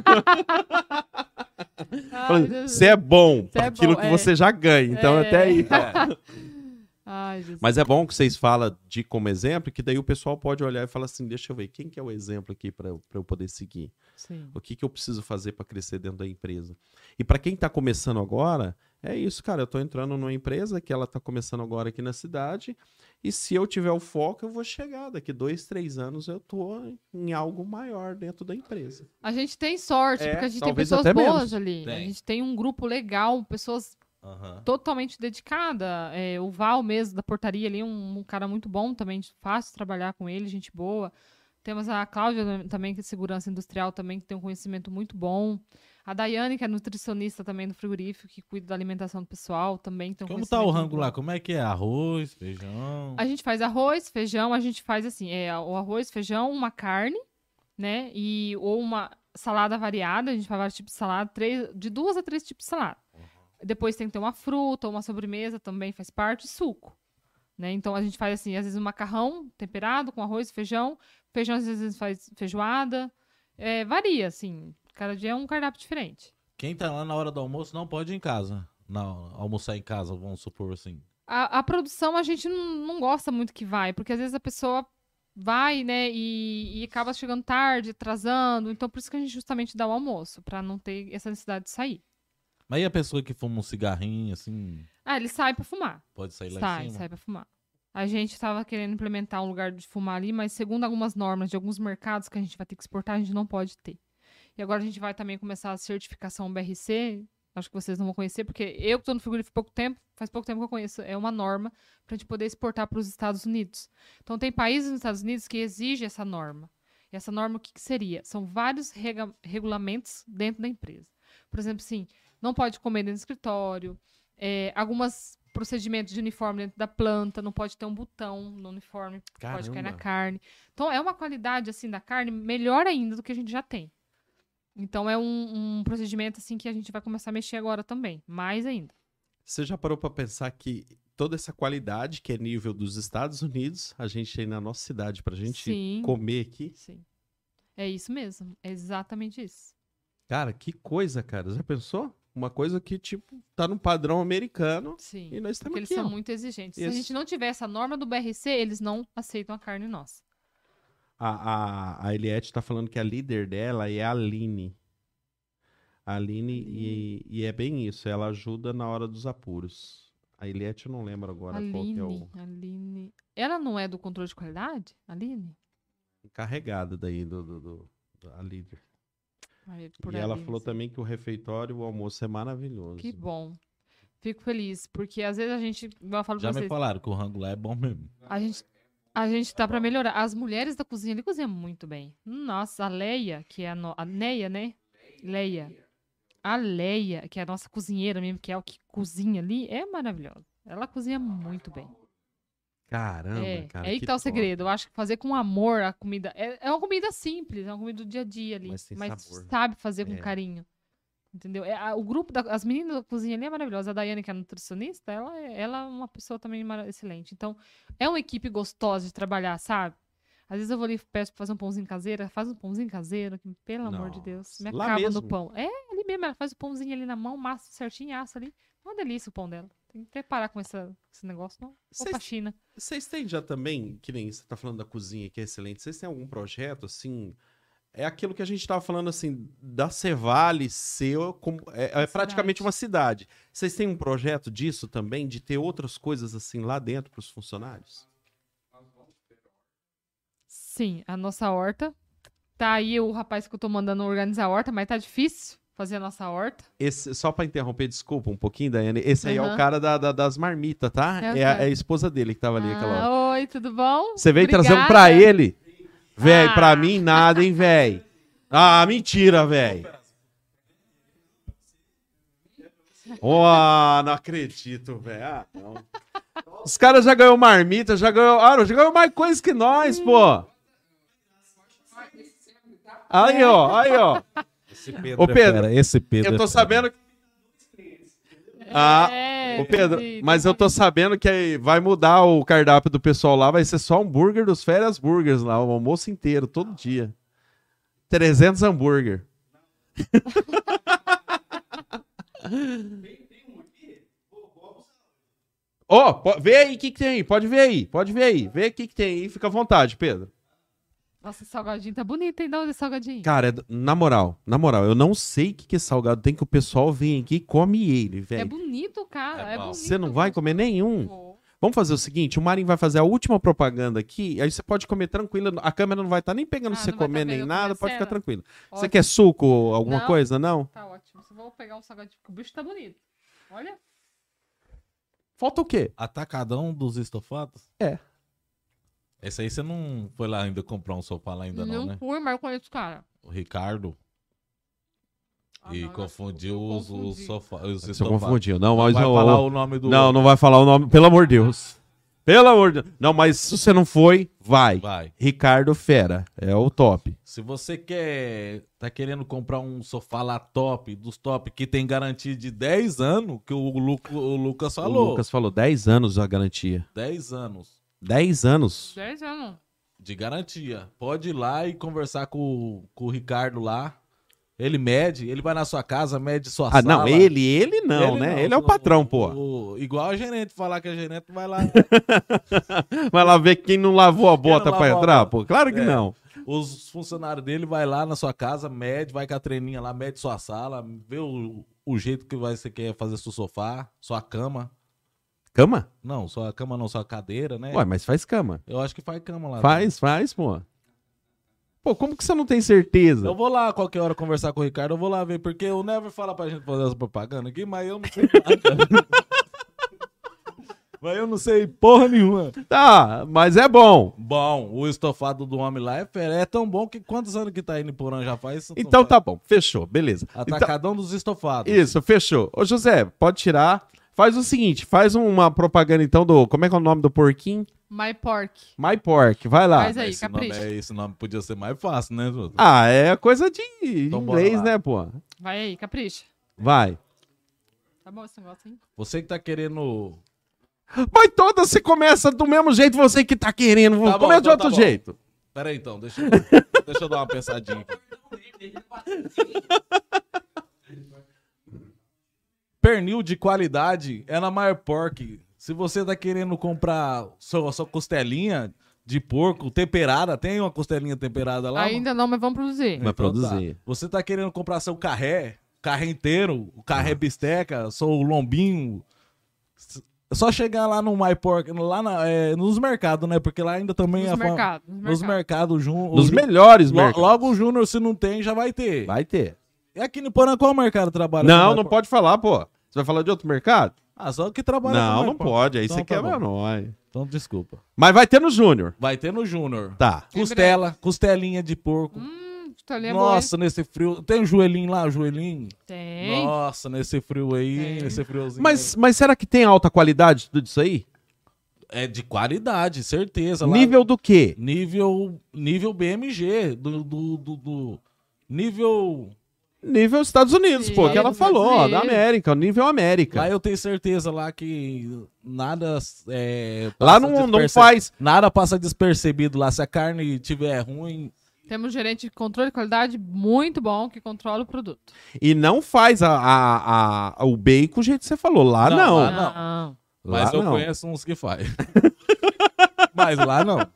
Ai, Falando, Jesus. Você é bom Cê é para aquilo bom, que é. você já ganha, então É. até aí. Ai, Jesus. Mas é bom que vocês falam de como exemplo, que daí o pessoal pode olhar e falar assim, deixa eu ver, quem que é o exemplo aqui para eu, pra eu poder seguir? Sim. O que, que eu preciso fazer para crescer dentro da empresa? E para quem está começando agora, é isso, cara. Eu estou entrando numa empresa que ela está começando agora aqui na cidade, e se eu tiver o foco, eu vou chegar. Daqui dois, três anos eu tô em algo maior dentro da empresa. A gente tem sorte, É, porque a gente tem talvez pessoas até boas menos. ali. A Tem. gente tem um grupo legal, pessoas Aham. totalmente dedicadas. É, o Val mesmo, da portaria ali, um, um cara muito bom também, fácil trabalhar com ele, gente boa. Temos a Cláudia também, que é segurança industrial também, que tem um conhecimento muito bom. A Daiane, que é nutricionista também do frigorífico, que cuida da alimentação do pessoal, também tem um Como tá o conhecimento rango muito lá? bom. Como é que é? Arroz, feijão? A gente faz arroz, feijão, a gente faz assim, é, o arroz, feijão, uma carne, né? E, ou uma salada variada, a gente faz vários tipos de salada, três, de duas a três tipos de salada. Depois tem que ter uma fruta, uma sobremesa também faz parte, e suco. Né? Então a gente faz assim, às vezes um macarrão temperado com arroz, feijão, feijão às vezes faz feijoada, é, varia, assim, cada dia é um cardápio diferente. Quem tá lá na hora do almoço não pode ir em casa. Não, almoçar em casa, vamos supor assim. A, a produção a gente não, não gosta muito que vai, porque às vezes a pessoa vai, né, e, e acaba chegando tarde, atrasando, então por isso que a gente justamente dá o almoço, pra não ter essa necessidade de sair. Mas e a pessoa que fuma um cigarrinho, assim, Ah, ele sai pra fumar. pode sair lá Sai, em cima? sai pra fumar. A gente estava querendo implementar um lugar de fumar ali, mas segundo algumas normas de alguns mercados que a gente vai ter que exportar, a gente não pode ter. E agora a gente vai também começar a certificação B R C. Acho que vocês não vão conhecer, porque eu que estou no frigorífico há pouco tempo, faz pouco tempo que eu conheço. É uma norma para a gente poder exportar para os Estados Unidos. Então, tem países nos Estados Unidos que exigem essa norma. E essa norma, o que, que seria? São vários rega- regulamentos dentro da empresa. Por exemplo, assim, não pode comer dentro do escritório, é, alguns procedimentos de uniforme dentro da planta, não pode ter um botão no uniforme, pode cair na Caramba. carne. Então, é uma qualidade, assim, da carne melhor ainda do que a gente já tem. Então, é um, um procedimento, assim, que a gente vai começar a mexer agora também. Mais ainda. Você já parou pra pensar que toda essa qualidade que é nível dos Estados Unidos, a gente tem na nossa cidade pra gente Sim. comer aqui? Sim. É isso mesmo. É exatamente isso. Cara, que coisa, cara. Já pensou? Uma coisa que, tipo, tá no padrão americano Sim. e nós estamos Porque eles aqui, são ó. muito exigentes. Se a Isso. gente não tiver essa norma do B R C, eles não aceitam a carne nossa. A, a, a Eliette tá falando que a líder dela é a Aline. A Aline, e, e é bem isso. Ela ajuda na hora dos apuros. A Eliette eu não lembro agora qual que é o Aline, Aline. Ela não é do controle de qualidade? Aline? encarregado daí do, do, do- da líder. Aí, por E ela ali, falou assim. também que o refeitório, o almoço é maravilhoso. Que bom. Fico feliz, porque às vezes a gente, igual eu falo Já pra me vocês, falaram que o rango lá é bom mesmo. a gente, a gente tá pra melhorar. As mulheres da cozinha ali cozinham muito bem. Nossa, a Leia, que é a, no... a Neia, né? Leia. A Leia, que é a nossa cozinheira mesmo, que é o que cozinha ali, é maravilhosa. Ela cozinha muito bem. Caramba, É, cara. é aí que tá o top. segredo. Eu acho que fazer com amor a comida. É, é uma comida simples, é uma comida do dia a dia ali. Mas tem Mas sabor. sabe fazer com É. carinho. Entendeu? É, a- o grupo, da, as meninas da cozinha ali é maravilhosa. A Daiane, que é nutricionista, ela, é- ela é uma pessoa também mara- excelente. Então, é uma equipe gostosa de trabalhar, sabe? Às vezes eu vou ali e peço pra fazer um pãozinho caseiro, faz um pãozinho caseiro, que, pelo amor de Deus, me Nossa, lá acaba mesmo? no pão. É, ali mesmo, ela faz o pãozinho ali na mão, massa certinho, assa ali. Uma delícia o pão dela. Tem que preparar com essa, esse negócio, não. Vou Vocês- pra China. Vocês têm já também, que nem você tá falando da cozinha, que é excelente, vocês têm algum projeto, assim, é aquilo que a gente tava falando, assim, da Cevale ser como, é, é praticamente uma cidade. Vocês têm um projeto disso também, de ter outras coisas, assim, lá dentro pros funcionários? Sim, a nossa horta. Tá aí o rapaz que eu tô mandando organizar a horta, mas tá difícil fazer a nossa horta. Esse, só pra interromper, desculpa um pouquinho, Daiane, esse aí é o Aham. cara da- da- das marmitas, tá? É o É, a, cara. é a esposa dele que tava ali aquela hora. Ah, oi, tudo bom? Você veio Obrigada. trazer um pra ele? Véi, Ah. pra mim nada, hein, véi? Ah, mentira, véi. Ó, não acredito, velho. Ah, não. Os caras já ganhou marmita, já ganhou. Ah, já ganhou mais coisa que nós, pô. Aí, ó, aí, ó. Esse Pedro, Ô, Pedro, é fera, esse Pedro Eu tô é fera. sabendo. Ah, É, ô Pedro, sim, mas tá eu tô sabendo que aí vai mudar o cardápio do pessoal lá, vai ser só hambúrguer dos Férias Burgers lá, o almoço inteiro, todo dia. trezentos hambúrguer. Ó, po- vê aí o que, que tem aí, pode ver aí, pode ver aí, vê o que, que tem aí, fica à vontade, Pedro. Nossa, esse salgadinho tá bonito, hein? Dá onde esse salgadinho? Cara, é do- na moral, na moral, eu não sei o que, que é salgado tem que o pessoal vem aqui e come ele, É velho. bonito, cara. É É bom. bonito. Você não vai comer nenhum? Vou. Vamos fazer o seguinte, o Marinho vai fazer a última propaganda aqui, aí você pode comer tranquilo, a câmera não vai estar nem pegando Ah, você não vai comer tá nem vendo nada, comendo pode ficar cena? tranquilo. Você Ótimo. quer suco ou alguma Não. coisa, não? Tá ótimo. Só vou pegar um salgadinho, porque o bicho tá bonito. Olha. Falta o quê? Atacadão dos estofados? É. Esse aí você não foi lá ainda comprar um sofá lá ainda não, não né? fui, mas eu conheço, cara. O Ricardo. Ah, e não, eu confundiu eu os, os confundi. sofás. Os Você estofados. confundiu. Não, Não mas vai eu- falar eu- o nome do... Não, não vai falar o nome, pelo amor de Deus. Pelo amor de Deus. Não, mas se você não foi, vai. Vai. Ricardo Fera, é o top. Se você quer, tá querendo comprar um sofá lá top, dos top, que tem garantia de dez anos, que o, Lu, o Lucas falou. O Lucas falou dez anos a garantia. dez anos dez anos. dez anos. de garantia. Pode ir lá e conversar com, com o Ricardo lá. Ele mede, ele vai na sua casa, mede sua Ah, sala. não, ele, ele não, Ele né? não, Ele é o o- patrão, pô. o- igual a gerente falar que a gerente vai lá. Vai lá ver quem não lavou a Quem não bota pra lavou a entrar, bota. pô. Claro que É. não. Os funcionários dele vai lá na sua casa, mede, vai com a treininha lá, mede sua sala, vê o, o jeito que vai, você quer fazer seu sofá, sua cama. Cama? Não, sua cama não, sua cadeira, né? Ué, mas faz cama. Eu acho que faz cama lá. Faz, faz, pô. Pô, como que você não tem certeza? Eu vou lá qualquer hora conversar com o Ricardo, eu vou lá ver, porque o Never fala pra gente fazer essa propaganda aqui, mas eu não sei nada. Mas eu não sei porra nenhuma. Tá, mas é bom. Bom, o estofado do homem lá é fera. É tão bom que quantos anos que tá aí no Porã já faz? Então tá bom, fechou, beleza. Então, Atacadão dos estofados. isso, fechou. Ô, José, pode tirar. Faz o seguinte, faz uma propaganda então do... Como é que é o nome do porquinho? My Pork. My Pork, vai lá. Faz aí, Esse nome, capricha. é, esse nome podia ser mais fácil, né, Júlio? Ah, é coisa de Então bora inglês, lá. né, pô? Vai aí, capricha. Vai. Tá bom esse negócio, hein? Você que tá querendo... Mas toda você começa do mesmo jeito, você que tá querendo. Tá bom, Começa de então outro tá bom. jeito. Pera aí, então, deixa eu, deixa eu dar uma pensadinha aqui. Pernil de qualidade é na My Pork. Se você tá querendo comprar sua, sua costelinha de porco temperada, tem uma costelinha temperada lá? Ainda não, mas vamos produzir. Vai Então produzir. tá. Você tá querendo comprar seu carré, carré inteiro, o carré bisteca, seu lombinho. É só chegar lá no My Pork, lá na- é, nos mercados, né? Porque lá ainda também Nos é fam- mercados. Nos Nos mercados. mercados, jun... Nos o ju- melhores Lo- mercados. Logo o Júnior, se não tem, já vai ter. Vai ter. E aqui no Porã, qual mercado trabalha? Não, com não My Pork? pode falar, pô. Você vai falar de outro mercado? Ah, só que trabalha Não, com My não Pork. pode. Aí Então você tá quebra bom. nós. Então desculpa. Mas vai ter no Júnior. Vai ter no Júnior. Tá. Costela, costelinha de porco. Hum, costelinha boa, hein? Nossa, nesse frio. Tem um joelhinho lá, joelhinho? Tem. Nossa, nesse frio aí, Tem. nesse friozinho. Mas, mas será que tem alta qualidade tudo isso aí? aí. É de qualidade, certeza. Lá- Nível do quê? Nível, nível B M G, do, do, do, do- nível... Nível Estados Unidos, Sim, pô. Que ela Estados falou, ó, da Unidos. América, o nível América. Lá eu tenho certeza lá que nada é, Lá passa não, não desperce- faz. Nada passa despercebido lá. Se a carne tiver ruim, Temos um gerente de controle de qualidade muito bom que controla o produto. E não faz a, a, a- o bacon do jeito que você falou. Lá Não, não. lá Não. Lá mas eu não. conheço uns que faz. Mas lá não.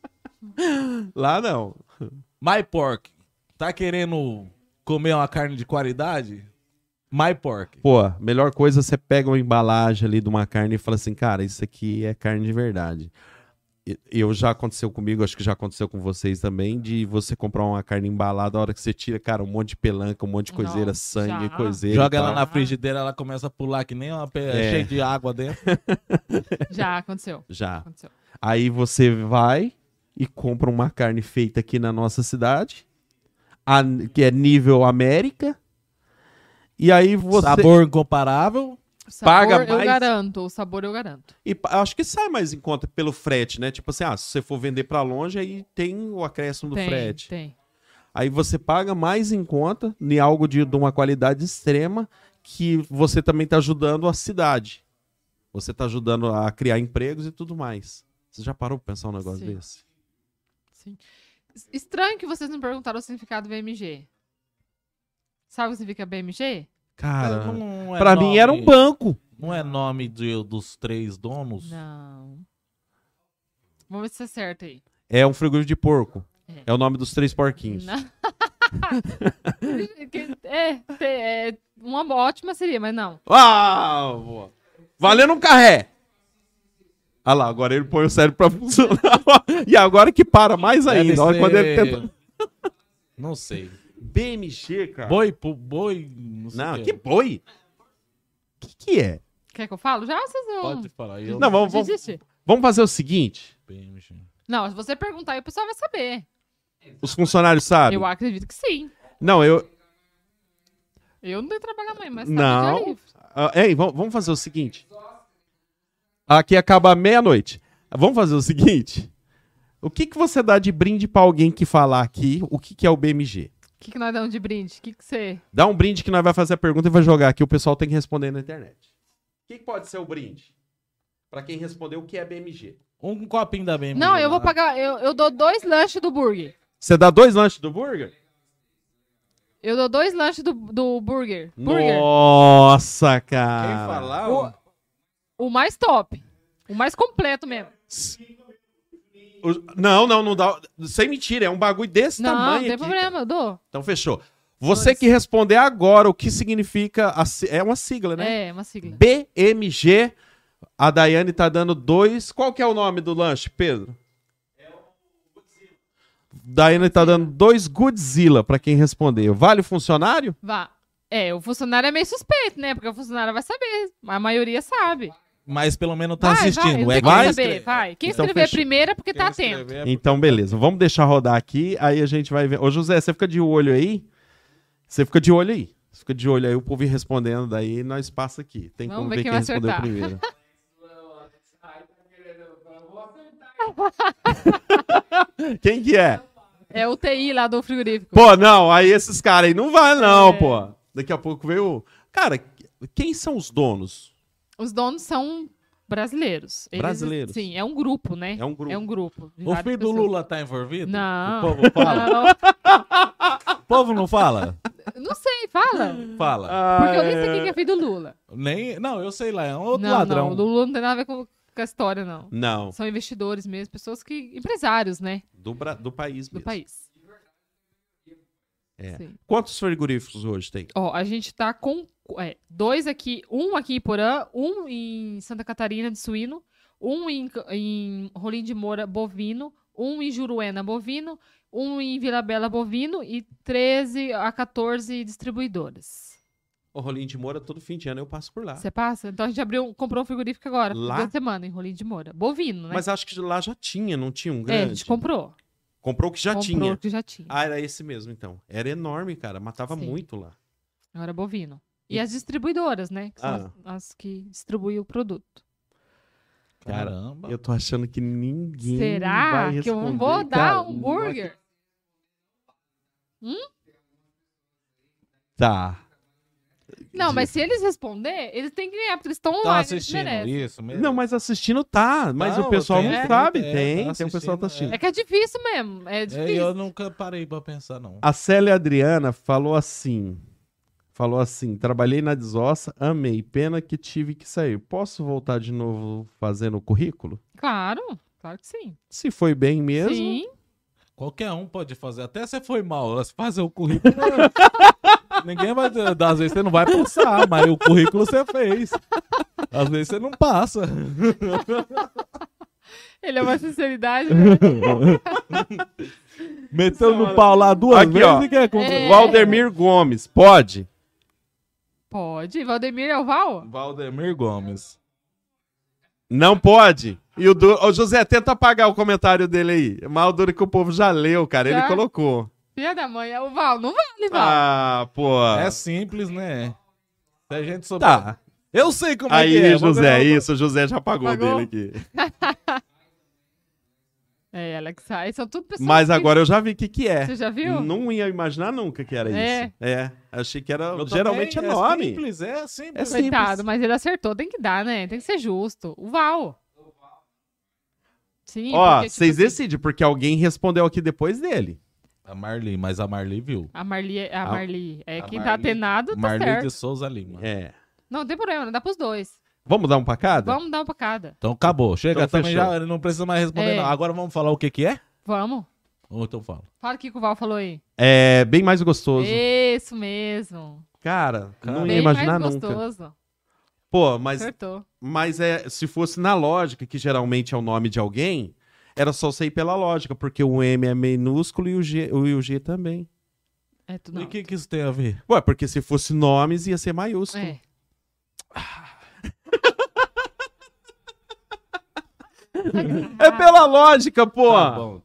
Lá não. My Pork, tá querendo comer uma carne de qualidade? My Pork. Pô, melhor coisa você pega uma embalagem ali de uma carne e fala assim, cara, isso aqui é carne de verdade. E- Eu já aconteceu comigo, acho que já aconteceu com vocês também, de você comprar uma carne embalada, a hora que você tira, cara, um monte de pelanca, um monte de coiseira, Nossa, sangue, já. coiseira. Joga e ela tal. na frigideira, ela começa a pular que nem uma pe... É. cheia de água dentro. Já aconteceu. Já. aconteceu. Aí você vai e compra uma carne feita aqui na nossa cidade, a- que é nível América, e aí você... Sabor incomparável. O sabor Paga eu mais? garanto. O sabor eu garanto. E pa- acho que sai mais em conta pelo frete, né? Tipo assim, ah, se você for vender pra longe, aí tem o acréscimo do tem, frete. tem. Aí você paga mais em conta em algo de, de uma qualidade extrema que você também tá ajudando a cidade. Você tá ajudando a criar empregos e tudo mais. Você já parou pra pensar um negócio Sim. desse? Sim. Es- Estranho que vocês não perguntaram o significado do B M G. Sabe o que significa B M G? Cara, Não é pra mim nome- era um banco. Não é nome de- dos três donos? Não. Vamos ver se é certo aí. É um frigorífico de porco. É. É o nome dos três porquinhos. Não. Que- é, te- é, uma ótima seria, mas não. Ah, boa. Valendo um carré. Ah lá, agora ele põe o cérebro pra funcionar. E agora que para mais Deve ainda. Olha quando ele ser- tenta... Não sei. B M G, cara. Boi, pu- boi, não sei Não, o que quê. boi? O que, que é? Quer que eu falo? Já vocês vão. Pode falar. Eu Não, vamos, vamos, Desiste. vamos fazer o seguinte. Não, se você perguntar aí, o pessoal vai saber. Os funcionários sabem? Eu acredito que sim. Não, eu... Eu não dei trabalho amanhã, mas tá Não. no dia livre. Ah, ei, vamos, vamos fazer o seguinte. Aqui acaba meia-noite. Vamos fazer o seguinte. O que, que você dá de brinde pra alguém que falar aqui o que, que é o B M G? O que, que nós damos de brinde? O que, que você. Dá um brinde que nós vai fazer a pergunta e vai jogar aqui. O pessoal tem que responder na internet. O que, que pode ser o brinde? Pra quem respondeu o que é B M G. Um copinho da B M G. Não, eu vou lá. pagar. Eu, eu dou dois lanches do burger. Você dá dois lanches do burger? Eu dou dois lanches do, do burger. Burger. Nossa, Quem cara. falar, O- ó, O mais top. O mais completo mesmo. O- Não, não, não dá. Sem mentira, é um bagulho desse Não, tamanho não tem aqui, problema, cara. eu dou. Então fechou. Você Dois. que responder agora o que significa. A, si- é uma sigla, né? É, uma sigla. B M G. A Daiane tá dando dois. Qual que é o nome do lanche, Pedro? Daí ele tá dando dois Godzilla pra quem responder. Vale o funcionário? Vá. É, o funcionário é meio suspeito, né? Porque o funcionário vai saber. A maioria sabe. Mas pelo menos tá vai, assistindo. Vai, é não vai? tem que saber, vai. Quem Então, escrever fechou. primeiro é porque Quem tá atento. escrever é Então, beleza. Vamos deixar rodar aqui, aí a gente vai ver. Ô, José, você fica de olho aí? Você fica de olho aí. Você fica de olho aí, o povo ir respondendo, daí nós passa aqui. Tem Vamos como ver ver quem quem vai respondeu acertar. primeiro. Quem que é? É o T I lá do frigorífico. Pô, não, aí esses caras aí não vai não, É. pô. Daqui a pouco veio... Cara, quem são os donos? Os donos são brasileiros. Eles- Brasileiros? Sim, é um grupo, né? É um grupo. É um grupo. de O várias filho do pessoas. Lula tá envolvido? Não. O povo fala? Não, O povo não fala? não sei, fala. Fala. Porque eu nem sei quem que é filho do Lula. Nem... Não, eu sei lá, é um outro não, ladrão. não, o Lula não tem nada a ver com, com a história, não. Não, São investidores mesmo, pessoas que... Empresários, né? do, Bra- do país Do mesmo. país. É. Sim. Quantos frigoríficos hoje tem? Ó, a gente tá com é, dois aqui, um aqui em Porã, um em Santa Catarina de suíno, um em, em Rolim de Moura bovino, um em Juruena bovino, um em Vila Bela bovino e treze a quatorze distribuidoras. O Rolim de Moura, todo fim de ano eu passo por lá. Você passa? Então a gente abriu, comprou um frigorífico agora, Lá? duas semanas em Rolim de Moura. Bovino, né? Mas acho que lá já tinha, não tinha um é, grande? a gente comprou. Comprou o que já comprou tinha. que já tinha. Ah, era esse mesmo, então. Era enorme, cara. Matava Sim. muito lá. Agora bovino. E E- as distribuidoras, né? Que são Ah. as, as que distribuem o produto. Caramba. Eu tô achando que ninguém Será vai que eu responder. vou dar Cara, um hambúrguer? Tá. Não, mas se eles responder, eles têm que ganhar, porque eles estão Tá online, eles assistindo merecem. isso mesmo? Não, mas assistindo tá. Mas Não, o pessoal tem, não é, sabe. é, tem, tá tem o pessoal que tá assistindo, assistindo. É que é difícil mesmo, é É, difícil. eu nunca parei pra pensar, não. A Célia Adriana falou assim. Falou assim: trabalhei na Desossa, amei. Pena que tive que sair. Posso voltar de novo fazendo o currículo? Claro, claro que sim. Se foi bem mesmo. Sim, Qualquer um pode fazer. Até você foi mal. Você fazer o currículo. Ninguém vai. Às vezes você não vai passar, mas o currículo você fez. Às vezes você não passa. ele é uma sinceridade, né? Meteu no pau lá duas Aqui, vezes ó. e quer comprar. É. Valdemir Gomes, pode? Pode. Valdemir é o Val? Valdemir Gomes. Não pode. E o du... Ô, José, tenta apagar o comentário dele aí. Mal duro que o povo já leu, cara. Ele Já? colocou. Filha da mãe, é o Val. Não vale, Val. Ah, pô. É simples, né? Se a gente souber. Tá. Eu sei como Aí, é que é. vou José, ver- isso, o José já apagou Apagou? dele aqui. É, Alex, aí são tudo pessoas Mas que- agora eu já vi o que que é. Você já viu? Não ia imaginar nunca que era É. isso. É, achei que era, Eu geralmente também, é nome. simples, é simples. É simples. Coitado, mas ele acertou. Tem que dar, né? Tem que ser justo. O Val. Sim, Ó, porque, tipo vocês assim, decidem, porque alguém respondeu aqui depois dele. A Marli, mas a Marli viu. A Marli, é- a A- Marli é a quem tá Marli- atenado, tá Marli certo. de Souza Lima. É. Não, não tem problema, dá pros dois. Vamos dar um pra cada? Vamos dar um pra cada. Então acabou. Chega, Então, também fechou. já ele não precisa mais responder. É. Não. Agora vamos falar o que que é? Vamos. Ou então fala. Fala o que que o Val falou aí. É bem mais gostoso. Isso mesmo. Cara, não ia Bem imaginar mais nunca. gostoso. Pô, mas, Acertou. mas é, se fosse na lógica, que geralmente é o nome de alguém, era só você ir pela lógica, porque o M é minúsculo e o G, o, e o G também. É tu E não. o que que isso tem a ver? Ué, porque se fosse nomes, ia ser maiúsculo. É. É pela lógica, pô! Tá bom.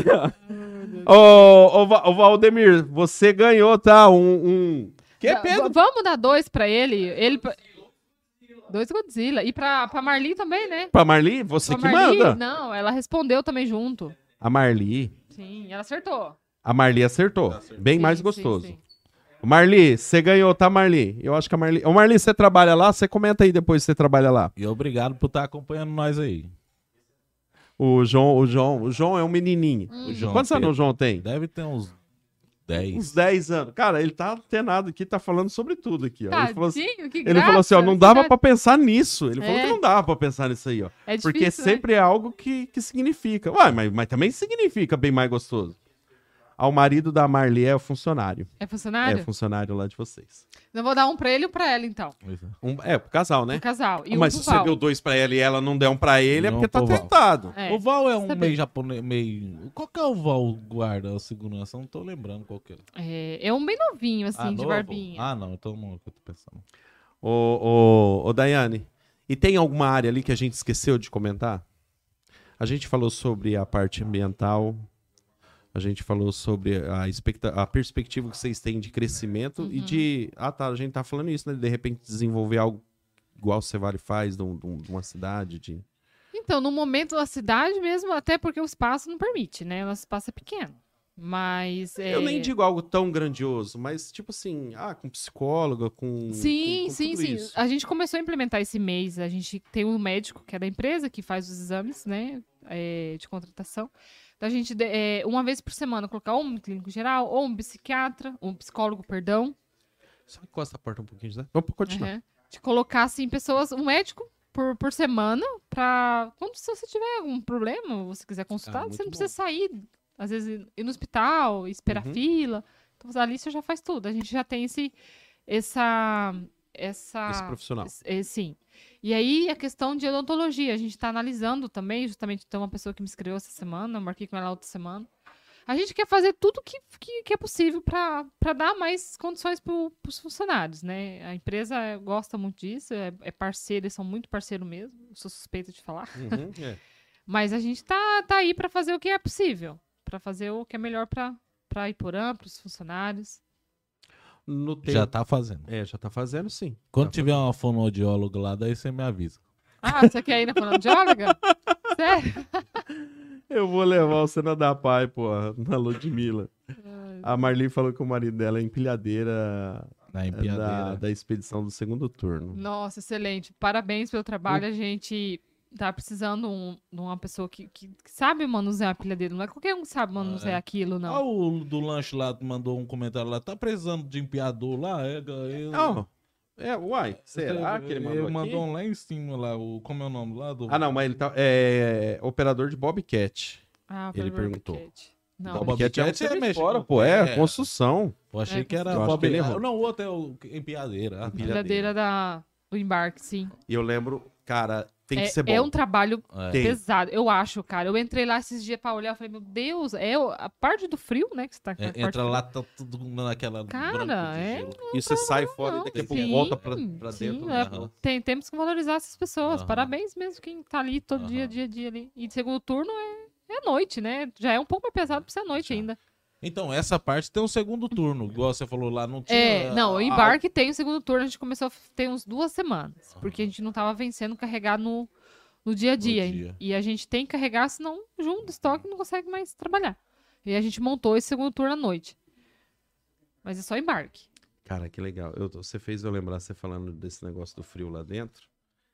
Ô, ô, Va- ô, Valdemir, você ganhou, tá? Um. um... Que, Va- Pedro? va- Vamos dar dois pra ele. ele pra- Dois Godzilla. E pra, pra Marli também, né? Pra Marli? Você Pra que Marli, manda. não, ela respondeu também junto. A Marli. Sim, ela acertou. A Marli acertou. Bem Sim, mais sim, gostoso. sim. Marli, você ganhou, tá, Marli? Eu acho que a Marli. Ô, Marli, você trabalha lá? Você comenta aí depois se você trabalha lá. E obrigado por estar acompanhando nós aí. O João, o João, o João é um menininho. O João Quantos Pedro. anos o João tem? Deve ter uns dez. Uns dez anos. Cara, ele tá antenado aqui, tá falando sobre tudo aqui, ó. Ele falou assim, Tadinho, que ele falou assim, ó, graça, não dava cidade- pra pensar nisso. Ele falou É. que não dava pra pensar nisso aí, ó. É difícil, Porque né? sempre é algo que, que significa. Ué, mas, mas também significa bem mais gostoso. Ao marido da Marli é funcionário. É funcionário? É funcionário lá de vocês. Eu vou dar um pra ele e um pra ela, então. Um, é, pro casal, né? Pro casal. E Mas um se pro você Val. deu dois pra ela e ela não deu um pra ele, é Não porque tá pro Val. tentado. É. O Val é um Sabe- meio japonês, meio... Qual que é o Val guarda a segurança? Eu não tô lembrando qual que é. É, é um bem novinho, assim, Ah, de novo? barbinha. Ah, não, então não é o que eu tô pensando. Ô, ô, ô, Daiane, e tem alguma área ali que a gente esqueceu de comentar? A gente falou sobre a parte ambiental, a gente falou sobre a, expecta- a perspectiva que vocês têm de crescimento e de... Ah, tá, a gente tá falando isso, né? De repente desenvolver algo igual o Cevale faz de, um- de um- de uma cidade, de... Então, no momento da cidade mesmo, até porque o espaço não permite, né? O nosso espaço é pequeno. Mas. É... Eu nem digo algo tão grandioso, mas tipo assim, ah, com psicóloga, com. Sim, com- com sim, tudo sim. isso. A gente começou a implementar esse mês. A gente tem um médico, que é da empresa, que faz os exames, né? é, de contratação. Então, a gente, de- é, uma vez por semana, colocar ou um clínico geral, ou um psiquiatra, um psicólogo, perdão. Só encosta a porta um pouquinho, né? Vamos continuar. Uhum. De colocar, assim, pessoas, um médico por, por semana, pra. Quando se você tiver algum problema, você quiser consultar, Ah, muito você não precisa bom. sair, às vezes, ir no hospital, esperar Uhum. fila. Então, ali você já faz tudo. A gente já tem esse. Essa. Essa. Esse profissional. es- eh, sim. E aí, a questão de odontologia. A gente está analisando também, justamente tem uma pessoa que me escreveu essa semana, eu marquei com ela outra semana. A gente quer fazer tudo que, que, que é possível para dar mais condições para os funcionários, né? A empresa eh, gosta muito disso, é, é parceira, eles são muito parceiro mesmo, eu sou suspeita de falar. Uhum, é. Mas a gente tá, tá aí para fazer o que é possível, para fazer o que é melhor para Iporã, para os funcionários. No tempo... Já tá fazendo. É, já tá fazendo, sim. Quando Tá tiver uma fonoaudióloga lá, daí você me avisa. Ah, você quer ir na fonoaudióloga? Sério? Eu vou levar você na da Pai, pô, na Ludmilla. A Marli falou que o marido dela é empilhadeira, Na é, empilhadeira. da, da expedição do segundo turno. Nossa, excelente. Parabéns pelo trabalho. A gente tá precisando um- de uma pessoa que, que, que sabe manusear a pilhadeira. Não é qualquer um que sabe manusear aquilo, não. Ah, o do lanche lá mandou um comentário lá. Tá precisando de empiador lá? É, eu... Não, é, uai, será que ele mandou Ele aqui? mandou um lá em cima lá. O, como é o nome lá? Do... Ah, não, mas ele tá... É operador de Bobcat. Ah, Ele pelo perguntou. Bobcat. Não, Bob- Bobcat é, um Bobcat é serviço mexer fora, com- pô, é, é. construção. Eu achei É, que era eu acho Bob... que ele errou. Não, o outro é o empilhadeira. Ah, pilhadeira da, do embarque, sim. E eu lembro, cara, tem que É, ser bom. é um trabalho É. Tem. pesado, eu acho, cara. Eu entrei lá esses dias pra olhar, eu falei, meu Deus, é o- a parte do frio, né? Que você tá com a É, parte entra frio. lá, tá tudo naquela Cara, branco de é gelo. E você sai fora Não, e daqui a pouco sim, volta pra, pra sim, dentro. é, Aham. tem, temos que valorizar essas pessoas. Aham. Parabéns mesmo quem tá ali todo dia, Aham. dia, dia ali. E segundo turno é, é noite, né? Já é um pouco mais pesado pra ser noite Já. ainda. Então, essa parte tem um segundo turno. Igual você falou lá, não tinha... É, não, o a- embarque tem o segundo turno, a gente começou a ter uns duas semanas. Porque a gente não tava vencendo carregar no, no dia a dia. dia. E a gente tem que carregar, senão junto estoque não consegue mais trabalhar. E a gente montou esse segundo turno à noite. Mas é só embarque. Cara, que legal. Eu, você fez eu lembrar, você falando desse negócio do frio lá dentro.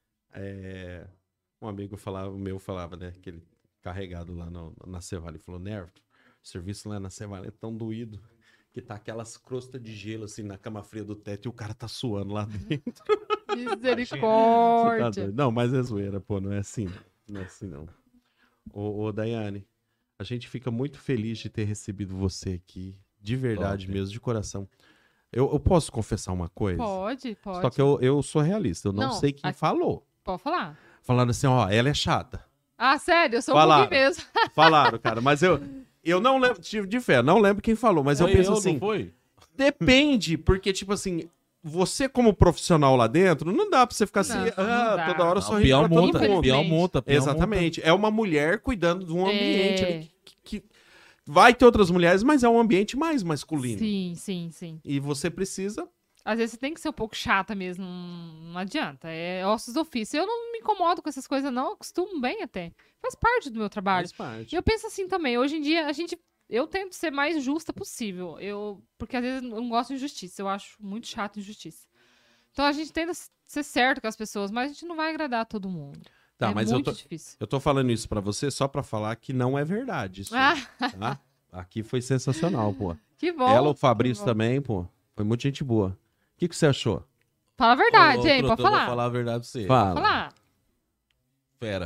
É, um amigo falava, o meu falava, né? Que ele carregado lá no, na Cevale, ele falou, Nervo, o serviço lá na Cevale é tão doído que tá aquelas crostas de gelo assim na cama fria do teto e o cara tá suando lá dentro. Você tá Misericórdia. doido? Não, mas é zoeira, pô, não é assim. Não é assim, não. Ô, ô Daiane, a gente fica muito feliz de ter recebido você aqui. De verdade Top. mesmo, de coração. Eu, eu posso confessar uma coisa? Pode, pode. Só que eu, eu sou realista, eu não, Não, sei quem a- falou. Pode falar. Falando assim, ó, ela é chata. Ah, sério? Eu sou Falaram. um pouquinho mesmo. Falaram, cara, mas eu, eu não lembro, tive de fé, não lembro quem falou, mas eu Foi penso não assim, foi? depende, porque, tipo assim, você como profissional lá dentro, não dá pra você ficar assim, Não, ah, não dá. toda hora Não, sorrindo peão pra todo multa, mundo. peão multa, peão Exatamente. É uma mulher cuidando de um ambiente É. ali que, que- que vai ter outras mulheres, mas é um ambiente mais masculino. Sim, sim, sim. E você precisa. Às vezes você tem que ser um pouco chata mesmo, não não adianta. É ossos do ofício. Eu não me incomodo com essas coisas, não. Eu costumo bem até. Faz parte do meu trabalho. Faz parte. E eu penso assim também, hoje em dia a gente. Eu tento ser mais justa possível. Eu, porque às vezes eu não gosto de injustiça. Eu acho muito chato injustiça. Então a gente tenta ser certo com as pessoas, mas a gente não vai agradar todo mundo. Tá, é mas eu muito tô, difícil. eu tô falando isso pra você só pra falar que não é verdade isso, Ah, tá? Aqui foi sensacional, pô. que bom. Ela, o que Fabrício bom. também, pô. Foi muito gente boa. O que, que você achou? Fala a verdade, Ô, hein? Truta, Pode eu vou falar. falar a verdade pra você. Fala. Falar. Fera.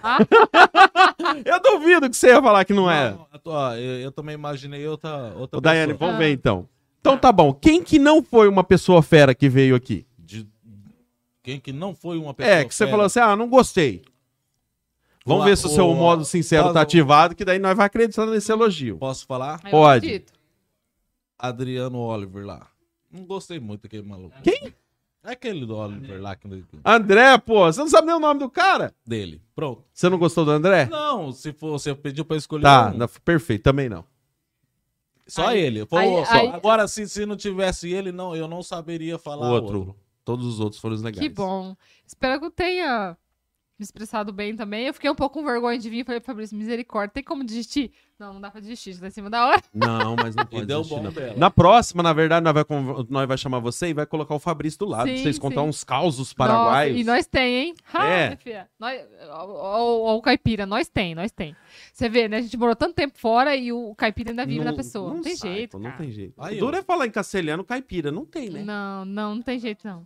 Ah, Eu duvido que você ia falar que não é. Não, ó, eu, eu também imaginei outra, outra Ô, Daiane, pessoa. vamos ver então. Então tá bom. Quem que não foi uma pessoa fera que veio aqui? De- Quem que não foi uma pessoa É, que você fera. falou assim, ah, não gostei. Vamos O- ver se o seu o- modo sincero Posso- tá ativado, que daí nós vai acreditando nesse elogio. Posso falar? eu Pode. acredito. Adriano Oliver lá. Não gostei muito daquele maluco. Quem? É aquele do Oliver lá que André, pô, você não sabe nem o nome do cara? dele. Pronto. Você não gostou do André? Não, se for, você pediu pra escolher Tá, um, não, perfeito, também não. só Aí- ele. Pô, aí- só. aí- Agora, se, se não tivesse ele, não, eu não saberia falar Outro. outro. Todos os outros foram os legais. Que bom. Espero que eu tenha me expressado bem também. Eu fiquei um pouco com vergonha de vir e falei, Fabrício, misericórdia, tem como desistir? Não, não dá pra desistir, tá em cima da hora. Não, mas não E pode deu desistir, bom não. dela. Na próxima, na verdade, nós vai, conv- nós vai chamar você e vai colocar o Fabrício do lado, Sim, pra vocês contar sim. uns causos paraguaios. Nossa, e nós tem, hein? Ah, É. minha filha. Nós, o, o caipira, nós tem, nós tem. Você vê, né? A gente morou tanto tempo fora e o caipira ainda vive na pessoa. Não, tem sai, jeito, pô, não cara. tem jeito. Aí, o duro ó. é falar em castelhano caipira, não tem, né? Não, não, não tem jeito, não.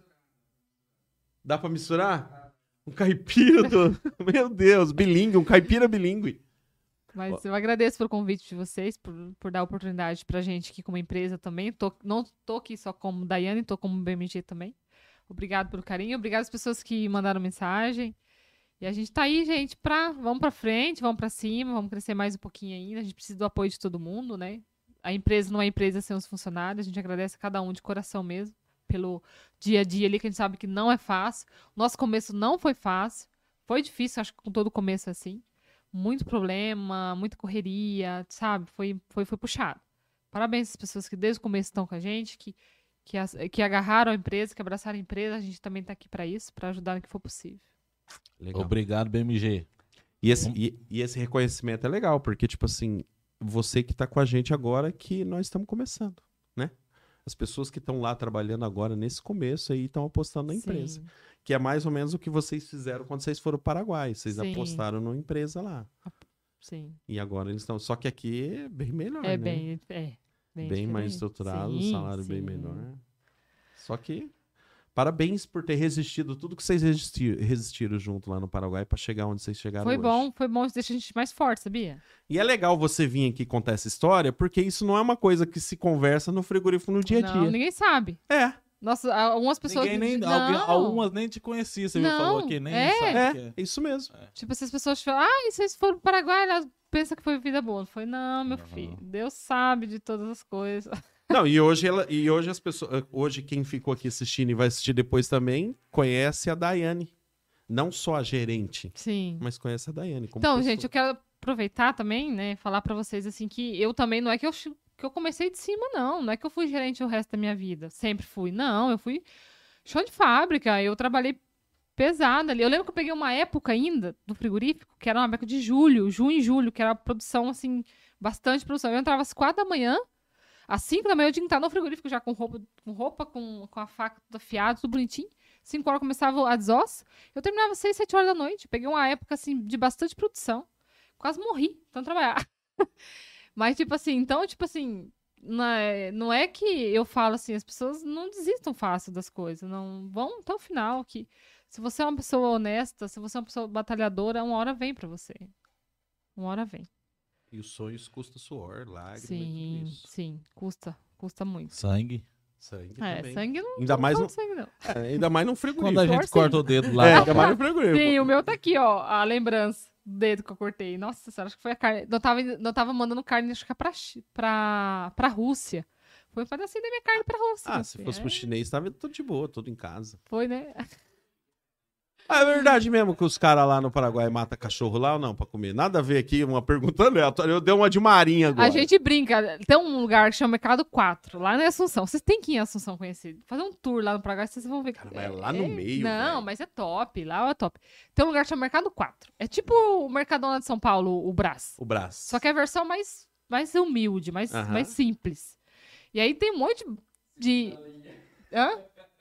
Dá pra misturar? Um caipira do... Meu Deus, bilíngue, um caipira bilíngue. Mas eu agradeço pelo convite de vocês, por, por dar a oportunidade pra gente aqui como empresa também. Tô, não tô aqui só como Daiane, tô como B M G também. Obrigado pelo carinho, obrigado às pessoas que mandaram mensagem. E a gente tá aí, gente, pra... Vamos pra frente, vamos pra cima, vamos crescer mais um pouquinho ainda. A gente precisa do apoio de todo mundo, né? A empresa não é empresa sem os funcionários. A gente agradece a cada um de coração mesmo, pelo dia a dia ali, que a gente sabe que não é fácil. Nosso começo não foi fácil. Foi difícil, acho que com todo começo é assim. Muito problema, muita correria, sabe? Foi, foi, foi puxado. Parabéns às pessoas que desde o começo estão com a gente, que, que, as- que agarraram a empresa, que abraçaram a empresa. A gente também tá aqui para isso, para ajudar no que for possível. Legal. Obrigado, B M G. E esse, e, e esse reconhecimento é legal, porque, tipo assim, você que tá com a gente agora, que nós estamos começando, né? As pessoas que estão lá trabalhando agora, nesse começo aí, estão apostando na empresa. Sim, Que é mais ou menos o que vocês fizeram quando vocês foram para o Paraguai. Vocês Sim. apostaram numa empresa lá. sim. E agora eles estão... Só que aqui é bem melhor, É né? bem, é, bem, Bem mais diferente. estruturado, o Sim, salário bem sim. melhor. Só que... Parabéns por ter resistido tudo que vocês resistiram, resistiram junto lá no Paraguai para chegar onde vocês chegaram Foi hoje. bom, foi bom, isso deixa a gente mais forte, sabia? E é legal você vir aqui contar essa história, porque isso não é uma coisa que se conversa no frigorífico no dia a dia. Não, ninguém sabe. É, Nossa, algumas pessoas... Ninguém nem, não, alguém- algumas nem te conhecia, você viu? Não, Falou aqui, nem é. sabe é, que é. isso mesmo. Tipo, essas pessoas falam, ah, e vocês foram para o Paraguai, elas pensam que foi vida boa. Não foi, não, meu Não. filho. Deus sabe de todas as coisas. Não, e hoje, ela, e hoje as pessoas. Hoje, quem ficou aqui assistindo e vai assistir depois também, conhece a Daiane. Não só a gerente, Sim. mas conhece a Daiane. como Então, pessoa. gente, eu quero aproveitar também, né, falar pra vocês, assim, que eu também, não é que eu, chi- que eu comecei de cima, não. Não é que eu fui gerente o resto da minha vida. Sempre fui. Não, eu fui chão de fábrica. Eu trabalhei pesado ali. Eu lembro que eu peguei uma época ainda do frigorífico, que era uma época de julho, junho e julho, que era produção, assim, bastante produção. Eu entrava às quatro da manhã, às cinco da manhã eu tinha que estar no frigorífico já com roupa, com, roupa, com, com a faca tudo afiada, tudo bonitinho. cinco horas começava a desossa. Eu terminava às seis, sete horas da noite. Peguei uma época, assim, de bastante produção. Quase morri, tanto trabalhar. Mas, tipo assim, então, tipo assim, não é, não é que eu falo assim, as pessoas não desistam fácil das coisas, não vão até o final, que se você é uma pessoa honesta, se você é uma pessoa batalhadora, uma hora vem pra você. Uma hora vem. E os sonhos custam suor, lágrimas, e Sim, tudo isso. sim, custa, custa muito. Sangue. Sangue É, também. sangue não, Ainda não mais, fala no, de sangue, não. é, ainda mais num frigorífico. Quando a gente Força corta o dedo lá. É, ainda mais no frigorífico. Sim, o meu tá aqui, ó, a lembrança do dedo que eu cortei. Nossa senhora, acho que foi a carne. Eu tava, eu tava mandando carne, acho que é pra, Chi- pra, pra Rússia. Foi um pedacinho da minha carne pra Rússia. Ah, meu se filho. fosse É, pro chinês, tava tudo de boa, tudo em casa. Foi, né? Ah, é verdade mesmo que os caras lá no Paraguai matam cachorro lá ou não pra comer? Nada a ver aqui, uma pergunta aleatória. Eu dei uma de Marinha agora. A gente brinca. Tem um lugar que chama Mercado quatro, lá na Assunção. Vocês têm que ir em Assunção conhecer. Fazer um tour lá no Paraguai, vocês vão ver. Cara, mas é lá no meio, Não, velho. mas é top. Lá é top. Tem um lugar que chama Mercado quatro. É tipo o Mercadona de São Paulo, o Brás. O braço. Só que é a versão mais, mais humilde, mais, Aham. mais simples. E aí tem um monte de... Hã?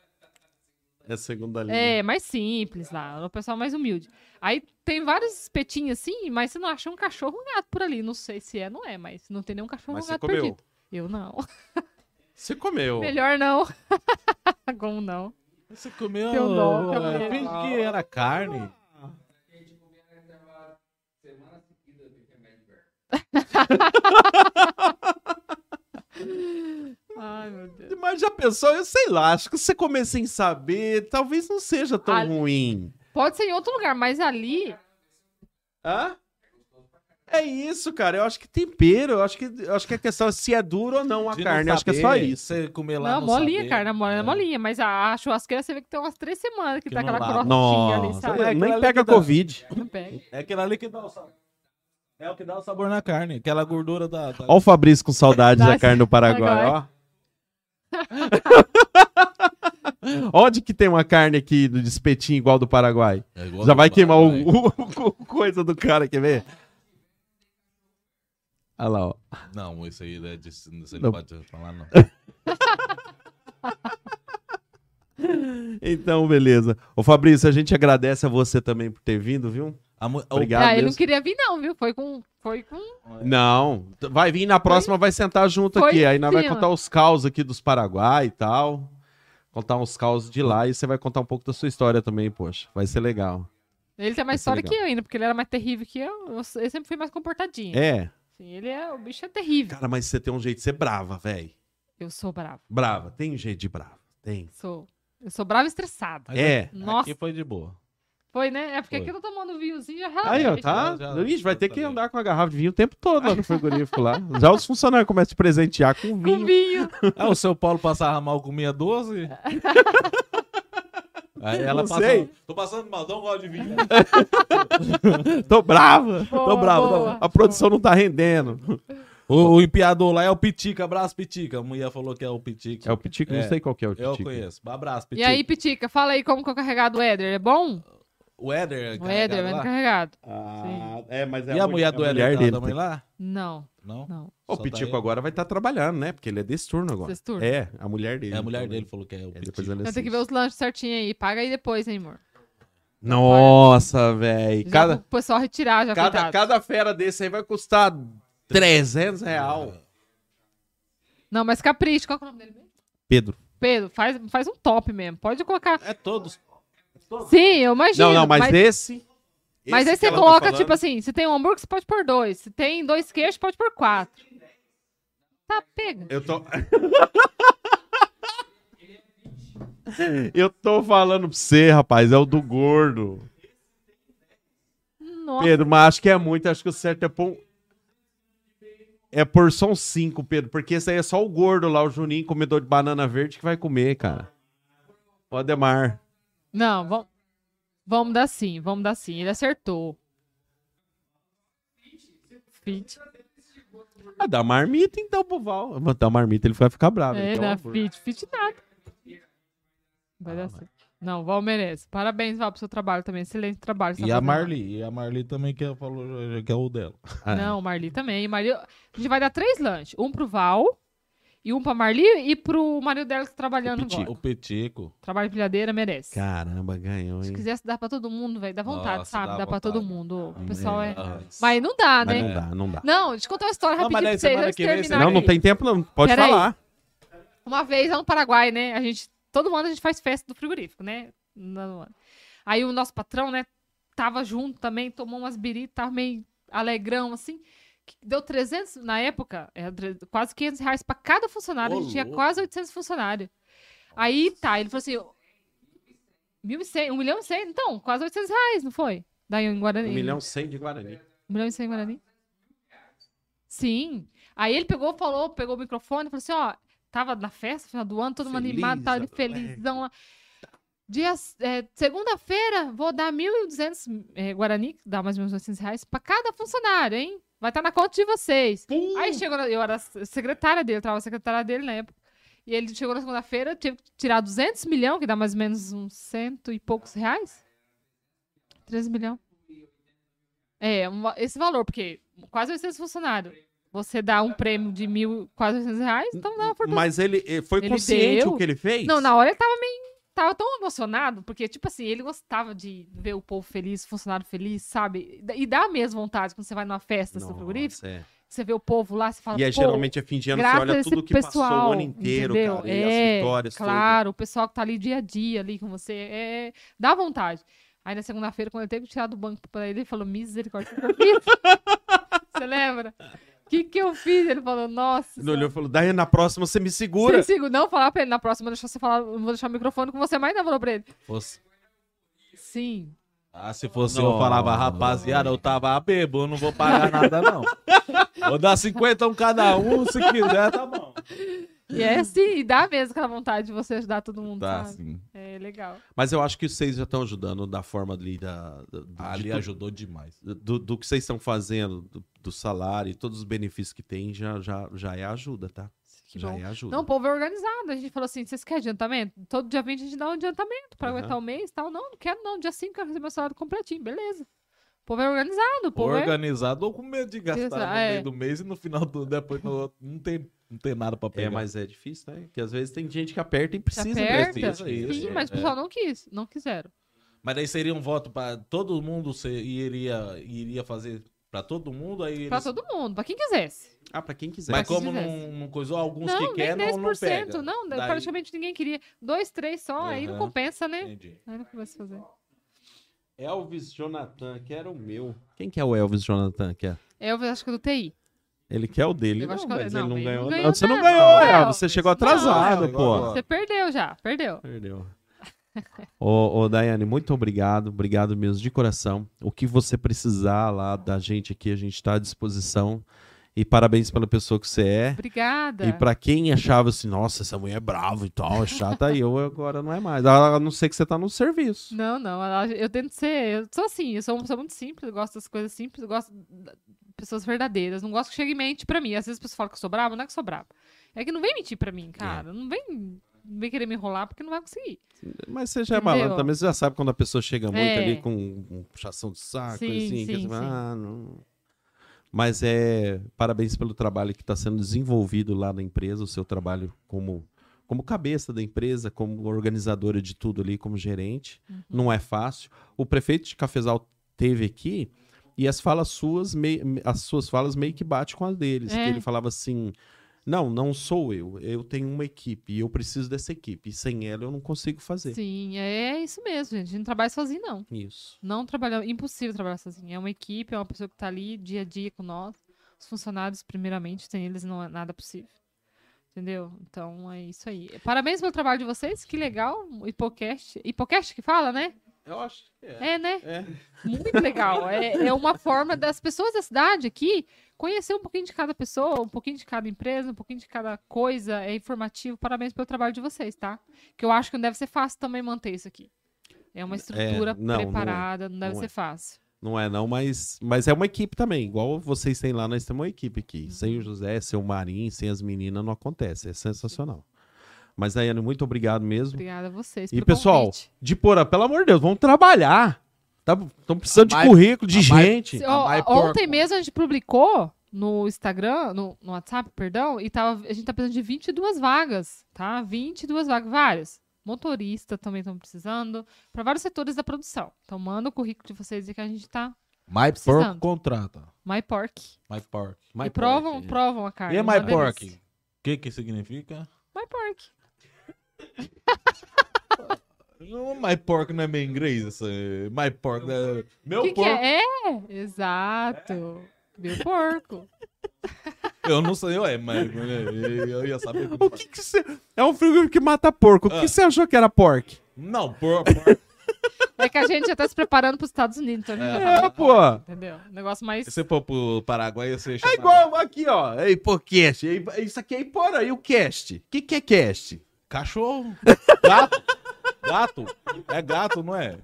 É a segunda linha. É, mais simples lá, o pessoal mais humilde. Aí tem vários espetinhos assim, mas você não acha um cachorro um gato por ali. Não sei se é, não é, mas não tem nenhum cachorro Mas um você gato comeu. perdido. Eu não. Você comeu. Melhor não. Como não? Você comeu. Teu dó, teu é, medo. finge que era carne. Ai, meu Deus. Mas já pensou? Eu sei lá, acho que se você comer sem saber, talvez não seja tão Ali- ruim. Pode ser em outro lugar, mas ali... Hã? É isso, cara. Eu acho que tempero. Eu acho que, eu acho que a questão é se é duro ou não a De não carne. Eu acho que é só saber, isso. Você comer lá Não, não molinha, saber. cara. A molinha é É. molinha. Mas a, a churrasqueira você vê que tem umas três semanas que, Que tá não aquela lava. crostinha ali, Nossa, sabe? É, aquilo nem ali pega que dá. Covid. Não pega. É aquilo ali que dá o sabor. É o que dá o sabor na carne. Aquela gordura da... da... Olha o Fabrício com saudade da Saudade carne do Paraguai, ó. Onde que tem uma carne aqui do espetinho igual do Paraguai? É igual Já do vai queimar o, Paraguai. o- o coisa do cara, quer ver? Olha lá, ó. Não, isso aí é de... Você não Não. pode falar, não. Então, beleza. Ô, Fabrício, a gente agradece a você também por ter vindo, viu? A mu- o- Obrigado Ah, ele mesmo. não queria vir, não, viu? Foi com. Foi com. Não, vai vir na próxima, vai sentar junto Foi aqui. Aí nós vai sim, ó. contar os causos aqui dos Paraguai e tal. Contar uns causos de lá e você vai contar um pouco da sua história também, poxa. Vai ser legal. Ele tem mais Vai ser história que legal. eu ainda, porque ele era mais terrível que eu. Eu, eu sempre fui mais comportadinha. É. Assim, ele é. O bicho é terrível. Cara, mas você tem um jeito de ser brava, velho. Eu sou brava. Brava. Tem um jeito de brava. Tem. Sou. Eu sou brava e estressada. Mas É. aqui- Nossa. Aqui foi de boa. Foi, né? É porque Foi. aqui eu tô tomando vinhozinho já Aí, ó, relaxa. tá? já- já- Ixi, vai ter que tá andar com a garrafa de vinho o tempo todo lá no frigorífico lá. Já os funcionários começam a te presentear com Com vinho. vinho. Ah, o seu Paulo passava mal, comia doze. Aí ela Não passa. sei. Tô passando mal, não gosto de vinho. Tô brava. Boa, Tô brava. boa. A produção não tá rendendo. O, o empiador lá é o Pitica. Abraço, Pitica. A mulher falou que é o Pitica. É o Pitico? É. Não sei qual que é o Eu Pitico. conheço. Um abraço, E Pitica. aí, Pitica, fala aí como que é o carregado do Éder. É bom? O Éder. O Éder, é carregado. Ah, é, mas é E a mulher do Éder tá dele. também lá? Não, Não? não. O Só tá Pitico ele? agora vai estar trabalhando, né? Porque ele é desse turno agora. Desse turno. É, a mulher dele. É a mulher também. dele falou que é o É, Pitica. depois ela Então tem que assiste. ver os lanches certinho aí. Paga aí depois, hein, amor? Nossa, velho. Já Cada, pro pessoal retirar, já cada, coitado. cada fera desse aí vai custar trezentos real. Não, mas capricho. Qual que é o nome dele mesmo? Pedro. Pedro, faz, faz um top mesmo. Pode colocar. É todos. Sim, eu imagino. Não, não, mas, esse... mas esse aí que você ela tá coloca, falando- tipo assim, se tem um hambúrguer, você pode pôr dois. Se tem dois queijos, pode pôr quatro. Tá, pega. Eu tô... Eu tô falando pra você, rapaz, é o do gordo. Nossa. Pedro, mas acho que é muito, acho que o certo é pôr... É porção cinco, Pedro, porque esse aí é só o gordo lá, o Juninho, comedor de banana verde, que vai comer, cara. O Ademar. Não, vamos, vamos dar sim, vamos dar sim. Ele acertou. Fit. Ah, dá marmita então pro Val. Mas dá marmita, ele vai ficar bravo. É, ele quer um não, hambúrguer. fit, fit nada. Vai dar certo. Não, Val merece. Parabéns, Val, pro seu trabalho também. Excelente trabalho. que você E tá a fazendo. Marli. E a Marli também que ela falou que é o dela. Ah, Não, Marli também. Marli, a gente vai dar três lanches. Um pro Val, e um pra Marli e pro marido dela que tá trabalhando O Pitico. agora. O Petico. Trabalho de pilhadeira, merece. Caramba, ganhou, Se hein? quisesse dar pra todo mundo, velho, dá vontade, Nossa, sabe? dá Dá pra todo vontade. mundo. O pessoal é... Ah, Mas não dá, Mas né? não dá, não dá. Não, deixa eu contar uma história Não, mas rapidinho daí pra vocês semana antes de que vem terminar. Não, não aqui. tem tempo não. Pode Peraí. falar. Uma vez lá no Paraguai, né? A gente, todo ano a gente faz festa do frigorífico, né? No ano. Aí o nosso patrão, né, tava junto também, tomou umas biritas, tava meio alegrão, assim. que Deu trezentos, na época, era tre- quase quinhentos reais pra cada funcionário. Ô, a gente tinha louco. quase oitocentos funcionários. Aí tá, ele falou assim: mil e cem, um milhão e cem, então, quase oitocentos reais, não foi? Daí em Guarani. Um milhão e cem de Guarani. Um milhão e cem em Guarani? Sim. Aí ele pegou, falou, pegou o microfone e falou assim, ó, tava na festa, final do ano, todo mundo Feliz, animado, tava ali alegre. felizão lá. Dia, é, segunda-feira, vou dar mil e duzentos é, Guarani, que dá mais ou menos oitocentos reais, pra cada funcionário, hein? Vai estar na conta de vocês. Aí chegou, na- eu era secretária dele, eu tava secretária dele na época. E ele chegou na segunda-feira, tive que tirar duzentos milhões, que dá mais ou menos uns cento e poucos reais. treze milhões. É, um va- esse valor, porque quase oitocentos funcionários. Você dá um prêmio de mil, quase oitocentos reais, então dá uma fortuna. Mas ele eh, foi Ele consciente deu. o que ele fez? Não, na hora ele tava meio. Tava tão emocionado, porque, tipo assim, ele gostava de ver o povo feliz, funcionário feliz, sabe? E dá mesmo vontade quando você vai numa festa do frigorífico, Nossa, é. você vê o povo lá, você fala. E é pô, geralmente é fim de ano, você graças olha a esse tudo que passou o pessoal, ano inteiro, entendeu? cara. E É, as vitórias, claro, o pessoal que tá ali dia a dia ali com você, é, dá vontade. Aí na segunda-feira, quando eu teve que tirar do banco pra ele, ele falou, misericórdia, o que eu fiz? Você lembra? O que, que eu fiz? Ele falou, nossa. Ele olhou e falou, daí na próxima você me segura. Você sigo, não falar pra ele na próxima, deixa você falar, não vou deixar o microfone com você mais, não, falou pra ele. Fosse... Sim. Ah, se fosse Não. eu falava, rapaziada, eu tava bêbado, eu não vou pagar nada, não. Vou dar cinquenta um cada um, se quiser, tá bom. E é assim, e dá mesmo aquela vontade de você ajudar todo mundo, Tá, sabe? sim. É legal. Mas eu acho que vocês já estão ajudando da forma ali da... da- do- Ali de tudo- ajudou demais. do, do que vocês estão fazendo, do, do salário e todos os benefícios que tem, já, já, já é ajuda, tá? Que já bom. é ajuda. Não, o povo é organizado. A gente falou assim: vocês querem adiantamento? Todo dia vinte a gente dá um adiantamento pra Aham. aguentar o mês e tal. Não, não quero não. Dia cinco eu quero receber meu salário completinho. Beleza. O povo é organizado. O povo é... Organizado ou com medo de gastar Exa- no é. meio do mês e no final do depois no outro, não tem, não tem nada pra pegar. É, mas é difícil, né? Porque às vezes tem gente que aperta e Se precisa. aperta. precisa, isso, Sim, é, mas o é. pessoal não quis. Não quiseram. Mas daí seria um voto pra todo mundo ser, iria, iria fazer pra todo mundo, aí Pra eles... todo mundo. Pra quem quisesse. Ah, pra quem quiser. Mas quem como quisesse. não, não coisou, alguns Não, que nem querem dez não, não por cento. pega. Não, Daí- praticamente ninguém queria. Dois, três só. Aí não Aham. compensa, né? Entendi. Aí não começa a fazer. Elvis Jonathan, que era o meu. Quem que é o Elvis Jonathan? Que é? Eu acho que é do T I. Ele quer o dele. Eu não, acho que eu- mas não, ele não ele ganhou. não Não, ganhou você não nada. ganhou, Não, Elvis. Você Elvis. chegou atrasado, Não, pô. igual Você perdeu já. Perdeu. Perdeu. Ô, ô, Daiane, muito obrigado. Obrigado mesmo, de coração. O que você precisar lá da gente aqui, a gente está à disposição. E parabéns pela pessoa que você é. Obrigada. E pra quem achava assim, nossa, essa mulher é brava e tal, é chata, aí eu agora não é mais. A não ser que você tá no serviço. Não, não, ela- eu tento ser, eu sou assim, eu sou uma pessoa muito simples, eu gosto das coisas simples, eu gosto de pessoas verdadeiras, não gosto que chegue e mente pra mim. Às vezes as pessoas falam que eu sou brava, não é que eu sou brava. É que não vem mentir pra mim, cara. Não vem, não vem querer me enrolar porque não vai conseguir. Mas você já é Entendeu? malandro também, você já sabe quando a pessoa chega muito É. ali com um puxação de saco, Sim, coisa assim, que sim, você fala, sim. ah, não. Mas é parabéns pelo trabalho que está sendo desenvolvido lá na empresa, o seu trabalho como, como cabeça da empresa, como organizadora de tudo ali, como gerente. Uhum. Não é fácil. O prefeito de Cafezal teve aqui e as falas suas, mei- as suas falas meio que batem com as deles. É. Que ele falava assim: não, não sou eu. Eu tenho uma equipe e eu preciso dessa equipe. E sem ela eu não consigo fazer. Sim, é isso mesmo, gente. A gente não trabalha sozinho, não. Isso. Não trabalha, impossível trabalhar sozinho. É uma equipe, é uma pessoa que tá ali dia a dia com nós. Os funcionários, primeiramente, sem eles não é nada possível. Entendeu? Então é isso aí. Parabéns pelo trabalho de vocês, que legal. O Hipocast. Hipocast que fala, né? Eu acho que é. É, né? É. Muito legal. É, é uma forma das pessoas da cidade aqui conhecer um pouquinho de cada pessoa, um pouquinho de cada empresa, um pouquinho de cada coisa. É informativo. Parabéns pelo trabalho de vocês, tá? Que eu acho que não deve ser fácil também manter isso aqui. É uma estrutura não, não é. preparada, não, deve Não ser é. fácil. Não é não, mas, mas é uma equipe também. Igual vocês têm lá, nós temos uma equipe aqui. Sem o José, sem o Marim, sem as meninas, não acontece. É sensacional. Mas, Daiane, muito obrigado mesmo. Obrigada a vocês E, pelo pessoal, convite. de Porã, pelo amor de Deus, vamos trabalhar. Estão precisando de A mais- currículo, de a mais- gente. Se- ó, mais ontem porco. mesmo a gente publicou no Instagram, no, no WhatsApp, perdão, e tava, a gente tá precisando de vinte e duas vagas, tá? vinte e duas vagas, várias. Motorista também estão precisando, para vários setores da produção. Então manda o currículo de vocês aí que a gente tá My Pork Precisando. contrata. My Pork. My Pork. My e provam, pork. provam a carne. E é uma My delícia. Pork? O que que significa? My Pork. Não, My Pork não é meio inglês, isso aí. My Pork é... Meu O que, que porco. é? É, exato. Meu porco. Eu não sei, ué, mas eu ia saber. O que que você... É um frigorífico que mata porco. O que Ah. você achou que era pork? Não, por, por... É que a gente já tá se preparando pros Estados Unidos, então a gente já É, tá- pô. entendeu? Negócio mais... Se você for pro Paraguai, você É chama... igual aqui, ó. É hipocast. É- Isso aqui é Iporã. E o cast? O que, que é cast? Cachorro. Gato. Gato. É gato, não é?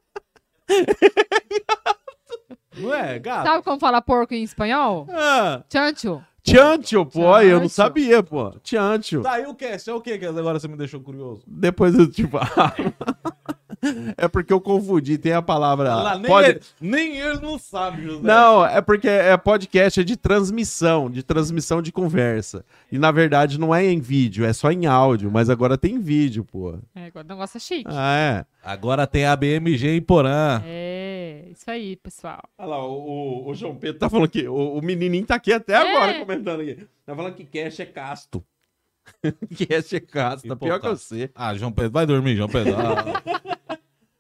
Não é? Gato. Sabe como fala porco em espanhol? Ah, Chancho. Tchancho, pô. Aí eu não Tchancho. sabia, pô. Tchancho. Tá, e o cast? É o que que agora você me deixou curioso? Depois eu te falo. É porque eu confundi. Tem a palavra... Lá, nem, pode- ele, nem ele não sabe, José. Não, é porque é podcast, é de transmissão, de transmissão de conversa. E na verdade não é em vídeo, é só em áudio, mas agora tem vídeo, pô. É, agora o negócio é chique. Ah, é. Agora tem a B M G em Porã. É, isso aí, pessoal. Olha lá, o, o- o João Pedro tá falando que o, o menininho tá aqui até É. agora comentando aqui. Tá falando que cash é casto. Cash é casto, tá pior que Hipocasta. você. Ah, João Pedro, vai dormir, João Pedro. Ah.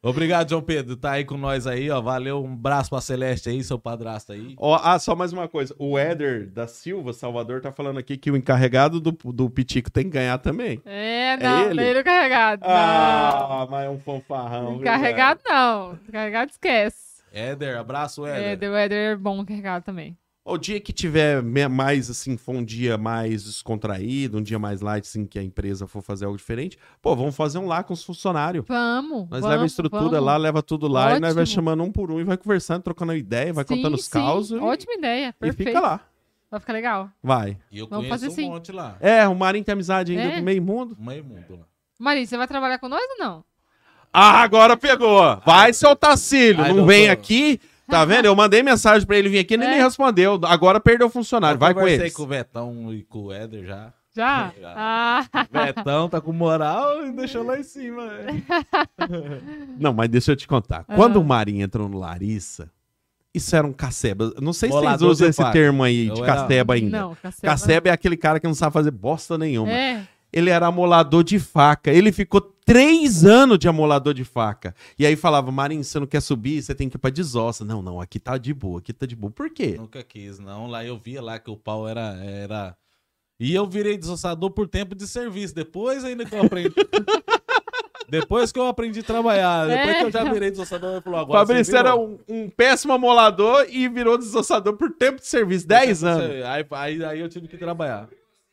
Obrigado, João Pedro. Tá aí com nós aí, ó. Valeu. Um abraço pra Celeste aí, seu padrasto aí. Ó, ah, só mais uma coisa. O Éder da Silva, Salvador, tá falando aqui que o encarregado do, do Pitico tem que ganhar também. É, não, ele? ele é o carregado. Ah, mas é um fanfarrão. Não. viu, Carregado não. Carregado esquece. Éder, abraço, Éder. É, o Éder é bom carregado também. O dia que tiver me- mais, assim, for um dia mais descontraído, um dia mais light, assim, que a empresa for fazer algo diferente, pô, vamos fazer um lá com os funcionários. Vamos. Nós vamos, leva a estrutura vamos. lá, leva tudo lá, e nós vai Ótimo. chamando um por um e vai conversando, trocando ideia, vai Sim, contando os sim. causos. e- Ótima ideia. E Perfeito. fica lá. Vai ficar legal. Vai. E eu Vamos conheço fazer um assim. monte lá. É, o Marinho tem amizade ainda É? do meio mundo. Meio mundo lá. Maria, você vai trabalhar com nós ou não? Ah, agora pegou. Vai, seu Tacílio. Ai, não doutor. vem aqui. Tá vendo? Eu mandei mensagem pra ele vir aqui, ele É. nem respondeu. Agora perdeu o funcionário. Eu Vai com conversei eles. com o Vetão e com o Éder já. Já? Já. Ah, Vetão tá com moral e deixou lá em cima. velho. Não, mas deixa eu te contar. Ah. Quando o Marinho entrou no Larissa, isso era um caceba. Não sei se vocês Molador usam de esse faca. termo aí, de Eu era- caceba ainda. não, Caceba. Caceba é aquele cara que não sabe fazer bosta nenhuma. É. Ele era amolador de faca. Ele ficou três anos de amolador de faca. E aí falava, Marinho, você não quer subir? Você tem que ir pra desossa. Não, não, aqui tá de boa, aqui tá de boa. Por quê? Nunca quis, não. Lá eu via lá que o pau era... era... E eu virei desossador por tempo de serviço. Depois ainda que eu aprendi... Depois que eu aprendi a trabalhar. Depois É. que eu já virei desossador, ele falou, agora Fabrício você virou. era um, um péssimo amolador e virou desossador por tempo de serviço. Dez anos. Aí, aí, aí eu tive que trabalhar.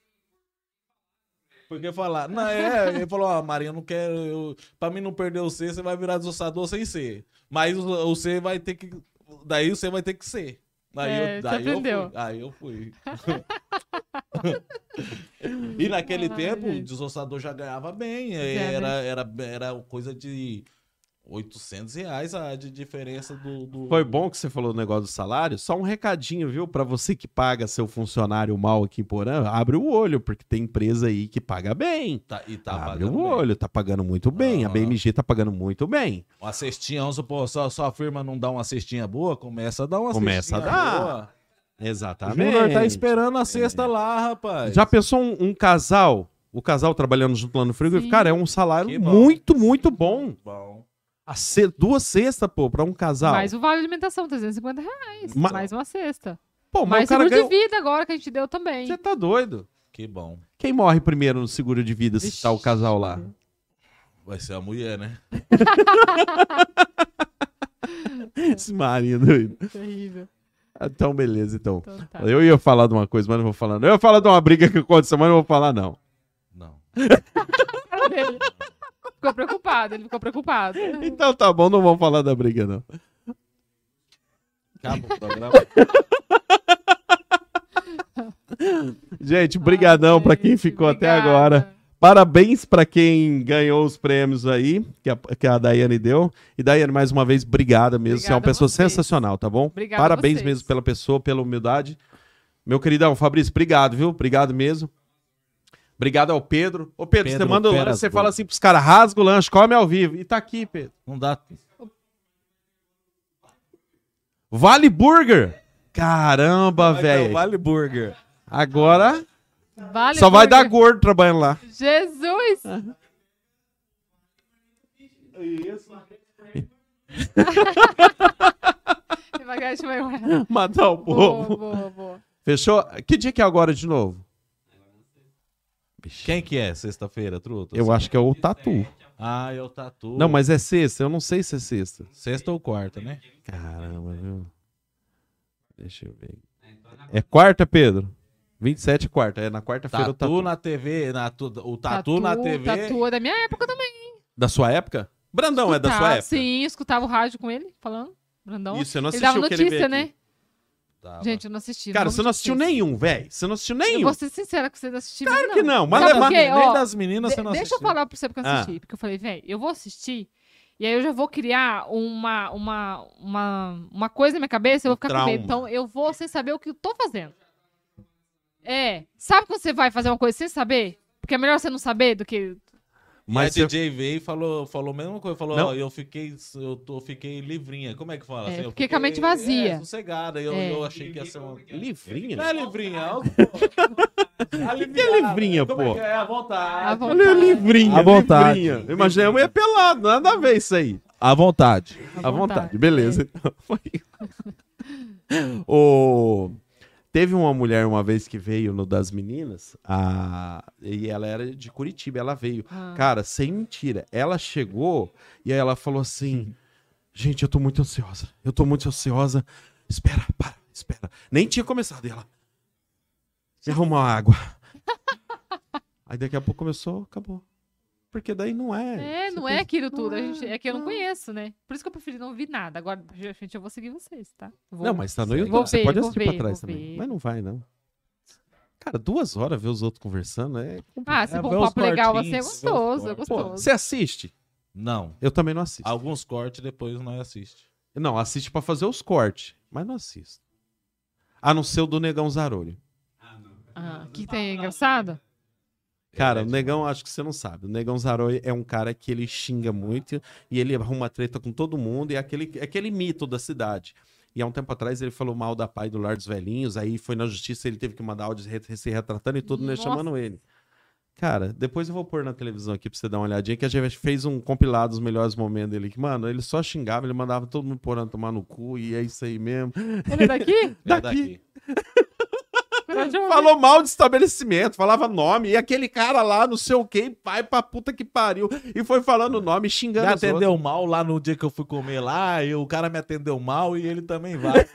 Porque falar, não, é, ele falou, ó, Marinho, eu não quero, eu, pra mim não perder o C, você vai virar desossador sem ser. Mas o, o C vai ter que, daí o C vai ter que ser. Aí, É, eu, você daí eu aprendeu. fui. Aí eu fui. E naquele Ai, tempo, o gente. desossador já ganhava bem. É, Era, era, era coisa de oitocentos reais a de diferença do... do- Foi bom que você falou o negócio do salário. Só um recadinho, viu? Pra você que paga seu funcionário mal aqui em Porã, abre o olho, porque tem empresa aí que paga bem. Tá, e tá abre pagando o bem. olho, tá pagando muito bem. A Aham. B M G tá pagando muito bem. Uma cestinha, vamos supor, só, só a firma não dá uma cestinha boa, começa a dar uma Começa a cestinha dar. boa. O Exatamente. Júnior tá esperando a cesta lá, rapaz. Já pensou um, um casal, o casal trabalhando junto lá no frigorífico? Sim. Cara, é um salário Que bom. muito, muito bom. Bom. A ce- Duas cestas, pô, pra um casal. Mais o vale alimentação, trezentos e cinquenta reais. Ma- Mais uma cesta. Pô, mas Mais o cara seguro ganhou... de vida agora que a gente deu também. Você tá doido? Que bom. Quem morre primeiro no seguro de vida se Vixe. tá o casal lá? Vai ser a mulher, né? Esse marido doido. Terrível. Então, beleza, então. Então tá. Eu ia falar de uma coisa, mas não vou falar. Não. Eu ia falar de uma briga que aconteceu, mas não vou falar, não. Não. Cara dele. Ficou preocupado, ele ficou preocupado. Então tá bom, não vamos falar da briga, não. Acaba o programa. Gente, brigadão Ai, pra quem gente, ficou até obrigada. agora. Parabéns pra quem ganhou os prêmios aí, que a, que a Daiane deu. E Daiane, mais uma vez, obrigada mesmo. Você é uma Obrigada a pessoa vocês. sensacional, tá bom? Obrigada a Parabéns vocês. mesmo pela pessoa, pela humildade. Meu queridão, Fabrício, obrigado, viu? Obrigado mesmo. Obrigado ao Pedro. Ô, Pedro, Pedro você manda o lanche, Feras você Gordo. fala assim pros caras, rasga o lanche, come ao vivo. E tá aqui, Pedro. Não dá. Vale Burger! Caramba, Vai dar o velho. Vale Burger. Agora Vale só vai Burger. dar gordo trabalhando lá. Jesus! Devagar, deixa eu ver. Matar o Boa, povo. boa, boa. Fechou? Que dia que é agora de novo? Quem que é sexta-feira, truta? Eu acho que é o Tatu. Ah, é o Tatu. Não, mas é sexta. Eu não sei se é sexta. Sexta ou quarta, né? Caramba, viu? Deixa eu ver. É quarta, Pedro? vinte e sete é quarta. É na quarta-feira o Tatu Tatu. na T V, na, tu- o Tatu, na T V. Tatu é da minha época também. Da sua época? Brandão é da sua Escutava- época? Sim, eu escutava o rádio com ele falando. Brandão. Isso, eu não ele assisti dava o que ele notícia, veio aqui. né? Tava. Gente, eu não assisti. Cara, vamos você não assistiu assistir. nenhum, velho. Você não assistiu Eu nenhum. vou ser sincera com você, não assisti Claro mesmo, que não, mas- Sabe mas- por quê? Nem Ó, das meninas de- você não deixa eu assistiu. falar pra você porque eu Ah. assisti. Porque eu falei, velho, eu vou assistir e aí eu já vou criar uma, uma, uma, uma coisa na minha cabeça e eu vou ficar trauma. com medo. Então eu vou sem saber o que eu tô fazendo. É. Sabe quando você vai fazer uma coisa sem saber? Porque é melhor você não saber do que... Mas Mas a você- D J veio e falou, falou a mesma coisa. Falou, Não. ó, eu fiquei, eu tô, fiquei livrinha. Como é que fala? É, Assim, eu fiquei fiquei, com a mente vazia. É, sossegada. Eu, É. eu achei que ia ser uma... Livrinha? Não é livrinha, é algo... Que é livrinha, Como é pô? que é? À vontade. À Olha, vontade. livrinha. À vontade. livrinha. Imagina, eu ia pelado, nada a ver isso aí. À vontade. À vontade, beleza. Então, foi. O... Teve uma mulher uma vez que veio no Das Meninas, a... e ela era de Curitiba, ela veio. Ah. Cara, sem mentira, ela chegou e aí ela falou assim, gente, eu tô muito ansiosa, eu tô muito ansiosa, espera, para, espera. Nem tinha começado, e ela, me arruma uma água. Aí daqui a pouco começou, acabou. Porque daí não é. É, Você não tem- é aquilo tudo. A Não gente, é, é que eu não não. conheço, né? Por isso que eu preferi não ouvir nada. Agora, gente, eu vou seguir vocês, tá? Vou- Não, mas tá no Vou YouTube, você ver, pode vou assistir pra ver, trás vou também. ver. Mas não vai, não. Cara, duas horas ver os outros conversando é Ah, se É, for ver um os papo legal assim, é cortinhos, ver os gostoso, é cortes. Pô, gostoso. você assiste? Não. Eu também não assisto. Alguns cortes depois nós assiste. Não, assiste pra fazer os cortes, mas não assisto. A não ser o do Negão Zarolho. Ah, que tem engraçado? Cara, o Negão, acho que você não sabe. O Negão Zarolho é um cara que ele xinga muito e ele arruma treta com todo mundo e é aquele, é aquele mito da cidade. E há um tempo atrás ele falou mal da Pai do Lar dos Velhinhos, aí foi na justiça, ele teve que mandar áudio re- se retratando e tudo, né, Nossa. chamando ele. Cara, depois eu vou pôr na televisão aqui pra você dar uma olhadinha, que a gente fez um compilado dos melhores momentos dele. Que, mano, ele só xingava, ele mandava todo mundo porando tomar no cu, e é isso aí mesmo. Ele é daqui? É Daqui. Corajoso. Falou mal de estabelecimento, falava nome, e aquele cara lá, não sei o que, vai pra puta que pariu. E foi falando nome, xingando Me os atendeu mal lá no dia que eu fui comer lá, e o cara me atendeu mal e ele também vai.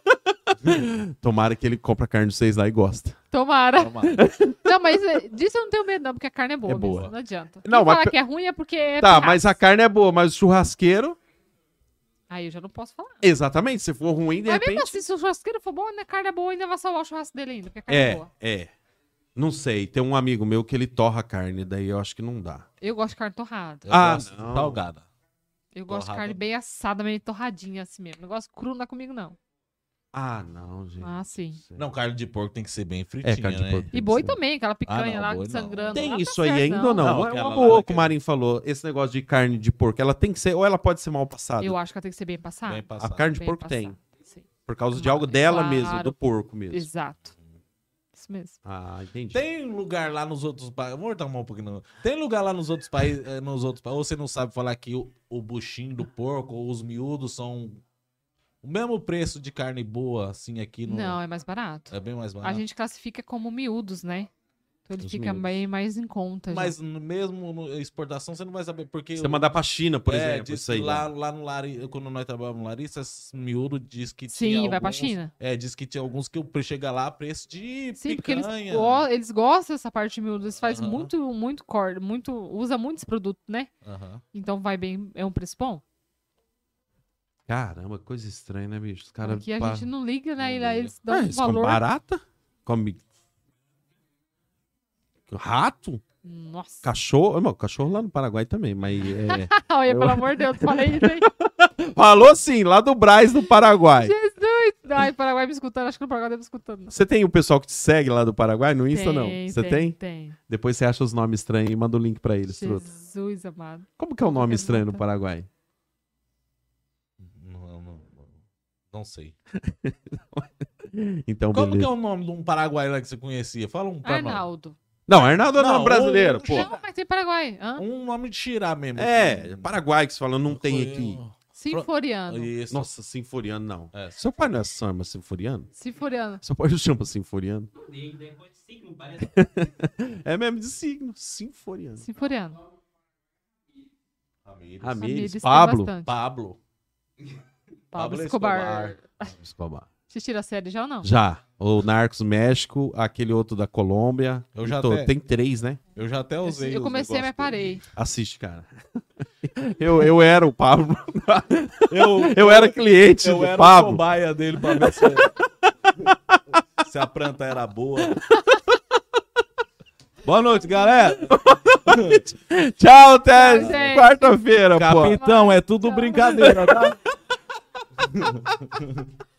outros. Tomara que ele compra carne de vocês lá e gosta. Tomara. Toma. Não, mas é, disso eu não tenho medo, não, porque a carne é boa. É boa. mesmo, não adianta. Não, Quem mas falar pe- que é ruim é porque é Tá, pirraça. mas a carne é boa, mas o churrasqueiro... Aí eu já não posso falar. Exatamente, se for ruim, de mas mesmo repente... assim, se o churrasqueiro for bom, a carne é boa, ainda vai salvar o churrasco dele ainda, porque a carne é, É, boa. é. Não sei, tem um amigo meu que ele torra carne, daí eu acho que não dá. Eu gosto de carne torrada. Eu Ah, gosto de não. salgada. Eu gosto de Torrada. carne bem assada, meio torradinha assim mesmo. Negócio cru não dá comigo, não. Ah, não, gente. Ah, sim. Não, carne de porco tem que ser bem fritinha, É, carne de né? porco. E boi também, aquela picanha não, lá boi não. sangrando. Tem lá, tá isso aí certo, ainda ou não? Não, é aquela uma lá boa é que o Marinho falou. Esse negócio de carne de porco, ela tem que ser, ou ela pode ser mal passada. Eu acho que ela tem que ser bem passada. Bem A passado. carne de Bem porco passada, tem. sim. Por causa de algo dela Claro. mesmo, do porco mesmo. Exato. Isso mesmo. Ah, entendi. Tem lugar lá nos outros países. Vou voltar um pouquinho. Não. Tem lugar lá nos outros países. eh, Nos outros países. Ou você não sabe falar que o, o buchinho do porco ou os miúdos são o mesmo preço de carne boa, assim, aqui no. Não, é mais barato. É bem mais A barato. gente classifica como miúdos, né? Então ele Os fica miúdos. bem mais em conta. já. Mas no mesmo no exportação você não vai saber. Porque. Você mandar pra China, por é, exemplo, diz isso que aí. lá, né? lá no Larissa, quando nós trabalhamos no Larissa, esse miúdo diz que Sim, tinha vai pra alguns- China. É, diz que tinha alguns que o preço chega lá, preço de Sim, porque eles, picanha. go- eles gostam dessa parte de miúdo. Eles fazem Aham. muito, muito corte, muito, usa muitos produtos, né? Aham. Então vai bem, é um preço bom. Caramba, coisa estranha, né, bicho? Os caras. Aqui a pa- gente não liga, né? Não E lá liga. eles dão Ah, um eles comem valor. barata? Come. Rato? Nossa. Cachorro? Não, cachorro lá no Paraguai também, mas é. Olha, Eu- pelo amor de Deus, falei isso aí. Falou assim, lá do Brás, do Paraguai. Jesus! Ai, Paraguai me escutando, acho que no Paraguai deve me escutando. não. Você tem o pessoal que te segue lá do Paraguai no Insta, não? Tem, Você tem? Tem. Depois você acha os nomes estranhos e manda o link pra eles, truta. Jesus amado. Como que é o nome Pergunta. estranho no Paraguai? Não, não, não, não sei. Então, Como que é beleza. o nome de um paraguaio lá que você conhecia? Fala um pra nós. Arnaldo. Não, Arnaldo é Não, nome brasileiro, um- pô. Não, mas tem Paraguai. Hã? Um nome de Xirá mesmo. É, Paraguai que você fala, não tem aqui. Sinforiano. Isso. Nossa, Sinforiano não. É. Seu pai não é chama Sinforiano? Sinforiano. Seu pai chama Sinforiano? É mesmo de signo, Sinforiano. Sinforiano. Ramírez. Ramírez, Ramírez tem Pablo. bastante. Pablo. Pablo Pablo Escobar. Escobar. Você tira a série já ou não? Já. O Narcos México, aquele outro da Colômbia. Eu já Tô- até- Tem três, né? Eu já até usei. Eu os comecei, mas negócios parei. Assiste, cara. eu, eu era o Pablo. dele. Eu, Eu era cliente eu do era o Pablo. cobaia dele pra ver se, se a planta era boa. Boa noite, galera. Tchau, até Tchau, gente. quarta-feira, pô. Capitão, é tudo brincadeira, tá?